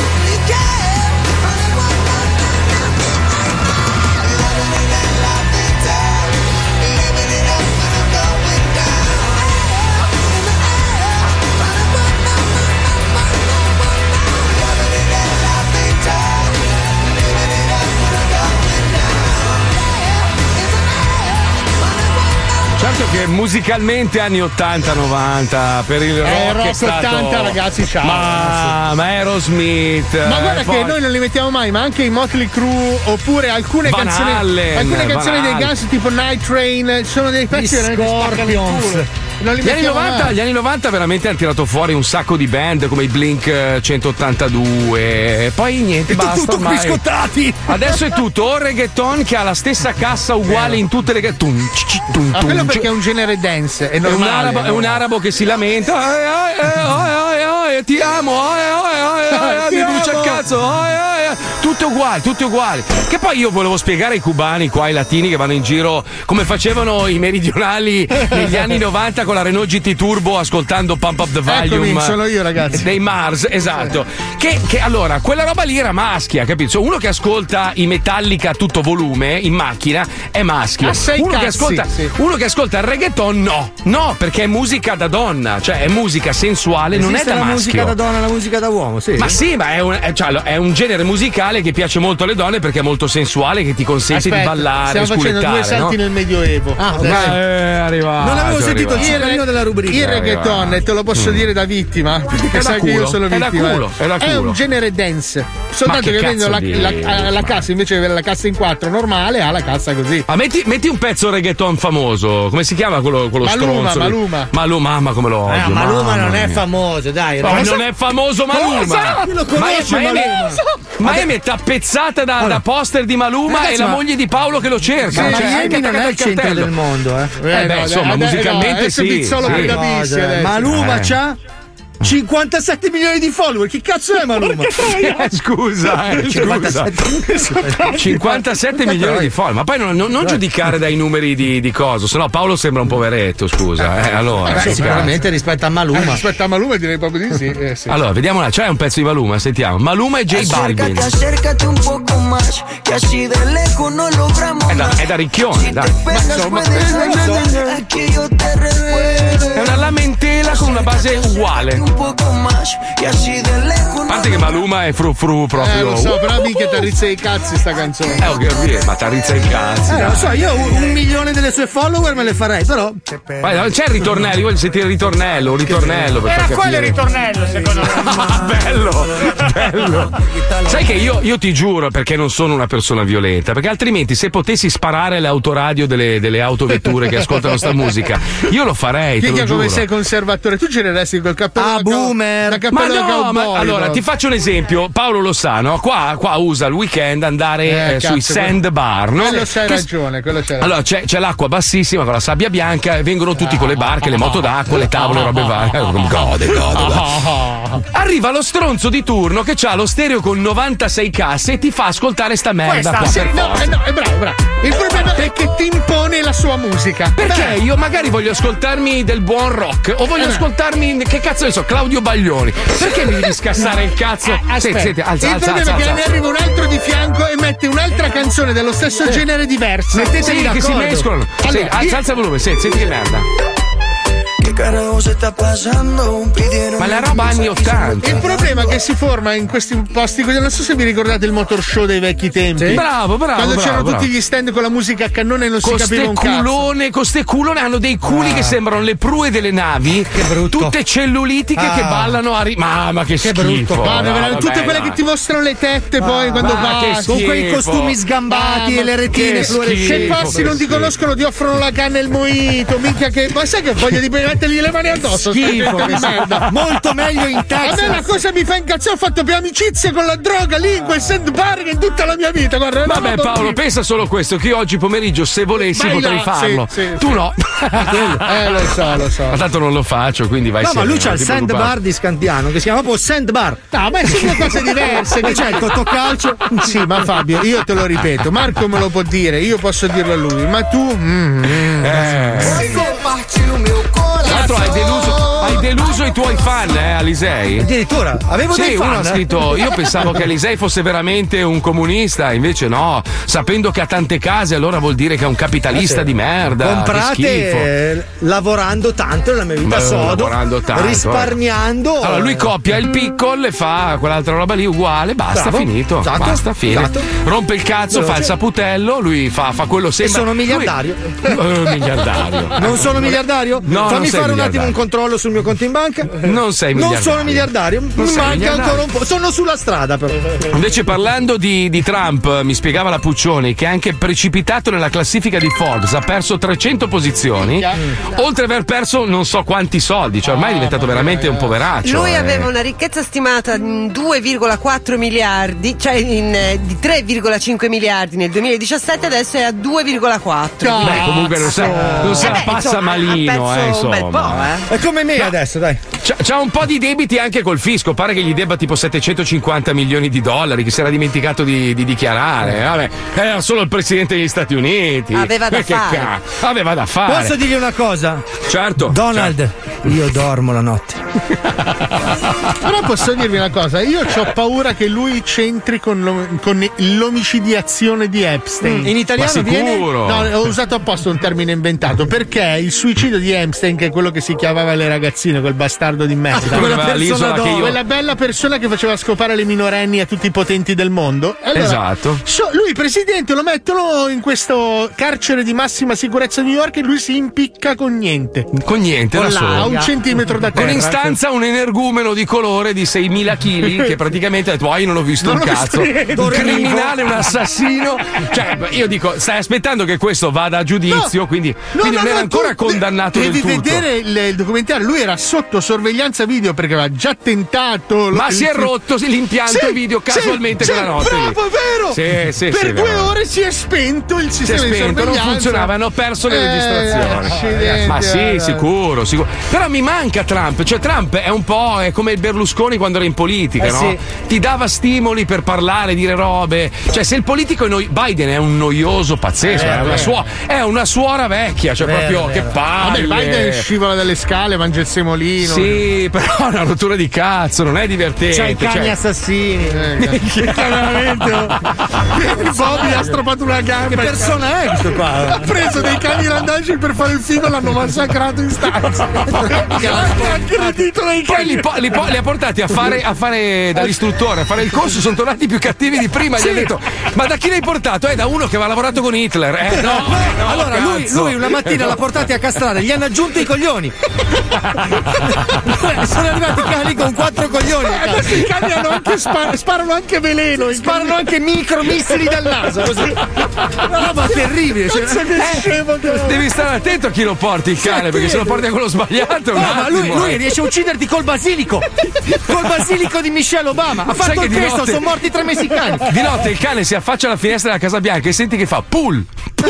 Certo che musicalmente anni ottanta novanta per il rock, Eh, rock è stato... ottanta, ragazzi, ciao. Ma, ma Aerosmith. Ma guarda eh, che poi- noi non li mettiamo mai, ma anche i Motley Crue oppure alcune Van canzoni Halen, alcune canzoni Van dei Halen. Guns tipo Night Train, sono dei pezzi Gli veramente spaccano il Scorpions. culo. Non li Gli anni, mettiamo novanta, mai. gli anni novanta veramente hanno tirato fuori un sacco di band come i Blink eh, centottantadue e poi niente, E tu- basta tutto ormai. biscottati. Adesso è tutto o reggaeton che ha la stessa cassa uguale in tutte le ca- tum, ci, ci, tum, Ma tum, quello ci- perché è un genere dance, è è un, normale. arabo, è un arabo che si lamenta. "Ai, ai, ai, ai, ai, ai, ti amo, ai, ai, ai, ai, Ti mi brucia il amo." cazzo. ai, ai, ai. Tutto uguale, tutto uguale. Che poi io volevo spiegare ai cubani, qua ai latini che vanno in giro come facevano i meridionali negli anni novanta con la Renault G T Turbo ascoltando Pump Up the Volume. Eccomi, sono io, ragazzi. Dei Mars, esatto. Che, che allora, quella roba lì era maschia, capito? Cioè, uno che ascolta i Metallica a tutto volume in macchina è maschio. Ah, sei Uno che, cazzi, ascolta, sì. uno che ascolta il reggaeton, no. No, perché è musica da donna, cioè è musica sensuale, non è Esiste da la maschio. musica da donna e la musica da uomo, sì. Ma sì, ma è un, è, cioè, è un genere musicale che piace molto alle donne perché è molto sensuale, che ti consente Aspetta, di ballare, stiamo facendo due salti no? nel Medioevo. Ah, Adesso. Ma è arrivato. Non avevo sentito il arrivato. cigarino della rubrica. Il reggaeton, e te lo posso Mm. dire da vittima, perché È da sai che io culo, sono è da vittima. culo, è da culo. un genere dance. Soltanto che che cazzo vendo la, dici? la, la cassa, invece di avere la cassa in quattro normale, ha la cassa così. Ma metti, metti un pezzo reggaeton famoso, come si chiama quello, quello Maluma, stronzo? Maluma. Maluma, mamma come lo odio. Eh, Maluma mamma non è mia. famoso, dai. Ma ragazzi. non è famoso Maluma. Cosa? Chi lo conosce, Miami, Maluma? Miami è tappezzata da, da poster di Maluma Ragazzi, e la ma- moglie di Paolo che lo cerca. Sì, Cioè, Miami anche non è attaccato il al centro cartello. del mondo, eh. Eh, beh, no, insomma, dai, musicalmente no, adesso sì. Pizzolo sì. che capisci adesso. Maluma Eh. c'ha cinquantasette milioni di follower. Chi cazzo è Maluma? Eh, scusa, eh, scusa. cinquantasette milioni di follower. Ma poi non, non- non giudicare dai numeri di, di coso, sennò Paolo sembra un poveretto, scusa. Eh, allora, Beh, che sicuramente rispetto a Maluma. Aspetta, a Maluma direi proprio di sì. eh, sì. Allora, vediamo là, c'è un pezzo di Maluma, sentiamo. Maluma e J Balvin. acércate un poco más, que así de lejos no logramos È da, è da ricchione, dai. pegas puedes hablar, aquí yo te recuerdo. È una lamentela con una base uguale. Un poco más, que así de lejos A parte che Maluma è fru fru proprio. Eh, lo so, però mica t'arrizza i cazzi sta canzone. Eh, ok, ma t'arrizza i cazzi. Eh, dai. lo so, io un, un milione delle sue follower me le farei, però. Vai, no, c'è il ritornello, io voglio sentire il ritornello, un ritornello per Era far quello il capire. ritornello, secondo me. Ah, bello, bello. Sai che io, io ti giuro, perché non sono una persona violenta, perché altrimenti se potessi sparare le autoradio delle, delle autovetture che ascoltano sta musica, io lo farei, te lo Mica giuro. come sei conservatore, tu gireresti col cappello Ah, da boomer. da Ma cappello da no, cowboy. ma allora no? ti faccio un esempio. Paolo lo sa, no? Qua, qua usa il weekend andare Eh, eh, sui cazzo, sandbar, no? Quello c'hai Che- ragione, quello c'è ragione. Allora c'è, c'è l'acqua bassissima con la sabbia bianca e vengono tutti con le barche, le moto d'acqua, le tavole, robe varie. Gode, gode, gode. Arriva lo stronzo di turno che ha lo stereo con novantasei casse e ti fa ascoltare sta merda qua. Sì, per no, forza. eh, no, è bravo, bravo. Il problema è che ti impone la sua musica. Perché io magari voglio ascoltarmi del buon rock o voglio Eh. ascoltarmi, che cazzo ne so, Claudio Baglioni. Perché mi devi scassare il cazzo? Aspetta, Senti, senti, alza, il alza, problema alza, è che alza. ne arriva un altro di fianco e mette un'altra canzone dello stesso genere diversa. Sì, che si mescolano. Sì, Allora, alza, io- alza il volume, senti, senti che merda. ¿Qué carajo se está pasando? Pidieron Ma la roba anni ottanta. Il problema è che si forma in questi posti così. Non so se vi ricordate il motor show dei vecchi tempi. Sì. Bravo, bravo, Quando bravo, c'erano bravo. tutti gli stand con la musica a cannone e non Con si capiva ste un cazzo. culone, con ste culone hanno dei culi Ah. che sembrano le prue delle navi. Che brutto. Tutte cellulitiche Ah. che ballano a ri- Mamma che, Che schifo. brutto. Guarda, No, veramente, tutte vabbè, quelle dai. che ti mostrano le tette poi quando ma passi. che Con quei schifo. costumi sgambati Ah, e le retine che fluorescenti. Se schifo, passi non ti schifo. conoscono, ti offrono la canna e il mojito. Minchia che. Ma sai che voglio di mettergli le mani addosso? sta Schifo, gente di merda. molto meglio in A me la Texas. cosa mi fa incazzare, ho fatto più amicizie con la droga lì in quel sandbar che in tutta la mia vita. Guarda, non Vabbè vado Paolo, lì. pensa solo questo, che io oggi pomeriggio se volessi Vai potrei là, farlo. sì, sì, tu sì. no. Eh, lo so, lo so. Ma tanto non lo faccio, quindi vai No, ma sereno, lui c'ha non il ti preoccupare. sandbar di Scandiano che si chiama proprio Sandbar. No, ma sono due cose diverse. E c'è il totocalcio. Sì, ma Fabio, io te lo ripeto, Marco me lo può dire, io posso dirlo a lui, ma tu. Mm, mm, Eh. Tra l'altro hai deluso, hai deluso i tuoi fan, eh, Alisei? Addirittura, avevo Sì, dei uno fan. ha eh. scritto: io pensavo che Alisei fosse veramente un comunista, invece no, sapendo che ha tante case, allora vuol dire che è un capitalista Eh sì. di merda. che schifo. Comprate eh, lavorando tanto nella mia vita Beh, sodo, lavorando tanto, risparmiando. Allora lui copia il piccolo e fa quell'altra roba lì uguale, basta, Bravo. finito. Esatto, Basta, fine. esatto. Rompe il cazzo, Veloce. fa il saputello, lui fa, fa quello E sembra. sono miliardario. Lui- Eh, miliardario. Non sono miliardario? No, non Fammi sei fare un miliardario. attimo un controllo sul mio conto in banca. Non sei Non miliardario. sono miliardario. Non Mi sei manca miliardario. ancora un po'. Sono sulla strada, però. Invece parlando di, di Trump, mi spiegava la Puccioni che è anche precipitato nella classifica di Forbes, ha perso trecento posizioni, oltre ad aver perso non so quanti soldi, cioè ormai è diventato veramente un poveraccio. Lui eh. aveva una ricchezza stimata in due virgola quattro miliardi, cioè in, eh, di tre virgola cinque miliardi nel duemiladiciassette, adesso è a due virgola quattro. Beh, comunque non, sa, non se Eh la beh, passa insomma, malino, ha eh, perso un bel insomma. po', eh. È come me adesso, dai. C'ha, c'ha un po' di debiti anche col fisco, pare che gli debba tipo settecentocinquanta milioni di dollari che si era dimenticato di, di dichiarare. Vabbè, era solo il presidente degli Stati Uniti. Aveva da Eh, che fare. ca- Aveva da fare. Posso dirgli una cosa? Certo. Donald, io dormo la notte. Però posso dirvi una cosa, io ho paura che lui c'entri con, lo- con l'omicidiazione di Epstein. In italiano Ma viene. sicuro. No, ho usato apposta un termine inventato perché il suicidio di Epstein, che è quello che si chiamava le ragazzine col bastardo di merda. Quella persona che io... Quella bella persona che faceva scopare le minorenni a tutti i potenti del mondo. Allora, esatto. so- lui, presidente, lo mettono in questo carcere di massima sicurezza a New York e lui si impicca con niente. Con niente, Con da là, solo. a un centimetro da terra. Con in stanza un energumeno di colore di seimila chili che praticamente ha detto: ah, io non ho visto Non un ho cazzo. visto Un niente. criminale, un assassino. Cioè, io dico, stai aspettando che questo vada a giudizio, No. quindi, No, quindi no, non era no, ancora tu condannato devi del tutto. vedere il, il documentario. Lui era sotto sorveglianza video perché aveva già tentato. Ma il- si è rotto l'impianto Sì, video sì, casualmente sì, quella notte. Bravo, vero? Sì, sì, per sì, due vero. ore si è spento il Si è sistema di spento, non sorveglianza. funzionava, hanno perso le Eh, registrazioni. accidenti, Ma sì, eh, sicuro, sicuro. Però mi manca Trump, cioè Trump è un po' è come il Berlusconi quando era in politica, Eh, no? sì. Ti dava stimoli per parlare, dire robe. Cioè, se il politico è noi... Biden è un noioso pazzesco, Eh, è, una vero. suo- è una suora vecchia, cioè Vero, proprio vero. che palle. Vabbè, Biden scivola dalle scale, mangia il semolino. Sì, però è una rottura di cazzo, non è divertente. C'ha i cani cioè- assassini. Eh, veramente. oh. Il Bobby ha strappato una gamba. Che persona è questo qua? Ha preso dei cani randaggio per fare il figo e l'hanno massacrato in stanza. L'hanno aggredito dai Poi cani. li, po- li po- li ha portati a fare, a fare dall'istruttore, a fare il corso, sono tornati più cattivi di prima. Gli ha detto: ma da chi l'hai portato? Eh, da uno che aveva lavorato con Hitler. Eh, no, eh, no, allora lui, cazzo. lui una mattina l'ha portati a castrare, gli hanno aggiunto i coglioni. Sono arrivati i cani con quattro coglioni. Adesso i cani hanno anche spar- sparano anche veleno. i Sparano anche micromissili dal naso, così. Una roba terribile. Cioè, Cazzo che eh, scemo che ho. Devi stare attento a chi lo porti il cane, perché se lo porti a quello sbagliato. No, un ma lui, attimo, lui eh. riesce a ucciderti col basilico. Col basilico di Michelle Obama. Ha Sai fatto che il di pesto, notte- sono morti tre messicani. Di notte il cane si affaccia alla finestra della Casa Bianca e senti che fa pull.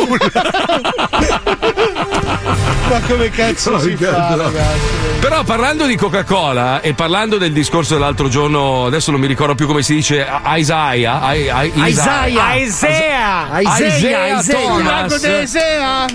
Ma come cazzo si fa, ragazzi? Però parlando di Coca-Cola e parlando del discorso dell'altro giorno, adesso non mi ricordo più come si dice, Isaiah, I- I- Isaiah. Isaiah. Isaiah, Isaiah. Il lago di Esea.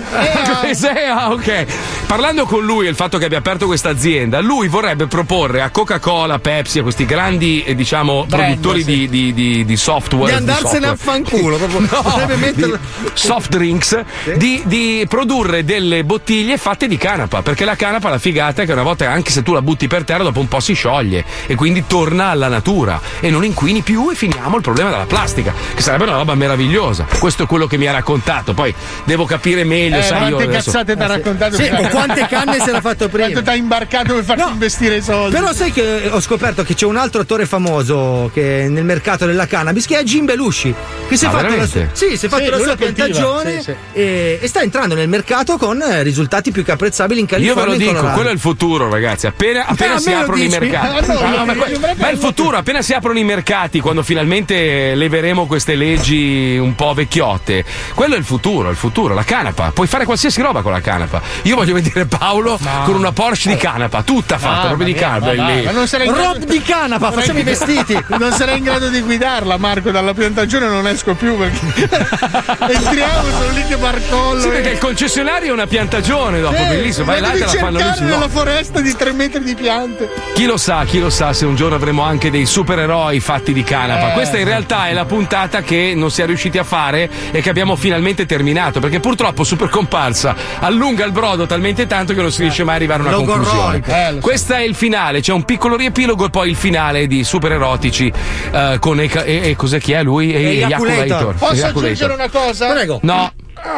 Isaiah, ok. Parlando con lui e il fatto che abbia aperto questa azienda, lui vorrebbe proporre a Coca-Cola, Pepsi, a questi grandi, eh, diciamo, Brand, produttori sì. di, di, di, di software. Di andarsene a software. fanculo. Proprio. No, Potrebbe metterlo. di soft drinks, di, di produrre delle bottiglie fatte di canapa, perché la canapa, la figata è che una volta, anche se tu la butti per terra, dopo un po' si scioglie e quindi torna alla natura e non inquini più e finiamo il problema della plastica, che sarebbe una roba meravigliosa. Questo è quello che mi ha raccontato, poi devo capire meglio, Eh, sai io quante adesso- cazzate ti ha raccontato? Sì, o quante canne si era fatto prima. Quanto ti ha imbarcato per farti No, investire i soldi? Però sai che ho scoperto che c'è un altro attore famoso che nel mercato della cannabis che è Jim Belushi, che si è Ah, fatto la veramente? sua, sì, si è fatto Sì, la lui sua lo coltiva, piantagione sì, sì. E, e sta entrando nel mercato con eh, risultati più che apprezzabili in Io ve California lo e in dico, Colorado. quello è il futuro, ragazzi. Appena, appena a si me lo aprono i dici? mercati. Ah, no, No, no, ma, io- que- io- ma è il futuro, appena si aprono i mercati, quando finalmente leveremo queste leggi un po' vecchiotte. Quello è il futuro, il futuro, la canapa. Puoi fare qualsiasi roba con la canapa. Io voglio vedere Paolo con una Porsche di canapa, tutta fatta, proprio di canapa. Ma, lì. ma non sarei in grado- Rob di canapa, non è facciamo i che- vestiti. Non sarei in grado di guidarla, Marco. Dalla piantagione non esco più perché entriamo, sono lì che barcollo. Sì, e- perché il concessionario è una piantagione dopo, Eh, bellissimo. Vai la là e te devi la fanno lì cercare sul- nella foresta di tre metri di piante. Chi lo sa, chi lo sa se un giorno avremo anche dei supereroi fatti di canapa. Eh. Questa in realtà è la puntata che non si è riusciti a fare e che abbiamo finalmente terminato, perché purtroppo Super Comparsa allunga il brodo talmente tanto che non si riesce mai ad arrivare a una Logorroico. conclusione. Eh, lo so. Questo è il finale, c'è un piccolo riepilogo e poi il finale di Super Erotici eh, con Eca- e, e cos'è chi è lui? E- Eyaculator. Posso Eyaculator. aggiungere una cosa? Prego. No.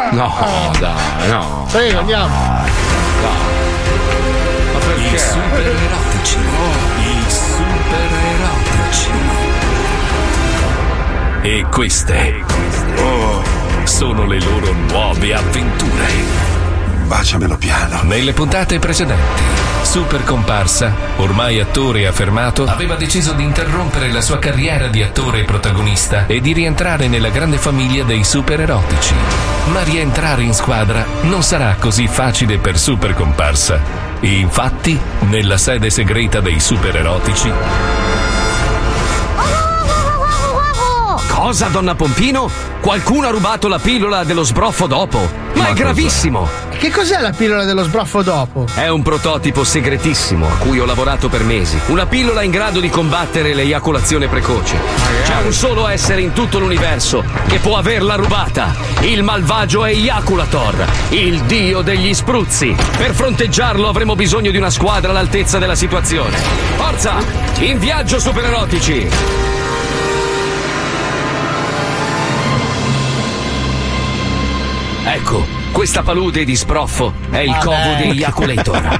No, dai, no. Prego, andiamo. Ma perché? I super erotici. I super erotici. E queste sono le loro nuove avventure. Baciamelo piano. Nelle puntate precedenti, Super Comparsa, ormai attore affermato, aveva deciso di interrompere la sua carriera di attore protagonista e di rientrare nella grande famiglia dei super erotici. Ma rientrare in squadra non sarà così facile per Super Comparsa. Infatti, nella sede segreta dei super erotici, Cosa, donna Pompino? Qualcuno ha rubato la pillola dello sbroffo dopo. Ma, Ma è gravissimo! Che cos'è la pillola dello sbroffo dopo? È un prototipo segretissimo a cui ho lavorato per mesi. Una pillola in grado di combattere l'eiaculazione precoce. C'è un solo essere in tutto l'universo che può averla rubata. Il malvagio Eiaculator, il dio degli spruzzi. Per fronteggiarlo avremo bisogno di una squadra all'altezza della situazione. Forza! In viaggio supererotici! Ecco, questa palude di sbroffo è il Vabbè. covo di Eiaculator.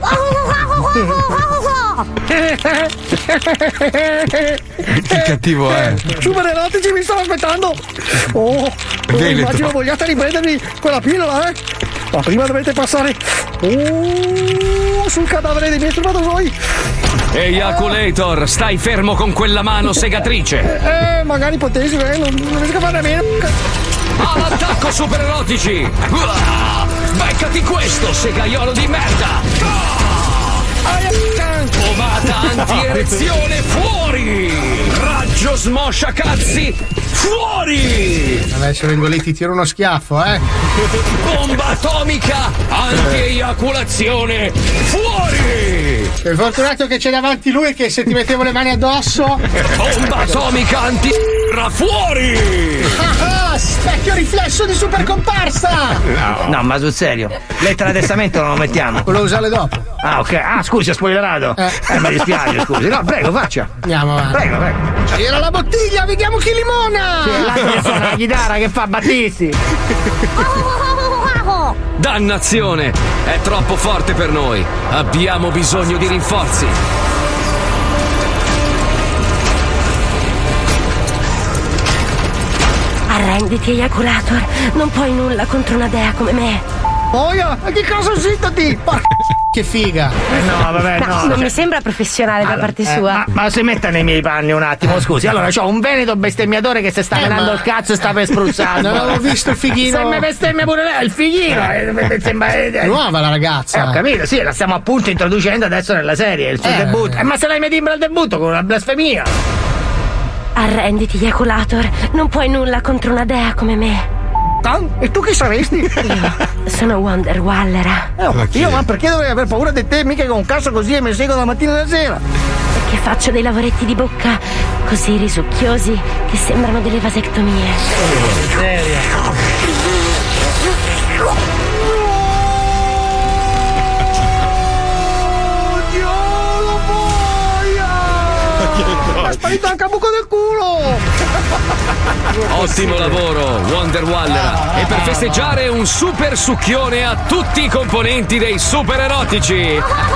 Che cattivo è. Super erotici, mi stanno aspettando. Oh, oh Veneto. immagino vogliate riprendermi quella pillola, eh? Ma prima dovete passare oh, sul cadavere dei miei spermatozoi. Eiaculator, stai fermo con quella mano segatrice. Eh, eh magari potessi, eh, non, non riesco a fare a meno. All'attacco supererotici! Uah! Beccati questo, segaiolo di merda! Pomata anti-erezione fuori! Raggio smoscia cazzi fuori! Adesso vengo lì, ti tiro uno schiaffo, eh! Bomba atomica anti-eiaculazione fuori! Sei fortunato che c'è davanti lui che se ti mettevo le mani addosso. Bomba atomica anti fuori! Ah, specchio riflesso di super comparsa! No. no, ma sul serio, lettera testamento non lo mettiamo. Quello usare dopo. Ah, ok. Ah, scusi, ha spoilerato. Eh, eh mi dispiace, scusi. No, prego, faccia. Andiamo avanti. Prego, prego. Gira la bottiglia, vediamo chi limona! Sì, là che suona la chitarra che fa Battisti. Dannazione! È troppo forte per noi. Abbiamo bisogno di rinforzi. Arrenditi, Eiaculator. Non puoi nulla contro una dea come me. Oia, ma che cosa zittati? Che figa! Eh no, vabbè, Ma no. non cioè... mi sembra professionale da parte eh, sua. Ma, ma si metta nei miei panni un attimo, scusi. Allora, c'ho un veneto bestemmiatore che si sta Eh, menando ma- il cazzo e sta per spruzzare. Non avevo visto il fighino. Se mi bestemmia pure lei, il fighino. eh, mi sembra. eh, Nuova la ragazza. Eh, ho capito, sì, la stiamo appunto introducendo adesso nella serie, il suo Eh. debutto. Eh, ma se lei mi timbra il debutto con una blasfemia. Arrenditi, Eiaculator. Non puoi nulla contro una dea come me. E tu chi saresti? Io sono Wonder Wallera. Eh, oh, io, ma perché dovrei aver paura di te? Mica con un cazzo così e mi seguo la mattina e la sera. Perché faccio dei lavoretti di bocca così risucchiosi che sembrano delle vasectomie. È sparito anche a buco del culo! Ottimo lavoro, Wonder Wallera. E per festeggiare un super succhione a tutti i componenti dei super erotici.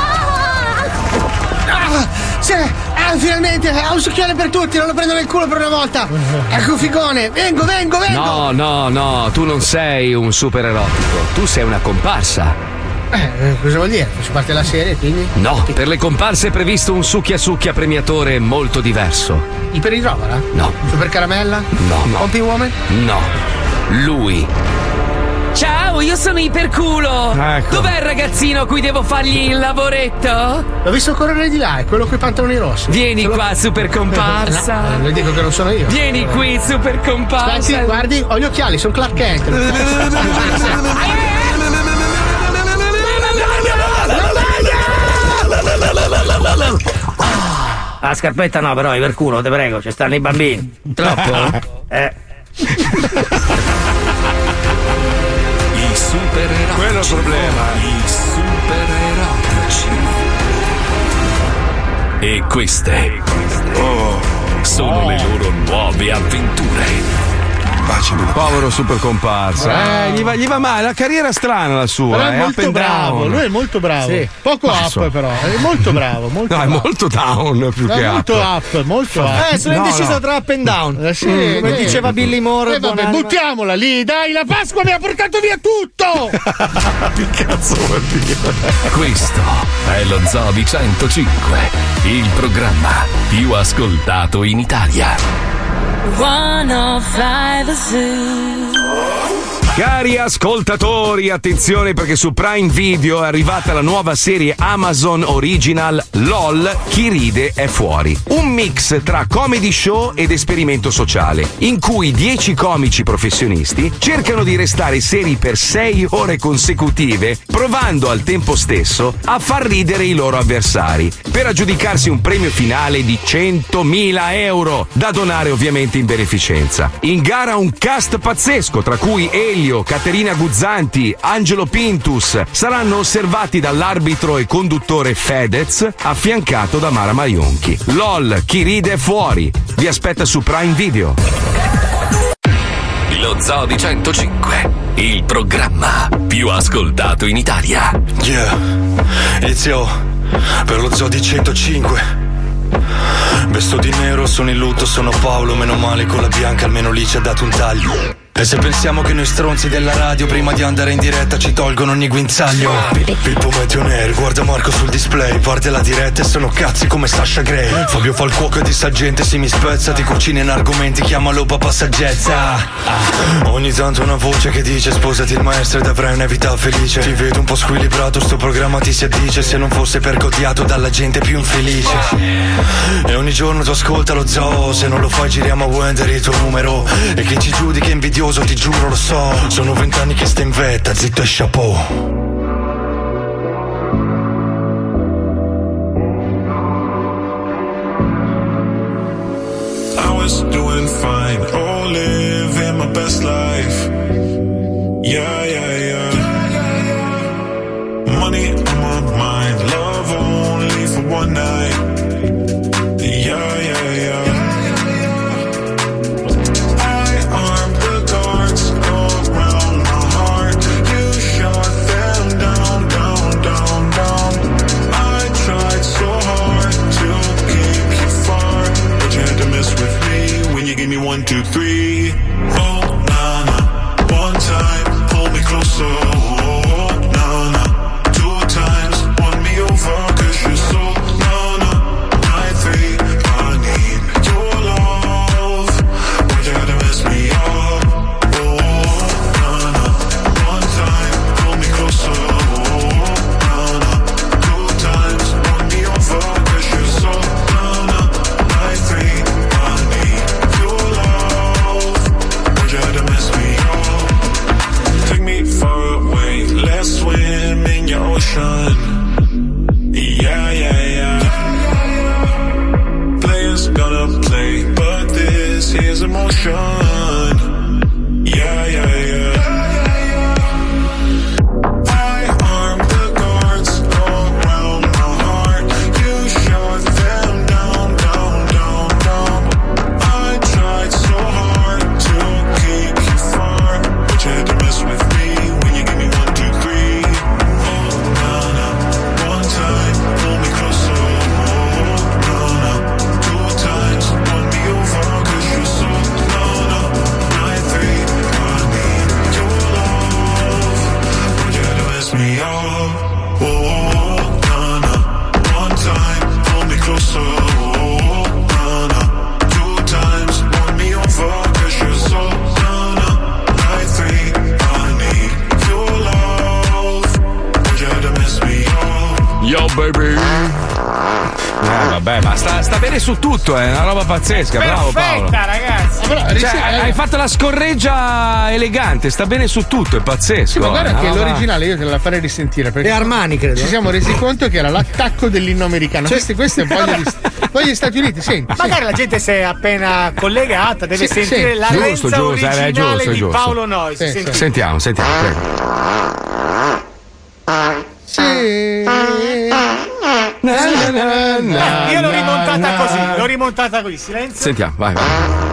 Ah, sì, ah, finalmente ha un succhione per tutti, non lo prendo nel culo per una volta. Ecco figone, vengo, vengo, vengo. No, no, no, tu non sei un super erotico, tu sei una comparsa. Eh, cosa vuol dire? Faccio parte della serie, quindi? No, per le comparse è previsto un succhia succhia premiatore molto diverso. Iperidrovara? No. Super caramella? No, no. Pompi Woman? No, lui. Ciao, io sono Iperculo. Ecco. Dov'è il ragazzino a cui devo fargli il lavoretto? L'ho visto correre di là, è quello con i pantaloni rossi. Vieni Solo- qua, super comparsa. No, eh, le dico che non sono io. Vieni qui, super comparsa. Aspetti, guardi, ho gli occhiali, sono Clark Kent. Non posso- La scarpetta no, però, per culo, te prego, ci stanno i bambini. Troppo? Eh. I super erotici. Quello è il problema. I super erotici. E queste oh, sono le loro nuove avventure. Povero super comparsa. Eh, gli va, gli va male, la carriera strana la sua. Però è è up molto and bravo, down. lui è molto bravo. Sì. Poco Ma up so- però, è molto bravo, molto No, è bravo. molto down più No, che molto up. up, molto up. Eh, sono No, indeciso no. tra up and down. Eh, sì, Mm, come eh. diceva Billy Moore. Eh, vabbè, buonanima. buttiamola lì, dai, la Pasqua mi ha portato via tutto! Che cazzo vuol dire? Questo è lo Zoo di centocinque, il programma più ascoltato in Italia. one oh five The Zoo. Cari ascoltatori, attenzione perché su Prime Video è arrivata la nuova serie Amazon Original LOL, Chi ride è fuori. Un mix tra comedy show ed esperimento sociale, in cui dieci comici professionisti cercano di restare seri per sei ore consecutive, provando al tempo stesso a far ridere i loro avversari, per aggiudicarsi un premio finale di centomila euro, da donare ovviamente in beneficenza. In gara un cast pazzesco, tra cui Elio, Caterina Guzzanti, Angelo Pintus, saranno osservati dall'arbitro e conduttore Fedez, affiancato da Mara Maionchi. LOL, Chi ride è fuori. Vi aspetta su Prime Video. Lo Zoo di centocinque, il programma più ascoltato in Italia. Yeah, inizio per lo Zoo di centocinque. Vesto di nero, sono in lutto, sono Paolo, meno male con la bianca, almeno lì ci ha dato un taglio. E se pensiamo che noi stronzi della radio prima di andare in diretta ci tolgono ogni guinzaglio, Pippo mette on air, guarda Marco sul display, parte la diretta e sono cazzi come Sasha Grey. Fabio fa il cuoco e di saggente si mi spezza, ti cucina in argomenti, chiamalo papà saggezza. ah. Ogni tanto una voce che dice sposati il maestro ed avrai una vita felice. Ti vedo un po' squilibrato, sto programma ti si addice, se non fosse perché odiato dalla gente più infelice. E ogni giorno tu ascolta lo zoo, se non lo fai giriamo a Wender il tuo numero. E chi ci giudica è invidioso, ti giuro lo so, sono vent'anni che sta in vetta, zitto e chapeau. I was doing fine, oh living my best life. Yeah, yeah, yeah. Money on my mind, love only for one night. Yeah, yeah, yeah. Give me one, two, three. Oh, nah, nah. One time, pull me closer. Oh, nah, nah. Two times, won me over, cause you're so, nah, nah. Nine, three, I need your love. Why'd you gotta mess me up? Oh, nah, nah. One time, pull me closer. Oh, nah, nah. Two times, won me over, cause you're so, nah, nah. Nine, three, I need take me far away, let's swim in your ocean. Yeah, yeah, yeah. Players gonna play, but this is emotion. Yeah, yeah, yeah. I arm the guards around my heart. You shut them down, down, down, down. I tried so hard to keep you far, but you had to mess with me when you give me one, two, three. Oh, nah, nah. One time, pull me closer. Oh, nah, nah. Two times, won me over, cause you're so, nah, nah. Nine, three, I need your love, but you had to mess me up. Oh, nah, nah. One time, pull me closer. Oh, nah, nah. Two times, won me over, cause you're so, nah, nah. Nine, three, I need your love, but you had to mess me up. Yo baby. Eh, vabbè, ma sta, sta bene su tutto, è una roba pazzesca, bravo Paolo. Perfetta, ragazzi. Cioè, hai, hai fatto la scorreggia elegante, sta bene su tutto, è pazzesco. Sì, ma guarda è una che roba- l'originale io te la farei risentire perché È Armani, credo. ci siamo resi conto che era l'attacco dell'inno americano. Questo, questo è voglia di, voglia di Stati Uniti, senti. Magari la gente si è appena collegata, deve Sì, sentire sì. la Giusto, lenza giusto, originale eh, giusto, di giusto. Paolo Noyes. Sì, Sentite. Sentiamo, sentiamo, prego. Sì. Na, na, na, Eh, io l'ho na, rimontata na. così, l'ho rimontata così, silenzio. Sentiamo, vai, vai.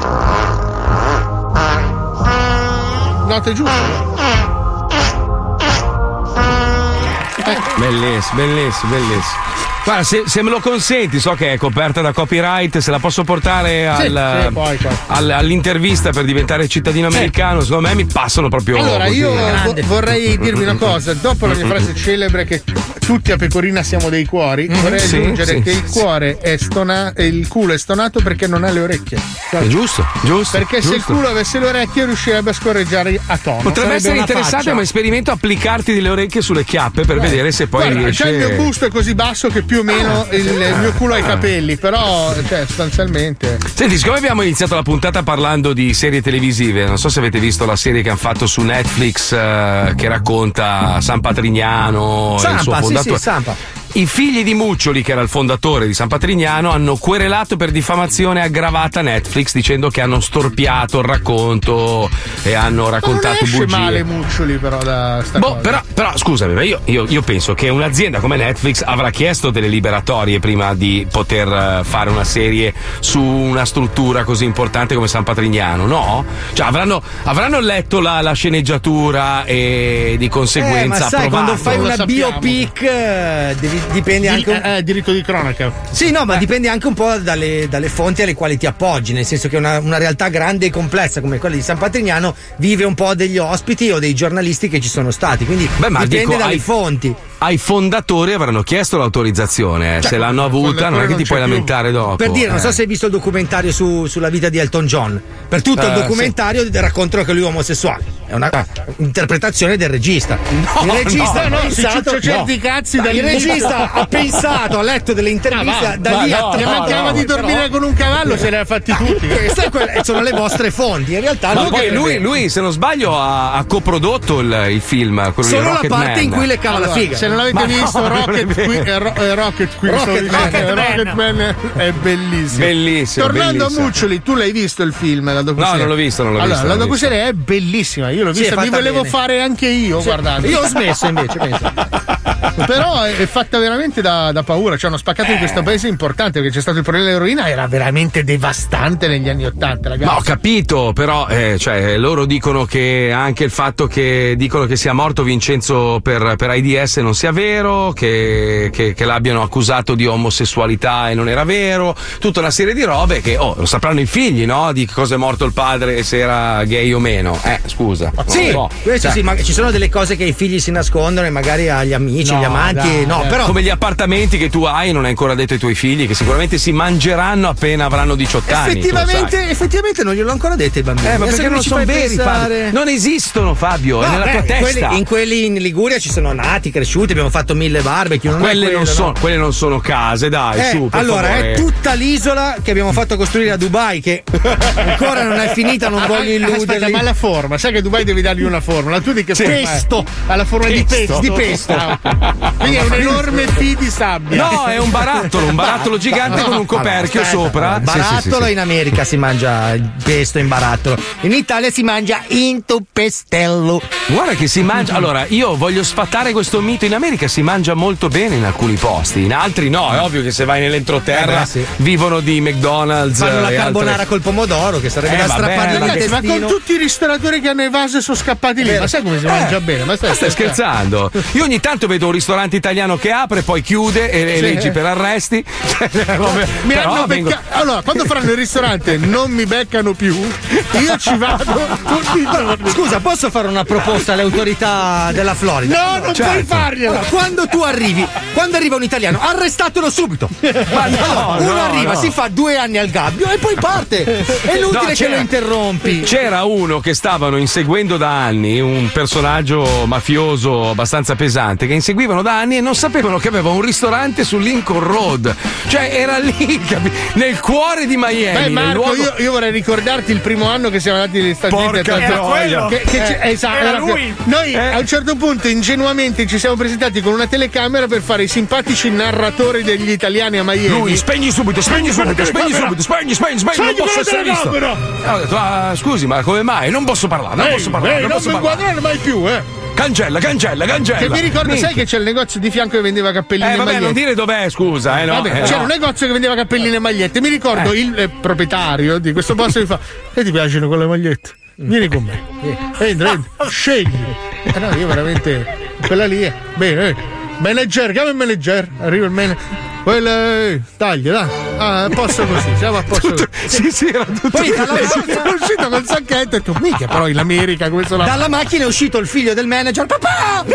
Note giuste. Bellissimo, bellissimo, bellissimo. Guarda, se, se me lo consenti, so che è coperta da copyright, se la posso portare al, Sì, sì, poi, poi. al- all'intervista per diventare cittadino americano, secondo me mi passano proprio. Allora, così. io vo- vorrei dirvi una cosa. Dopo la mia frase celebre che tutti a Pecorina siamo dei cuori, Mhm. vorrei Sì, aggiungere sì, che il sì. cuore è stonato, il culo è stonato perché non ha le orecchie. È giusto, giusto. Perché se il giusto. culo avesse le orecchie riuscirebbe a scorreggiare a tono. Potrebbe Sarebbe essere una interessante faccia. come esperimento applicarti delle orecchie sulle chiappe per Beh, vedere se poi guarda, riesce. cioè il mio busto è così basso che più o meno il, il mio culo ha i capelli, però cioè, sostanzialmente. Senti, siccome abbiamo iniziato la puntata parlando di serie televisive, non so se avete visto la serie che hanno fatto su Netflix eh, che racconta San Patrignano e il suo Sampa, sì, fondatore. sì, Sampa. I figli di Muccioli, che era il fondatore di San Patrignano, hanno querelato per diffamazione aggravata Netflix dicendo che hanno storpiato il racconto e hanno Ma non raccontato esce bugie. male Muccioli però da sta Boh, cosa. però, però scusami, ma io, io- io penso che un'azienda come Netflix avrà chiesto delle liberatorie prima di poter eh, fare una serie su una struttura così importante come San Patrignano, no? Cioè avranno, avranno letto la, la sceneggiatura e di Eh, conseguenza ma sai, approvato. quando fai Lo una sappiamo. biopic eh, devi- dipende Di- anche un... eh, diritto di cronaca. Sì, no, Eh. ma dipende anche un po' dalle, dalle fonti alle quali ti appoggi, nel senso che una, una realtà grande e complessa come quella di San Patrignano vive un po' degli ospiti o dei giornalisti che ci sono stati, quindi Beh, ma dipende dico, dalle ai- fonti. Ai fondatori avranno chiesto l'autorizzazione, eh. Cioè, se l'hanno avuta non è che ti puoi lamentare dopo. Per dire, non so eh. se hai visto il documentario su- sulla vita di Elton John. Per tutto il Eh, documentario raccontano che lui è omosessuale. È una interpretazione del regista. il regista no, ha no, si pensato, ciuccia certi cazzi il dall'inizio. regista ha pensato, ha letto delle interviste, Ah, va, da lì ma a no, tre- gli mancava di dormire però- con un cavallo, se ne ha fatti tutti. Queste que- sono le vostre fonti. In realtà Ma lui poi che- lui, lui, se non sbaglio, ha, ha coprodotto il, il film. Quello Solo di la Rocket parte Man. in cui le cava la Allora, figa. se non l'avete Ma visto, no, Rocket, non è Qui- vero. eh, Ro- eh, Rocket Queen, stavo Rocket dicendo, Man. eh, Rocket Man è bellissimo. Bellissimo, Tornando bellissimo. a Muccioli, tu l'hai visto il film? La docuserie? No, non l'ho visto, non l'ho allora, visto, la non l'ho docuserie è bellissima. Io l'ho Sì, vista, è mi fatta volevo bene. fare anche io, Sì. guardate. Io ho smesso invece, penso. Però è, è fatta veramente da, da paura. Cioè, hanno spaccato in questo paese importante perché c'è stato il problema dell'eroina, era veramente devastante negli anni Ottanta, ragazzi. Ma ho capito, però eh, cioè, loro dicono che anche il fatto che dicono che sia morto Vincenzo per, per AIDS non sia vero, che, che- che l'abbiano accusato di omosessualità e non era vero, tutta una serie di robe che oh, lo sapranno i figli, no? Di cosa è morto il padre e se era gay o meno. Eh, scusa. non Sì, lo so. questo Cioè, sì, ma ci sono delle cose che i figli si nascondono e magari agli amici, No, agli amanti. dai, no, dai. però. Come gli appartamenti che tu hai, non hai ancora detto ai tuoi figli, che sicuramente si mangeranno appena avranno diciotto anni. tu lo sai. Effettivamente, effettivamente non gliel'ho ancora detto ai bambini. Eh, ma Adesso perché che non mi ci sono fai veri, pensare- Fabio? Non esistono, Fabio, è No, nella beh, tua in testa. quelli- in quelli in Liguria ci sono nati, cresciuti, abbiamo fatto mille barbecue. Non è quelle, quello, non no. sono, quelle non sono case, dai, Eh, su. Per allora, favore. è tutta l'isola che abbiamo fatto costruire a Dubai, che ancora non è finita, non voglio Ah, Aspetta, illuderli. ma la forma, sai che Dubai devi dargli una forma. La tua di che Sì. forma è? Pesto. Ha la forma di Pesto. pesto. Di pesto. Ah, ok. Quindi è un enorme P di sabbia. No, è un barattolo, un barattolo gigante con un coperchio Allora, aspetta, sopra. allora, Sì, Barattolo sì, sì, sì. in America si mangia il pesto in barattolo. In Italia si mangia in pestello. Guarda che si mangia. Allora, io voglio sfatare questo mito. In America si mangia molto bene in alcuni posti, in altri no. È ovvio che se vai nell'entroterra Eh beh, sì. vivono di McDonald's. Fanno la e carbonara altre- col pomodoro, che sarebbe Eh, da vabbè, strappare ragazzi, il Ma con testino. tutti i ristoratori che hanno evase sono scappati lì. Ma sai come si mangia bene? Ma stai, Ma stai scherzando? Io ogni tanto vedo un ristorante italiano che apre, poi chiude e, e Sì. leggi per arresti. Mi Però hanno vengo- becca- Allora, quando faranno il ristorante non mi beccano più. Io ci vado tutti i giorni. Scusa, posso fare una proposta alle autorità della Florida? No, non puoi fargliela. Allora, quando tu arrivi, quando arriva un italiano, arrestatelo subito. Ma no, Allora, uno no, arriva, no. si fa due anni al gabbio e poi parte. È inutile No, che c'era- lo interrompi. C'era uno che stavano inseguendo da anni, un personaggio mafioso abbastanza pesante, che inseguivano da anni e non sapevano che aveva un ristorante su Lincoln Road. Cioè era lì, capi- nel cuore di Miami. Beh, nel Marco, luogo- io, io vorrei ricordarti il primo anno che siamo andati negli Stati Uniti. Porca Era troia. Che, che Eh, ci- esatto, era era lui. che- Noi a un certo punto ingenuamente ci siamo presentati con una telecamera per fare i simpatici narratori degli italiani a Miami. Lui, spegni subito, spegni subito, spegni subito, spegni, spegni, spegni, non Spegni posso la essere visto. telecamera! E ho detto, ah, scusi, ma come mai? Non posso parlare, non Ehi, posso parlare, ehi, non non posso mi parlare. inquadrare mai più, eh! Cancella, cancella, cancella. Che mi ricordo, Minchia. sai che c'è il negozio di fianco che vendeva cappelline Eh, e vabbè, magliette? non dire dov'è, scusa, eh, no. Vabbè, eh, c'era no. un negozio che vendeva cappelline e magliette. Mi ricordo Eh. il eh, proprietario di questo posto mi fa: e ti piacciono quelle magliette? Vieni con me. Entra, entra, scegli. Eh no, io veramente. Quella lì è. Bene, eh. Manager, chiama il manager. Arriva il manager. Quelle, taglia, dai. Ah, a posto così, siamo a posto così. Sì, sì, era tutto. Poi dalla macchina è uscito col sacchetto e tu, mica, però in America come sono. Dalla macchina è uscito il figlio del manager. Papà!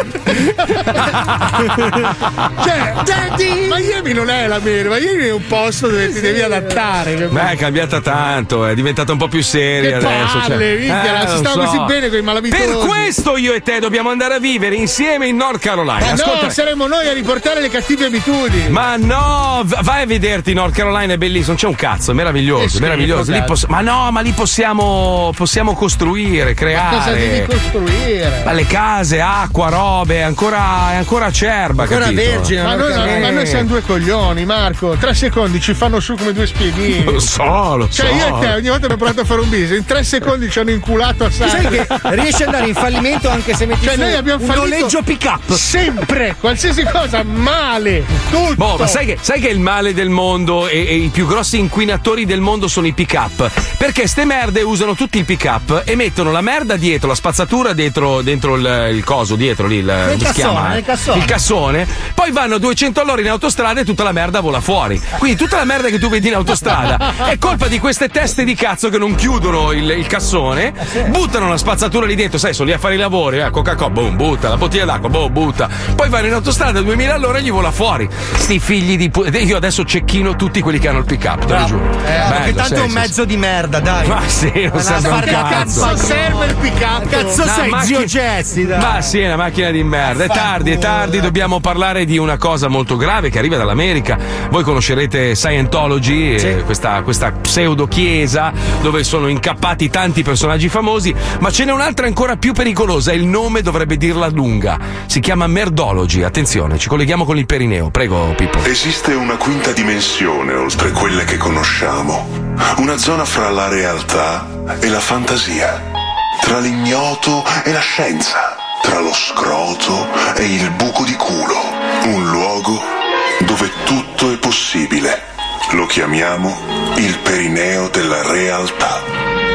Cioè, Daddy! Miami non è l'America, Miami è un posto dove ti devi adattare. Beh, è cambiata tanto, è diventata un po' più seria Che adesso. palle, cioè. minchia, Eh, si lo stava so. così bene con i malavitosi. Per questo io e te dobbiamo andare a vivere insieme in North Carolina. Ma Ascolta. no, saremo noi a riportare le cattive abitudini. Ma no, v- vai a vederti North Carolina, è bellissimo, non c'è un cazzo, è meraviglioso, Che schifo, meraviglioso. Lì cazzo. poss- ma no, ma lì possiamo, possiamo costruire, creare. Cosa devi costruire? Ma le case, acqua, robe, è ancora, è ancora acerba, Ancora capito? vergine, Ma noi, Eh. ma noi siamo due coglioni, Marco. Tre secondi ci fanno su come due spiedini. Lo so, lo Cioè, so. io e te ogni volta abbiamo provato a fare un business. In tre secondi ci hanno inculato a Sai che riesci ad andare in fallimento anche se metti Cioè, su noi abbiamo un fallito noleggio pick up. Sempre, qualsiasi cosa, male. Tutto. Boh, ma sai che, sai che il male del mondo e, e i più grossi inquinatori del mondo sono i pick up? Perché ste merde usano tutti il pick up e mettono la merda dietro, la spazzatura dietro, dentro il, il coso, dietro lì, il, come si cassone, chiama? nel cassone. Il cassone, poi vanno a duecento all'ora in autostrada e tutta la merda vola fuori. Quindi tutta la merda che tu vedi in autostrada è colpa di queste teste di cazzo che non chiudono il, il cassone, buttano la spazzatura lì dentro, sai, sono lì a fare i lavori, eh, Coca-Cola, boom, butta, la bottiglia d'acqua, boom, butta. Poi vanno in autostrada a duemila all'ora e gli vola fuori. Sti figli di pu- io adesso cecchino tutti quelli che hanno il pick up, te lo giuro. Eh, perché Bello, tanto è un sì, mezzo di merda, dai. Ma sì, non Ma serve non un fare cazzo. cazzo. serve il pick up. Cazzo Una sei, macchina- zio Jesse, dai. Ma sì, è una macchina di merda. È tardi, è tardi, dobbiamo parlare di una cosa molto grave che arriva dall'America. Voi conoscerete Scientology, eh, questa, questa pseudo chiesa dove sono incappati tanti personaggi famosi, ma ce n'è un'altra ancora più pericolosa, il nome dovrebbe dirla lunga. Si chiama Merdology. Attenzione, ci colleghiamo con il perineo. Prego, Pippo. Esiste una quinta dimensione oltre quelle che conosciamo, una zona fra la realtà e la fantasia, tra l'ignoto e la scienza, tra lo scroto e il buco di culo, un luogo dove tutto è possibile. Lo chiamiamo il perineo della realtà.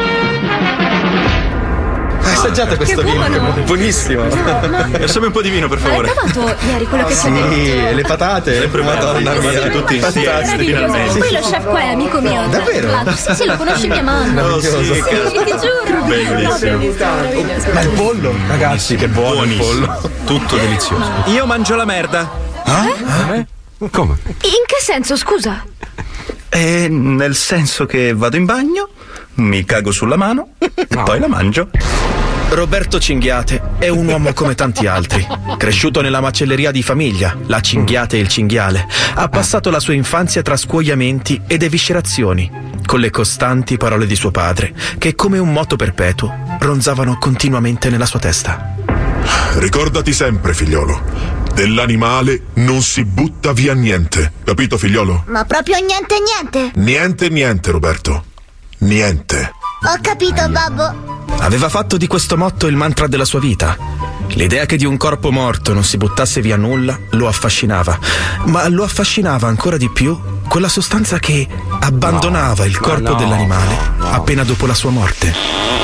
Assaggiate questo Che vino, buono. che bu- buonissimo. ma- Lasciami un po' di vino, per Ma hai favore. provato ieri quello che Sì, c'è dentro? le patate. Sempre Madonna bello, mia, tutti insieme, fantastiche. Meraviglioso. Poi lo chef qua è amico mio. Davvero? Vlad. Sì, sì, lo conosci mia mamma. No, sì, Sì, cazzo. ti giuro. Bellissimo. Meraviglioso. Ma il pollo? Ragazzi, che buono il pollo. Tutto delizioso. Io mangio la merda. Eh? Come? In che senso, scusa? Eh, nel senso che vado in bagno, mi cago sulla mano e poi la mangio. Roberto Cinghiate è un uomo come tanti altri, cresciuto nella macelleria di famiglia, la Cinghiate e il cinghiale. Ha passato la sua infanzia tra scuoiamenti ed eviscerazioni, con le costanti parole di suo padre, che come un moto perpetuo ronzavano continuamente nella sua testa. Ricordati sempre, figliolo, dell'animale non si butta via niente. Capito, figliolo? Ma proprio niente niente. Niente, niente, Roberto. Niente. Ho capito, babbo. Aveva fatto di questo motto il mantra della sua vita. L'idea che di un corpo morto non si buttasse via nulla lo affascinava, ma lo affascinava ancora di più quella sostanza che abbandonava No, il ma corpo no, dell'animale no. appena dopo la sua morte.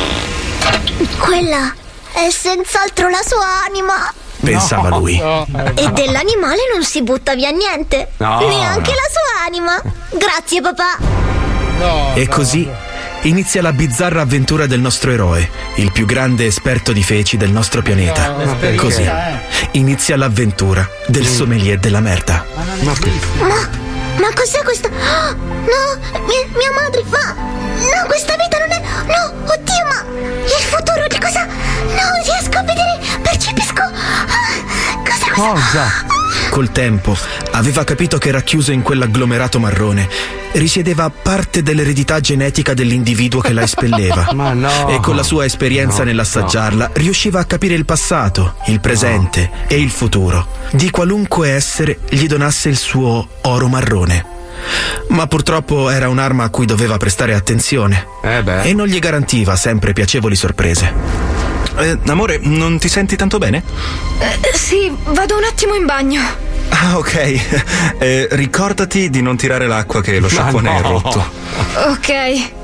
Quella è senz'altro la sua anima. Pensava lui. E dell'animale non si butta via niente. No, Neanche no. la sua anima. Grazie, papà. E così inizia la bizzarra avventura del nostro eroe, il più grande esperto di feci del nostro pianeta. No, perché? Così inizia l'avventura del sommelier della merda. Ma, ma cos'è questa? Oh, no, mia, mia madre fa. No, questa vita non è. No, oddio, ma il futuro di cosa? Non riesco a vedere, percepisco. Ah, cos'è questa? Cosa? Col tempo aveva capito che racchiuso in quell'agglomerato marrone risiedeva parte dell'eredità genetica dell'individuo che la espelleva. Ma no. E con la sua esperienza No, nell'assaggiarla riusciva a capire il passato, il presente e il futuro di qualunque essere gli donasse il suo oro marrone. Ma purtroppo era un'arma a cui doveva prestare attenzione Eh beh. e non gli garantiva sempre piacevoli sorprese. Eh, amore, non ti senti tanto bene? Eh, sì, vado un attimo in bagno. Ah, ok. Eh, ricordati di non tirare l'acqua che lo sciacquone no. è rotto. Ok.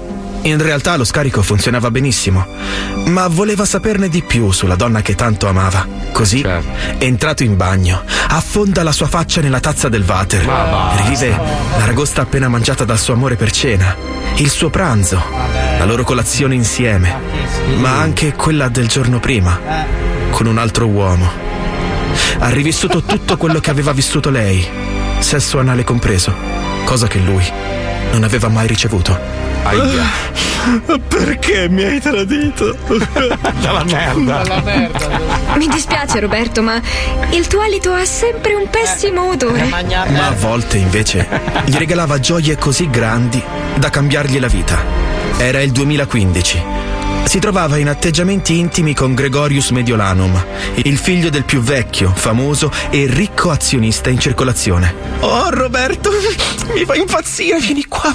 In realtà lo scarico funzionava benissimo, ma voleva saperne di più sulla donna che tanto amava. Così, entrato in bagno, affonda la sua faccia nella tazza del water, rivive l'aragosta appena mangiata dal suo amore per cena, il suo pranzo, la loro colazione insieme, ma anche quella del giorno prima, con un altro uomo. Ha rivissuto tutto quello che aveva vissuto lei, sesso anale compreso, cosa che lui non aveva mai ricevuto. Aia. Perché mi hai tradito? Dalla merda. Dalla merda. Mi dispiace Roberto, ma il tuo alito ha sempre un pessimo odore. Ma a volte invece gli regalava gioie così grandi da cambiargli la vita. Era il duemilaquindici. Si trovava in atteggiamenti intimi con Gregorius Mediolanum, il figlio del più vecchio, famoso e ricco azionista in circolazione. Oh Roberto, mi fai impazzire, vieni qua.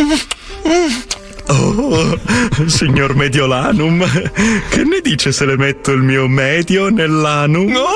Oh, signor Mediolanum, che ne dice se le metto il mio medio nell'anum? No!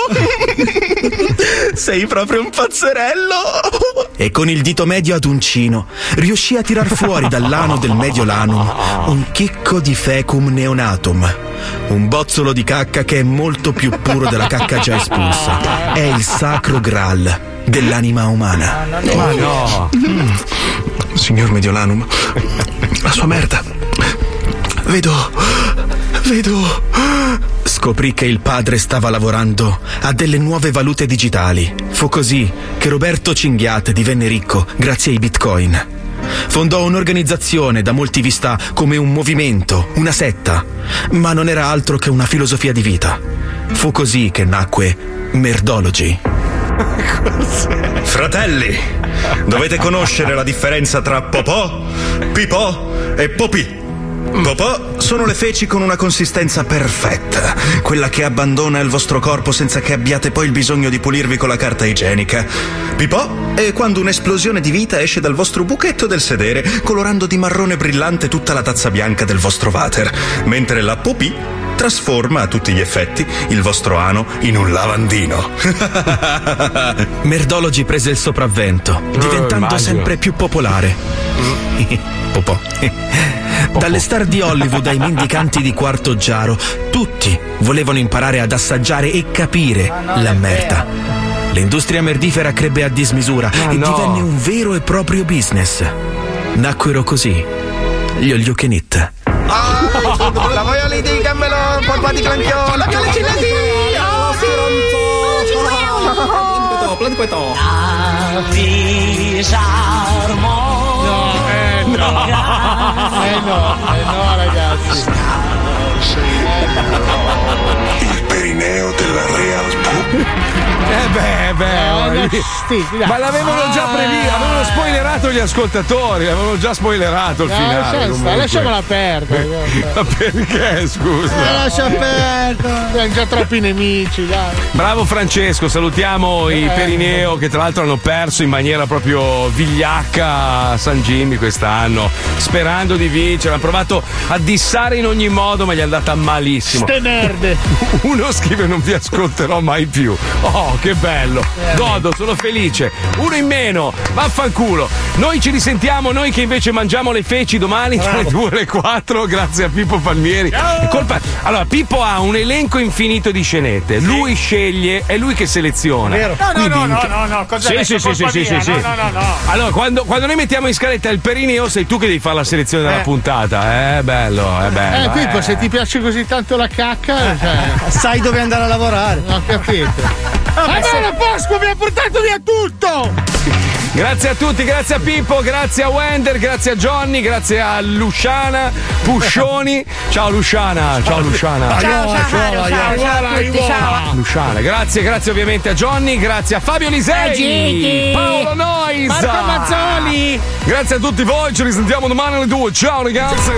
Sei proprio un pazzerello! E con il dito medio ad uncino riuscì a tirar fuori dall'ano del Mediolanum un chicco di fecum neonatum, un bozzolo di cacca che è molto più puro della cacca già espulsa. È il sacro graal dell'anima umana. Ma no! Mm. Signor Mediolanum, la sua merda. Vedo. Vedo. Scoprì che il padre stava lavorando a delle nuove valute digitali. Fu così che Roberto Cinghiate divenne ricco grazie ai bitcoin. Fondò un'organizzazione da molti vista come un movimento, una setta, ma non era altro che una filosofia di vita. Fu così che nacque Merdology. Fratelli, dovete conoscere la differenza tra popò, pipò e popì. Popò sono le feci con una consistenza perfetta, quella che abbandona il vostro corpo senza che abbiate poi il bisogno di pulirvi con la carta igienica. Pipò è quando un'esplosione di vita esce dal vostro buchetto del sedere, colorando di marrone brillante tutta la tazza bianca del vostro water, mentre la popì trasforma a tutti gli effetti il vostro ano in un lavandino. Merdology prese il sopravvento, diventando immagino. sempre più popolare. Popò. Dalle star di Hollywood ai mendicanti di quarto giaro, tutti volevano imparare ad assaggiare e capire la merda. L'industria merdifera crebbe a dismisura Oh, e no. divenne un vero e proprio business. Nacquero così gli all you can eat. La voglio lì di cammelo, polpa di clanchio, la caliccinesi! Oh, No, eh no. Eh no, eh no ragazzi. Il perineo della realtà. Eh beh, beh, Eh, lì- ma l'avevano già previsto, avevano spoilerato gli ascoltatori, avevano già spoilerato il No, finale. lascia stare, comunque. lasciamola perdere. Ma perché, scusa? Eh, lascia perdere. Abbiamo già troppi nemici, dai. Bravo Francesco, salutiamo i Eh. Perineo che tra l'altro hanno perso in maniera proprio vigliacca a San Jimmy quest'anno, sperando di vincere. Hanno provato a dissare in ogni modo, ma gli è andata malissimo. Ste merde. Uno scrive: non vi ascolterò mai più. Oh, che bello! Godo, sono felice. Uno in meno, vaffanculo. Noi ci risentiamo, noi che invece mangiamo le feci domani tra le due e le quattro, grazie a Pippo Palmieri. È colpa- Allora, Pippo ha un elenco infinito di scenette. Lui sceglie, è lui che seleziona. Vero. No, no, Quindi no, in- no, no, no, cosa Sì, è? sì, sì, sì, Colpa sì, mia, sì, no, sì. no, no, no. Allora, quando, quando noi mettiamo in scaletta il perineo, sei tu che devi fare la selezione della Eh. puntata. Eh, bello, è bello. Eh, Pippo, eh. se ti piace così tanto la cacca, cioè, sai dove andare a lavorare. Ho capito. A me la Pasqua mi ha portato via tutto! Grazie a tutti, grazie a Pippo, grazie a Wender, grazie a Johnny, grazie a Luciana Puscioni. Ciao Luciana, ciao Luciana. Ciao, ciao, ciao, ciao, ciao a tutti, ciao. Luciana, grazie, grazie ovviamente a Johnny, grazie a Fabio Lisei, Gigi. Paolo Nois, Marco Mazzoli. grazie a tutti voi, ci risentiamo domani alle due. Ciao ragazzi.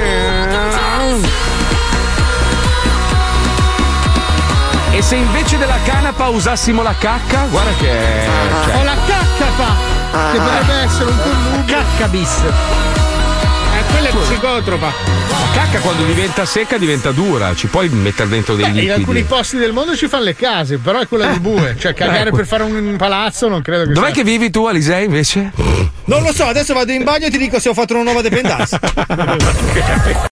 E se invece della canapa usassimo la cacca, guarda che cioè, Ho la caccapa! Che potrebbe essere un connubio. Caccabis. Eh, quella è psicotropa. la cacca quando diventa secca diventa dura, ci puoi mettere dentro dei Beh, in liquidi. alcuni posti del mondo ci fanno le case, però è quella di bue. Cioè, cagare Ecco. per fare un palazzo non credo che Dov'è sia. che vivi tu, Alisei, invece? Non lo so, adesso vado in bagno e ti dico se ho fatto una nuova dependenza.